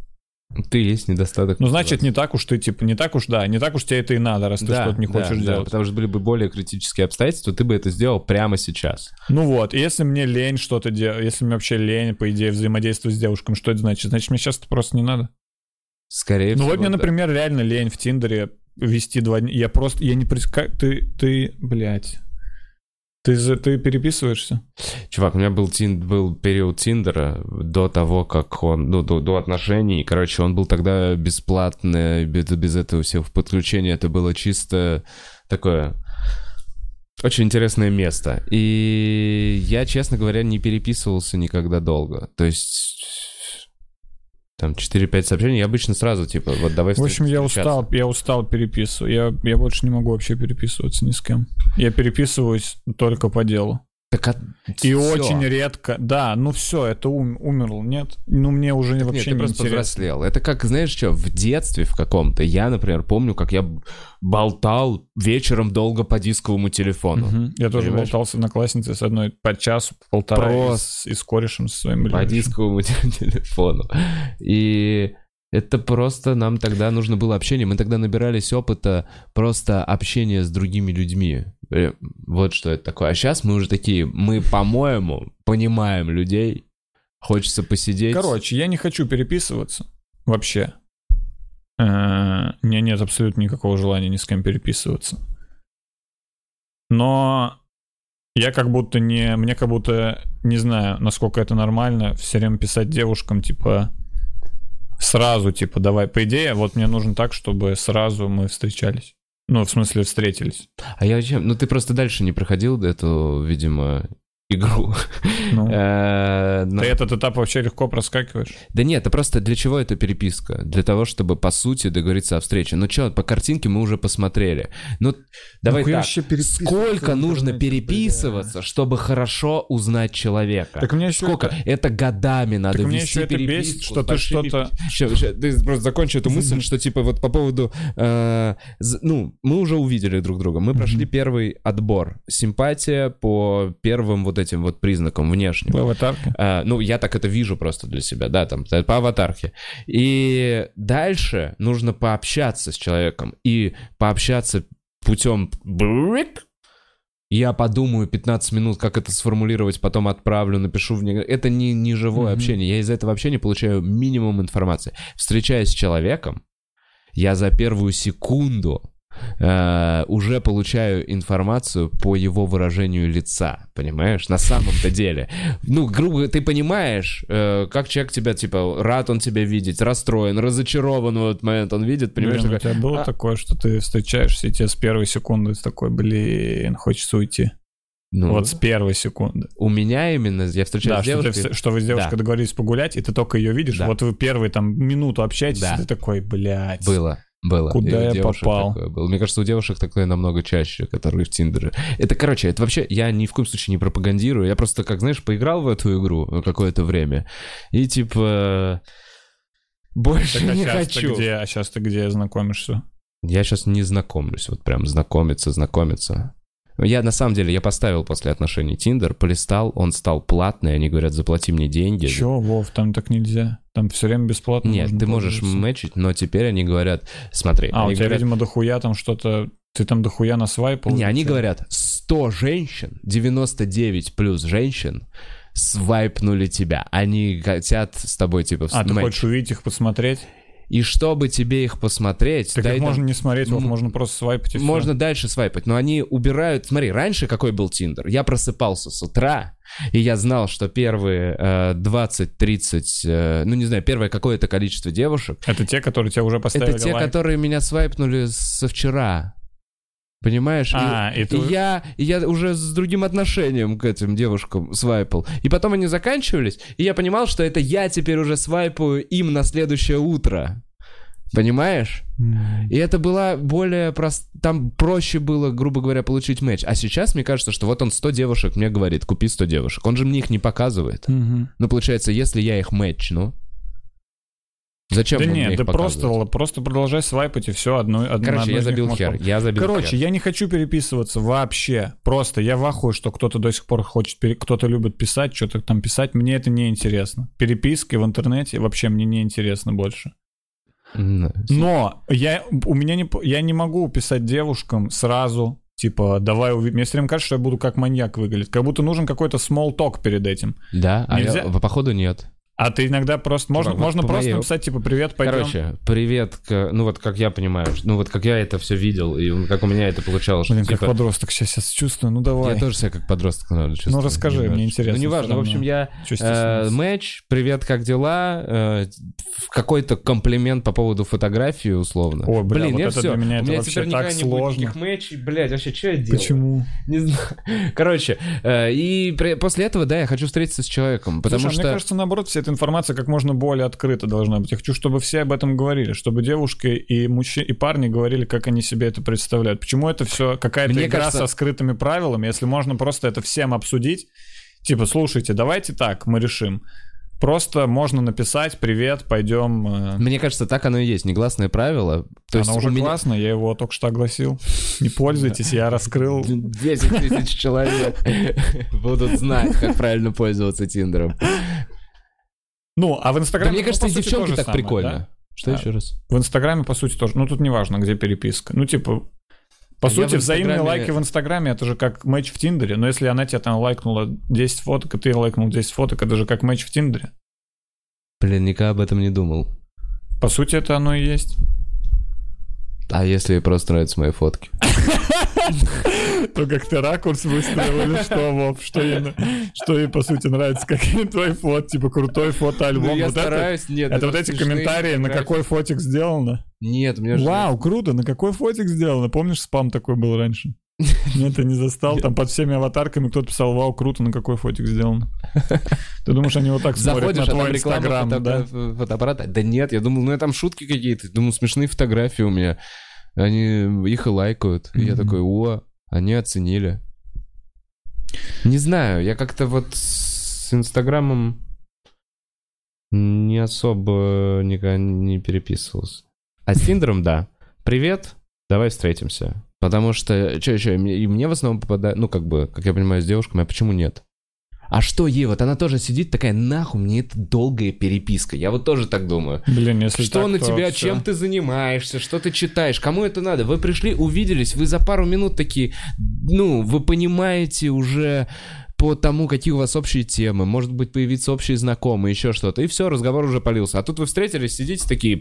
Ты есть недостаток. Ну, значит, не так уж ты, типа, не так уж тебе это и надо, раз ты что-то не хочешь делать. Да, потому что были бы более критические обстоятельства, ты бы это сделал прямо сейчас. Ну вот, и если мне лень что-то делать, если мне вообще лень, по идее, взаимодействовать с девушками, что это значит? Значит, мне сейчас это просто не надо. Скорее всего, Ну вот мне, например, реально лень в Тиндере вести 2 дня. Я не прискаю... Ты, блядь... Ты переписываешься? Чувак, у меня был период Тиндера до того, как он... до отношений. Короче, он был тогда бесплатный, без этого всего подключения. Это было чисто такое... Очень интересное место. И я, честно говоря, не переписывался никогда долго. То есть... Там 4-5 сообщений, я обычно сразу, типа, вот давай встречаться. В общем, я устал переписывать. Я больше не могу вообще переписываться ни с кем. Я переписываюсь только по делу. Так, и все. Очень редко. Да, ну все, это умерло, нет? Ну мне уже так вообще нет, не просто интересно. Взрослел. Это как, знаешь что, в детстве в каком-то, я, например, помню, как я болтал вечером долго по дисковому телефону. Угу. Я тоже болтал с одноклассницей с одной по часу, полтора и с корешем со своим. По дисковому телефону. И... это просто нам тогда нужно было общение. Мы тогда набирались опыта просто общения с другими людьми. Вот что это такое. А сейчас мы уже такие, мы, по-моему, понимаем людей. Хочется посидеть. Короче, я не хочу переписываться вообще. У меня нет абсолютно никакого желания ни с кем переписываться. Но мне как будто, не знаю, насколько это нормально, все время писать девушкам, типа... Сразу, типа, давай. По идее, вот мне нужно так, чтобы сразу мы встречались. Ну, в смысле, встретились. А я зачем? Ну, ты просто дальше не проходил эту, видимо, игру. Ну. Ты этот этап вообще легко проскакиваешь? Да нет, это просто для чего эта переписка? Для того, чтобы, по сути, договориться о встрече. Ну что, по картинке мы уже посмотрели. Ну, давай так, сколько нужно переписываться, чтобы хорошо узнать человека? Так мне сколько? Это годами надо так вести переписку. Это бесит, что ты что-то... Ты просто закончи эту мысль, что типа вот по поводу... ну, мы уже увидели друг друга. Мы прошли первый отбор. Симпатия по первым вот этим вот признакам внешним. По аватарке? Ну, я так это вижу просто для себя, да, там, по аватарке. И дальше нужно пообщаться с человеком. И пообщаться путем... Я подумаю 15 минут, как это сформулировать, потом отправлю, напишу в него. Это не живое общение. Я из этого общения получаю минимум информации. Встречаясь с человеком, я за первую секунду уже получаю информацию по его выражению лица, понимаешь? На самом-то деле. Ну, грубо, ты понимаешь, как человек тебя, типа, рад он тебя видеть, расстроен, разочарован в этот момент он видит, понимаешь? Блин, у тебя было такое, что ты встречаешься, и тебе с первой секунды такой, блин, хочется уйти. Ну, вот с первой секунды. У меня именно, я встречаюсь с девушкой... что вы с девушкой договорились погулять, и ты только ее видишь, вот вы первые там минуту общаетесь, и ты такой, блядь. Было. Куда я попал? Мне кажется, у девушек такое намного чаще, которые в Тиндере. Это, короче, это вообще, я ни в коем случае не пропагандирую. Я просто, как, знаешь, поиграл в эту игру какое-то время. И, типа, больше не хочу. А сейчас ты где знакомишься? Я сейчас не знакомлюсь. Вот прям знакомиться. Я, на самом деле, я поставил после отношений Тиндер, полистал, он стал платный, они говорят, заплати мне деньги. Чё, Вов, там так нельзя. Там все время бесплатно. Нет, ты можешь мэчить, но теперь они говорят, смотри. У тебя, говорят, видимо, дохуя там что-то... Ты там дохуя насвайпал? Не, они говорят, 100 женщин, 99 плюс женщин свайпнули тебя. Они хотят с тобой, типа, ты хочешь увидеть их, посмотреть? И чтобы тебе их посмотреть... Так их можно не смотреть, можно просто свайпать и все. Можно дальше свайпать, но они убирают... Смотри, раньше какой был Тиндер? Я просыпался с утра, и я знал, что первые 20-30... ну, не знаю, первое какое-то количество девушек... Это те, которые тебя уже поставили Это те, лайк? которые меня свайпнули со вчера. Понимаешь? И я уже с другим отношением к этим девушкам свайпал. И потом они заканчивались, и я понимал, что это я теперь уже свайпаю им на следующее утро. Понимаешь? И это было более там проще было, грубо говоря, получить матч. А сейчас мне кажется, что вот он 100 девушек мне говорит, купи 100 девушек. Он же мне их не показывает. Ну, получается, если я их матчну, зачем он мне их показывает? Просто продолжай свайпать, и все, Короче, я забил хер. Я не хочу переписываться вообще. Просто я в ахуе, что кто-то до сих пор хочет, кто-то любит писать, что-то там писать. Мне это не интересно. Переписки в интернете вообще мне не интересно больше. Но я не могу писать девушкам сразу, типа, давай увидим. Мне все время кажется, что я буду как маньяк выглядеть. Как будто нужен какой-то small talk перед этим. Да? Нельзя? А походу нет. А ты иногда просто... Можно просто написать, типа, привет, пойдем. Короче, привет, ну вот как я понимаю, ну вот как я это все видел, и как у меня это получалось. Блин, что, как подросток сейчас чувствую, ну давай. Я тоже себя как подросток чувствую. Ну расскажи, мне интересно. Ну неважно, в общем, я матч, привет, как дела, какой-то комплимент по поводу фотографии, условно. Ой, блин, вот это все. для меня это вообще теперь так никогда сложно. Не будет никаких матчей, блядь, вообще, что я делаю? Почему? Не знаю. Короче, и после этого, да, я хочу встретиться с человеком, потому Слушай, что... мне кажется, наоборот, вся эта информация как можно более открыто должна быть. Я хочу, чтобы все об этом говорили, чтобы девушки и мужчины, и парни говорили, как они себе это представляют. Почему это все какая-то Мне игра кажется... со скрытыми правилами, если можно просто это всем обсудить? Типа, слушайте, давайте так, мы решим. Просто можно написать, привет, пойдем. Мне кажется, так оно и есть, негласное правило. То оно есть уже классно, я его только что огласил. Не пользуйтесь, я раскрыл. 10 тысяч человек будут знать, как правильно пользоваться Тиндером. Ну, а в Инстаграме... Да, мне кажется, и девчонки так самое, прикольно. Да? Что еще раз? В Инстаграме, по сути, тоже. Ну, тут неважно, где переписка. Ну, типа, по сути, взаимные лайки в Инстаграме, это же как матч в Тиндере. Но если она тебя там лайкнула 10 фоток, и ты лайкнул 10 фоток, это же как матч в Тиндере. Блин, никогда об этом не думал. По сути, это оно и есть. А если ей просто нравятся мои фотки? То как ты ракурс выставил или что, Вов? Что ей, по сути, нравится? Какие твои фото? Типа крутой фотоальбом? Я стараюсь, нет. Это вот эти комментарии, на какой фотик сделано? Нет, у меня же... Вау, круто, на какой фотик сделано? Помнишь, спам такой был раньше? Нет, ты не застал. Там под всеми аватарками кто-то писал, вау, круто, на какой фотик сделано. Ты думаешь, они вот так смотрят на твой Инстаграм, да? Фотоаппарата? Да нет, я думал, ну там шутки какие-то. Думал, смешные фотографии у меня. Они их и лайкают. И я такой, о, они оценили. Не знаю, я как-то вот с Инстаграмом не особо никогда не переписывался. А с Тиндером, да. Привет, давай встретимся. Потому что, и мне в основном попадает, ну, как бы, как я понимаю, с девушками, а почему нет? А что ей? Вот она тоже сидит такая, нахуй мне это долгая переписка. Я вот тоже так думаю. Блин, если что так, на тебя, вообще... чем ты занимаешься, что ты читаешь, кому это надо? Вы пришли, увиделись, вы за пару минут такие, ну, вы понимаете уже по тому, какие у вас общие темы, может быть, появиться общие знакомые, еще что-то, и все, разговор уже полился. А тут вы встретились, сидите такие,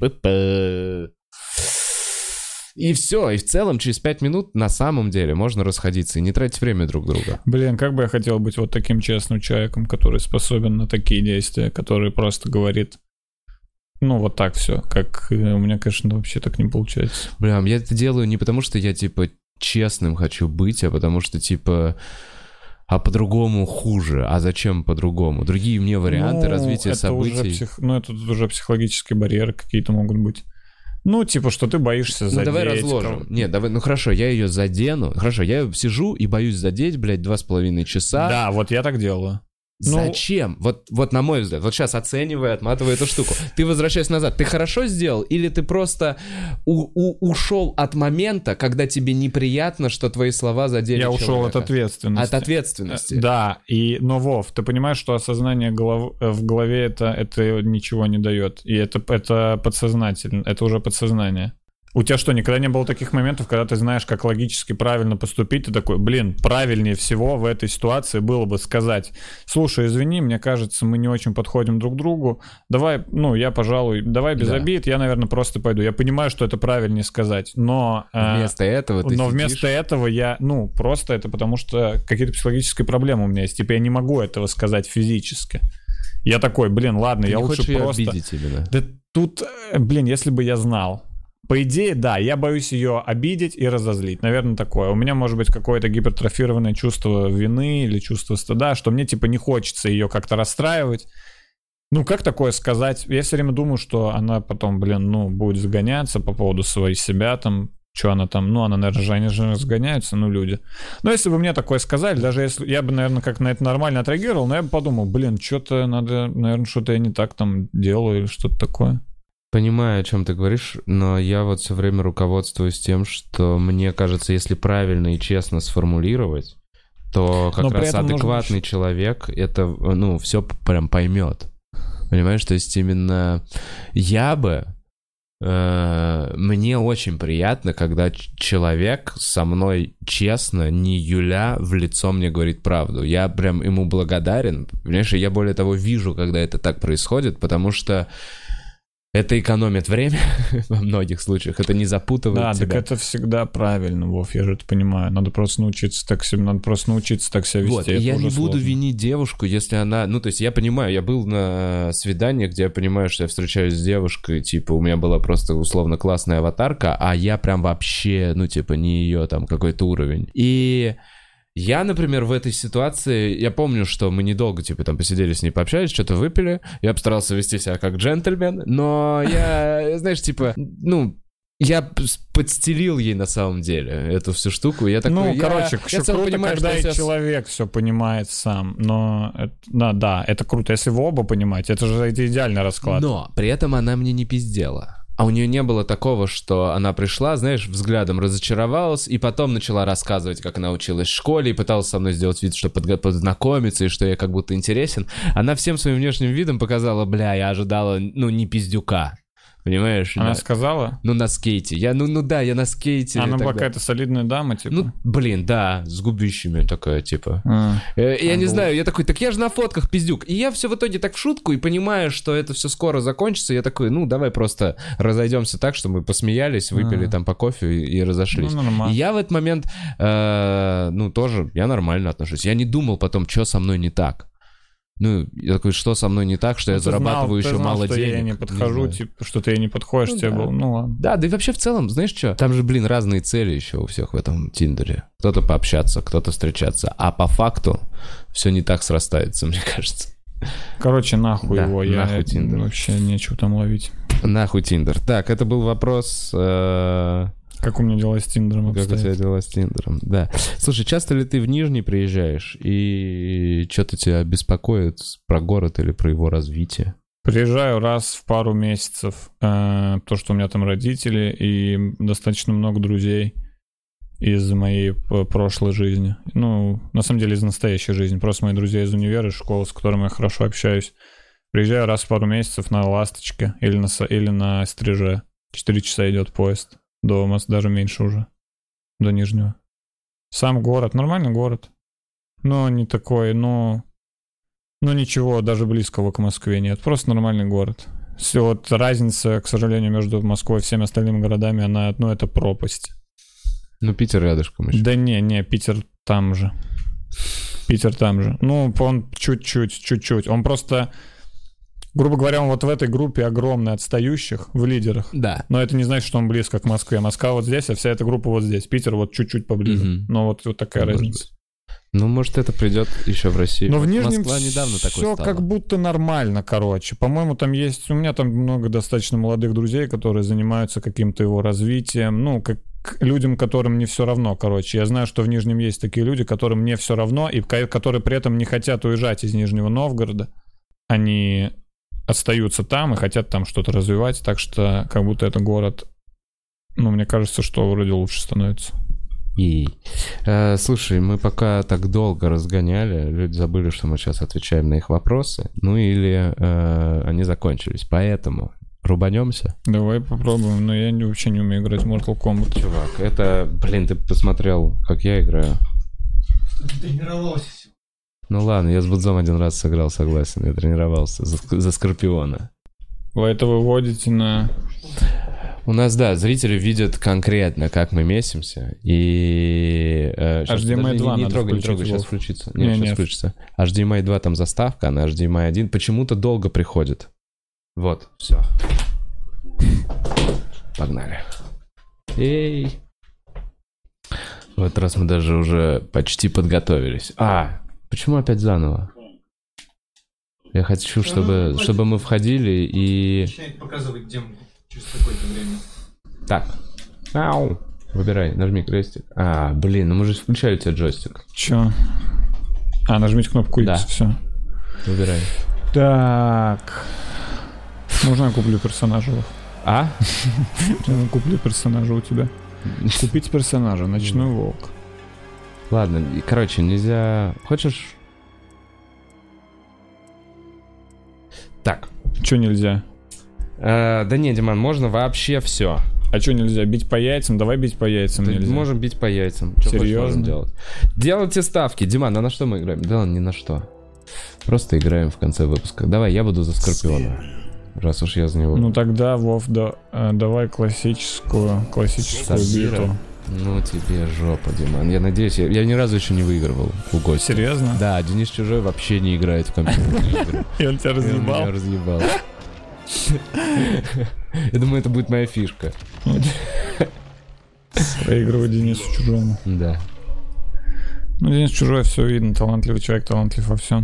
и все, и в целом через 5 минут на самом деле можно расходиться и не тратить время друг друга. Блин, как бы я хотел быть вот таким честным человеком, который способен на такие действия, который просто говорит, ну вот так все, как у меня, конечно, вообще так не получается. Блин, я это делаю не потому, что я, типа, честным хочу быть, а потому что, типа... А по-другому хуже. А зачем по-другому? Другие мне варианты развития событий. Это уже психологические барьеры какие-то могут быть. Ну, типа, что ты боишься задеть. Ну, давай разложим. Нет, давай, ну хорошо, я ее задену. Хорошо, я сижу и боюсь задеть, блядь, 2,5 часа. Да, вот я так делаю. Зачем? Вот на мой взгляд, вот сейчас оценивая, отматывая эту штуку, ты возвращаясь назад, ты хорошо сделал или ты просто ушел от момента, когда тебе неприятно, что твои слова задели человека? Я ушел от ответственности. От ответственности. Да, но, Вов, ты понимаешь, что осознание в голове это ничего не дает, и это подсознательно, это уже подсознание. У тебя что, никогда не было таких моментов, когда ты знаешь, как логически правильно поступить, ты такой, блин, правильнее всего в этой ситуации было бы сказать, слушай, извини, мне кажется, мы не очень подходим друг к другу, давай, я, пожалуй, давай без обид, я, наверное, просто пойду. Я понимаю, что это правильнее сказать, но... Вместо этого ты сидишь... вместо этого я, просто это потому что какие-то психологические проблемы у меня есть, типа я не могу этого сказать физически. Я такой, блин, ладно, ты я лучше просто... обидеть именно. Да тут, если бы я знал. По идее, да, я боюсь ее обидеть и разозлить. Наверное, такое. У меня может быть какое-то гипертрофированное чувство вины или чувство стыда, что мне, типа, не хочется ее как-то расстраивать. Ну, как такое сказать? Я все время думаю, что она потом, будет загоняться по поводу своей себя, там, что она там, она, наверное, они же разгоняются, люди. Но если бы мне такое сказали, даже если я бы, наверное, как на это нормально отреагировал, но я бы подумал, что-то надо, наверное, что-то я не так там делаю или что-то такое. Понимаю, о чем ты говоришь, но я вот все время руководствуюсь тем, что мне кажется, если правильно и честно сформулировать, то как раз адекватный человек это, все прям поймет. Понимаешь, то есть именно я бы мне очень приятно, когда человек со мной честно, не юля, в лицо мне говорит правду. Я прям ему благодарен. Понимаешь, я более того вижу, когда это так происходит, потому что это экономит время во многих случаях, это не запутывает тебя. Да, так это всегда правильно, Вов, я же это понимаю. Надо просто научиться так себя вести. Вот, и я не буду сложно. винить девушку, если она... Ну, то есть я понимаю, я был на свидании, где я понимаю, что я встречаюсь с девушкой, типа, у меня была просто условно классная аватарка, а я прям вообще, ну, типа, не ее там какой-то уровень. И... Я, например, в этой ситуации, я помню, что мы недолго, типа, там посидели с ней, пообщались, что-то выпили, я постарался вести себя как джентльмен, но я, знаешь, типа, ну, я подстелил ей на самом деле эту всю штуку, я такой... Ну, короче, я круто, понимаю, когда что и человек все понимает сам, но, да, это круто, если вы оба понимаете, это идеальный расклад. Но при этом она мне не пиздела. А у нее не было такого, что она пришла, знаешь, взглядом разочаровалась, и потом начала рассказывать, как она училась в школе, и пыталась со мной сделать вид, что познакомиться, и что я как будто интересен. Она всем своим внешним видом показала, бля, я ожидала, ну, не пиздюка. Понимаешь? Она сказала? Ну, на скейте. Я на скейте. Она была какая-то солидная дама, типа? Ну, блин, да, с губищами такая, типа. Я не знаю, я такой, так я же на фотках пиздюк. И я все в итоге так в шутку, и понимаю, что это все скоро закончится, я такой, ну, давай просто разойдемся так, что мы посмеялись, выпили там по кофе и разошлись. Ну, и я в этот момент, ну, тоже, я нормально отношусь. Я не думал потом, что со мной не так. Ну, я такой, что со мной не так, что я зарабатываю еще мало денег. Что я не подхожу, типа, что ты не подходишь, тебе было, ну ладно. Да, да и вообще в целом, знаешь что, там же, блин, разные цели еще у всех в этом Тиндере. Кто-то пообщаться, кто-то встречаться, а по факту все не так срастается, мне кажется. Короче, нахуй да, его, нахуй Тиндер. Вообще нечего там ловить. Нахуй Тиндер. Так, это был вопрос... Как у меня дела с Тиндером обстоят? Как у тебя дела с Тиндером, да. Слушай, часто ли ты в Нижний приезжаешь, и что-то тебя беспокоит про город или про его развитие? Приезжаю раз в пару месяцев, потому что у меня там родители и достаточно много друзей из моей прошлой жизни. Ну, на самом деле, из настоящей жизни. Просто мои друзья из универа, из школы, с которыми я хорошо общаюсь. Приезжаю раз в пару месяцев на «Ласточке» или на «Стриже». 4 часа идет поезд. До Москвы, даже меньше уже. До Нижнего. Сам город, нормальный город. Но не такой, ну ничего, даже близкого к Москве нет. Просто нормальный город. Все, вот разница, к сожалению, между Москвой и всеми остальными городами, она, ну, это пропасть. Ну, Питер рядышком еще. Да не, Питер там же. Питер там же. Ну, он чуть-чуть. Он просто... Грубо говоря, он вот в этой группе огромной отстающих в лидерах. Да. Но это не значит, что он близко к Москве. Москва вот здесь, а вся эта группа вот здесь. Питер вот чуть-чуть поближе. Но вот такая разница. Ну, может, это придет еще в Россию. Но в Нижнем Москва недавно такой все стала. как будто нормально, короче. По-моему, там есть... У меня там много достаточно молодых друзей, которые занимаются каким-то его развитием. Ну, как людям, которым не все равно, короче. Я знаю, что в Нижнем есть такие люди, которым не все равно, и которые при этом не хотят уезжать из Нижнего Новгорода. Они... остаются там и хотят там что-то развивать, так что как будто это город, ну, мне кажется, что вроде лучше становится. Слушай, мы пока так долго разгоняли, люди забыли, что мы сейчас отвечаем на их вопросы, ну или они закончились, поэтому рубанемся. Давай попробуем, но я вообще не умею играть в Mortal Kombat. Чувак, это, блин, ты посмотрел, как я играю? Ты тренировался. Ну ладно, я с Будзом один раз сыграл, согласен, я тренировался за Скорпиона. Вы это выводите на... У нас, да, зрители видят конкретно, как мы месимся, и... HDMI 2 не надо трогай, сейчас включится. Нет, сейчас включится. HDMI 2 там заставка, а на HDMI 1 почему-то долго приходит. Вот, все. Погнали. Эй! В этот раз мы даже уже почти подготовились. Почему опять заново? Я хочу, чтобы мы входили и... Начинает показывать демку через какое-то время. Так. Ау. Выбирай, нажми крестик. Блин, мы же включали тебе джойстик. Чё? Нажмите кнопку X, да. Все. Выбирай. Так. Можно я куплю персонажа? Я куплю персонажа у тебя. Купить персонажа, Ночной Волк. Ладно, короче, нельзя... Хочешь... Так. Чё нельзя? Да не, Диман, можно вообще все. А что нельзя? Бить по яйцам? Давай бить по яйцам нельзя. Можем бить по яйцам. Серьезно? Делать? Делайте ставки. Диман, а на что мы играем? Да ладно, ни на что. Просто играем в конце выпуска. Давай, я буду за Скорпиона. Раз уж я за него. Ну тогда, Вов, давай классическую битву. Ну тебе жопа, Диман. Я надеюсь, я ни разу еще не выигрывал у гостя. Серьезно? Да, Денис Чужой вообще не играет в компьютерные игры. И он тебя разъебал? Он меня разъебал. Я думаю, это будет моя фишка. Проигрывать Денису Чужому. Да. Ну, Денис Чужой, все видно. Талантливый человек, талантлив во всем.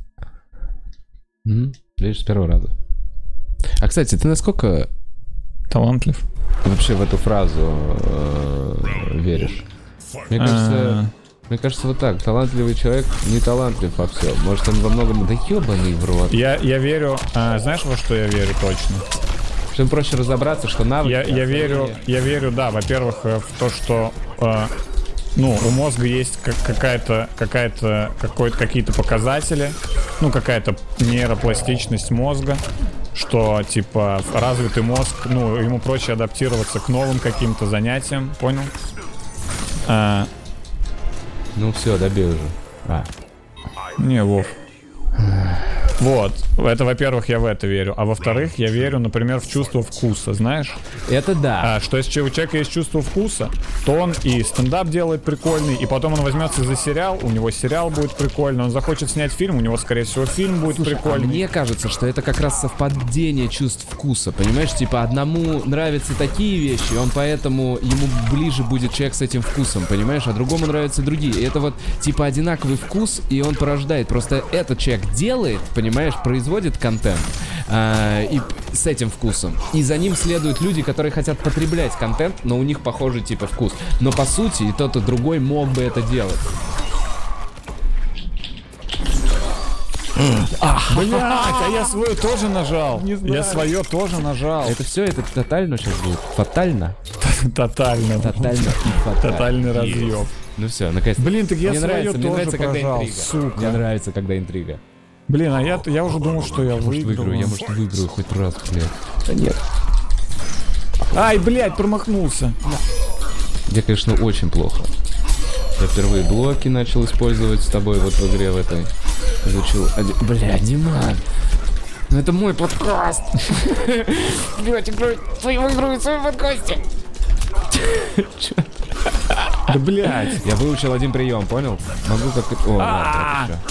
Лишь с первого раза. А, кстати, ты насколько талантлив вообще в эту фразу веришь? Мне кажется, вот так. Талантливый человек не талантлив во всем. Может, он во многом... Да ебаный в рот. Я верю... знаешь, во что я верю точно? Что им проще разобраться, что навыки... Я верю, да, во-первых, в то, что... у мозга есть какие-то показатели, какая-то нейропластичность мозга, что, типа, развитый мозг, ему проще адаптироваться к новым каким-то занятиям, понял? Ну все, добей уже. Не, Вов. Вот, это, во-первых, я в это верю. А во-вторых, я верю, например, в чувство вкуса, знаешь? Это да. Что если у человека есть чувство вкуса, то он и стендап делает прикольный, и потом он возьмется за сериал, у него сериал будет прикольный, он захочет снять фильм, у него, скорее всего, фильм будет прикольный. Мне кажется, что это как раз совпадение чувств вкуса, понимаешь? Типа, одному нравятся такие вещи, он поэтому, ему ближе будет человек с этим вкусом, понимаешь? А другому нравятся другие. И это вот, типа, одинаковый вкус, и он порождает. Просто этот человек делает, понимаешь, производит контент и с этим вкусом. И за ним следуют люди, которые хотят потреблять контент, но у них похожий типа вкус. Но по сути и тот, и другой мог бы это делать. Блять, а я свое тоже нажал. Я свое тоже нажал. Это все, это тотально сейчас будет. Фатально? Тотально. Тотально и фатально. Тотальный разъеб. Ну все, наконец-то. Блин, так я мне свое нравится, тоже прожал, интрига. сука. Мне нравится, когда интрига. Блин, а я уже думал, что я выиграю. Я, может, выиграю хоть раз, блядь. Да нет. Ай, блядь, промахнулся. Мне, конечно, очень плохо. Я впервые блоки начал использовать с тобой вот в игре в этой. Изучил. Бля, Диман. Ну это мой подкаст. Блядь, играю свою игру в своем подкасте. Да, блядь. Я выучил один прием, понял? Могу как... О, ладно, это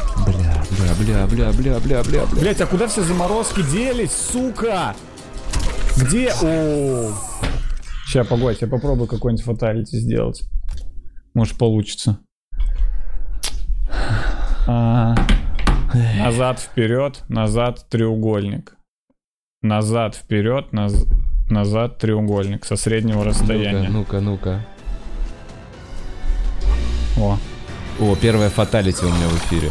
Бля. Блять, а куда все заморозки делись, сука? Где? О. Сейчас, погодь, я попробую какой-нибудь фаталити сделать. Может, получится. Назад, вперед, назад, треугольник. Назад, вперед, назад, треугольник со среднего расстояния. Ну-ка. О, первая фаталити у меня в эфире.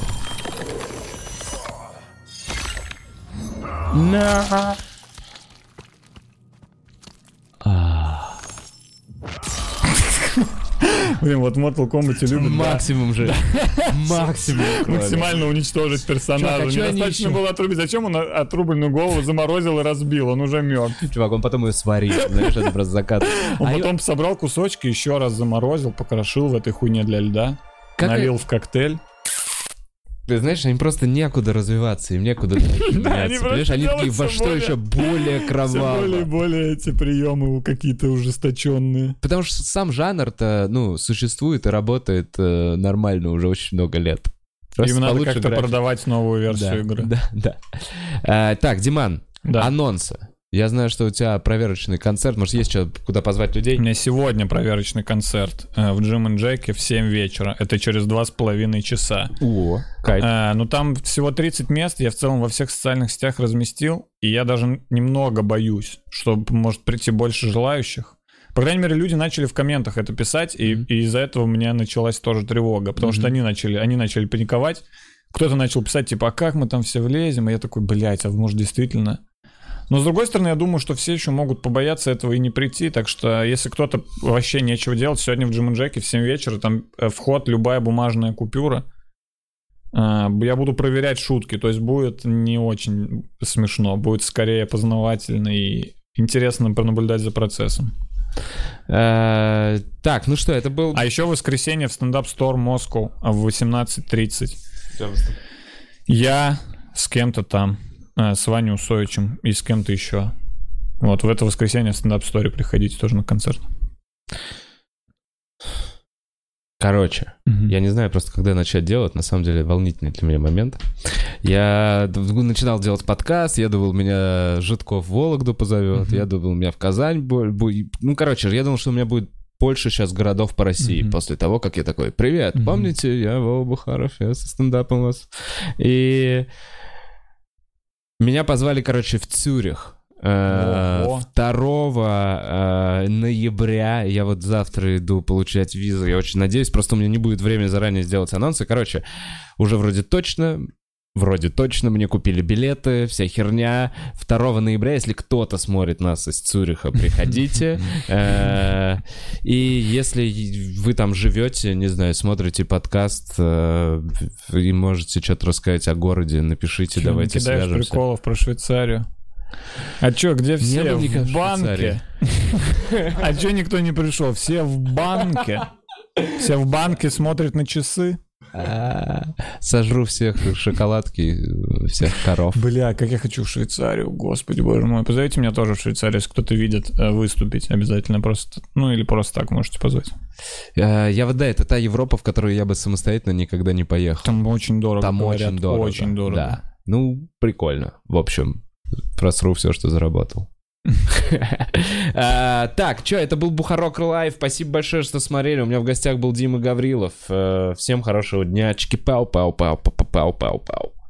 Блин, вот в Mortal Kombat любят. Максимум же. Максимум. Максимально уничтожить персонажа. Недостаточно было отрубить. Зачем он отрубленную голову заморозил и разбил? Он уже мертв. Чувак, он потом ее сварил. Знаешь, это просто закат. Он потом собрал кусочки, еще раз заморозил, покрошил в этой хуйне для льда. Налил в коктейль. Ты знаешь, им просто некуда развиваться, им некуда меняться. Понимаешь, они такие, во что еще более кроваво. Более эти приемы какие-то ужесточенные. Потому что сам жанр-то, существует и работает нормально уже очень много лет. Им надо как-то продавать новую версию игры. Да. Так, Диман, анонсы. Я знаю, что у тебя проверочный концерт. Может, есть что, куда позвать людей? У меня сегодня проверочный концерт в Джим и Джеке в 7 вечера. Это через 2,5 часа. О, кайф. Там всего 30 мест. Я в целом во всех социальных сетях разместил. И я даже немного боюсь, что может прийти больше желающих. По крайней мере, люди начали в комментах это писать. И из-за этого у меня началась тоже тревога. Потому что они начали паниковать. Кто-то начал писать, типа, а как мы там все влезем? И я такой, блядь, а может действительно... Но, с другой стороны, я думаю, что все еще могут побояться этого и не прийти. Так что, если кто-то вообще нечего делать, сегодня в Джим и Джеке в 7 вечера, там вход, любая бумажная купюра. Я буду проверять шутки, то есть будет не очень смешно, будет скорее познавательно и интересно пронаблюдать за процессом. Так, ну что, это был... А еще в воскресенье в Stand Up Store Moscow в 18:30. Я с кем-то там, с Ваней Усовичем и с кем-то еще. Вот, в это воскресенье в Stand Up Store приходите тоже на концерт. Короче, я не знаю просто, когда начать делать, на самом деле волнительный для меня момент. Я начинал делать подкаст, я думал, меня Житков в Вологду позовет, я думал, меня в Казань... Ну, короче, я думал, что у меня будет больше сейчас городов по России после того, как я такой: привет, помните, я Вова Бухаров, я со стендапом у вас. И меня позвали, короче, в Цюрих. 2 ноября, я вот завтра иду получать визу, я очень надеюсь, просто у меня не будет времени заранее сделать анонсы. Короче, уже вроде точно мне купили билеты, вся херня. 2 ноября, если кто-то смотрит нас из Цюриха, приходите. И если вы там живете, не знаю, смотрите подкаст и можете что-то рассказать о городе, напишите, давайте свяжемся. Кидаешь приколов про Швейцарию. А чё, где все? В банке. А чё никто не пришел? Все в банке. Все в банке смотрят на часы. Сожру всех шоколадки, всех коров. Бля, как я хочу в Швейцарию, господи боже мой. Позовите меня тоже в Швейцарию, если кто-то видит, выступить обязательно просто. Ну или просто так можете позвать. Я вот, да, это та Европа, в которую я бы самостоятельно никогда не поехал. Там очень дорого, там говорят, очень дорого. Очень дорого. Да. Ну, прикольно. В общем, просру все, что заработал. Так, что, это был Бухарок Лайв. Спасибо большое, что смотрели. У меня в гостях был Дима Гаврилов. Всем хорошего дня. Чики-пау-пау-пау-пау-пау-пау-пау.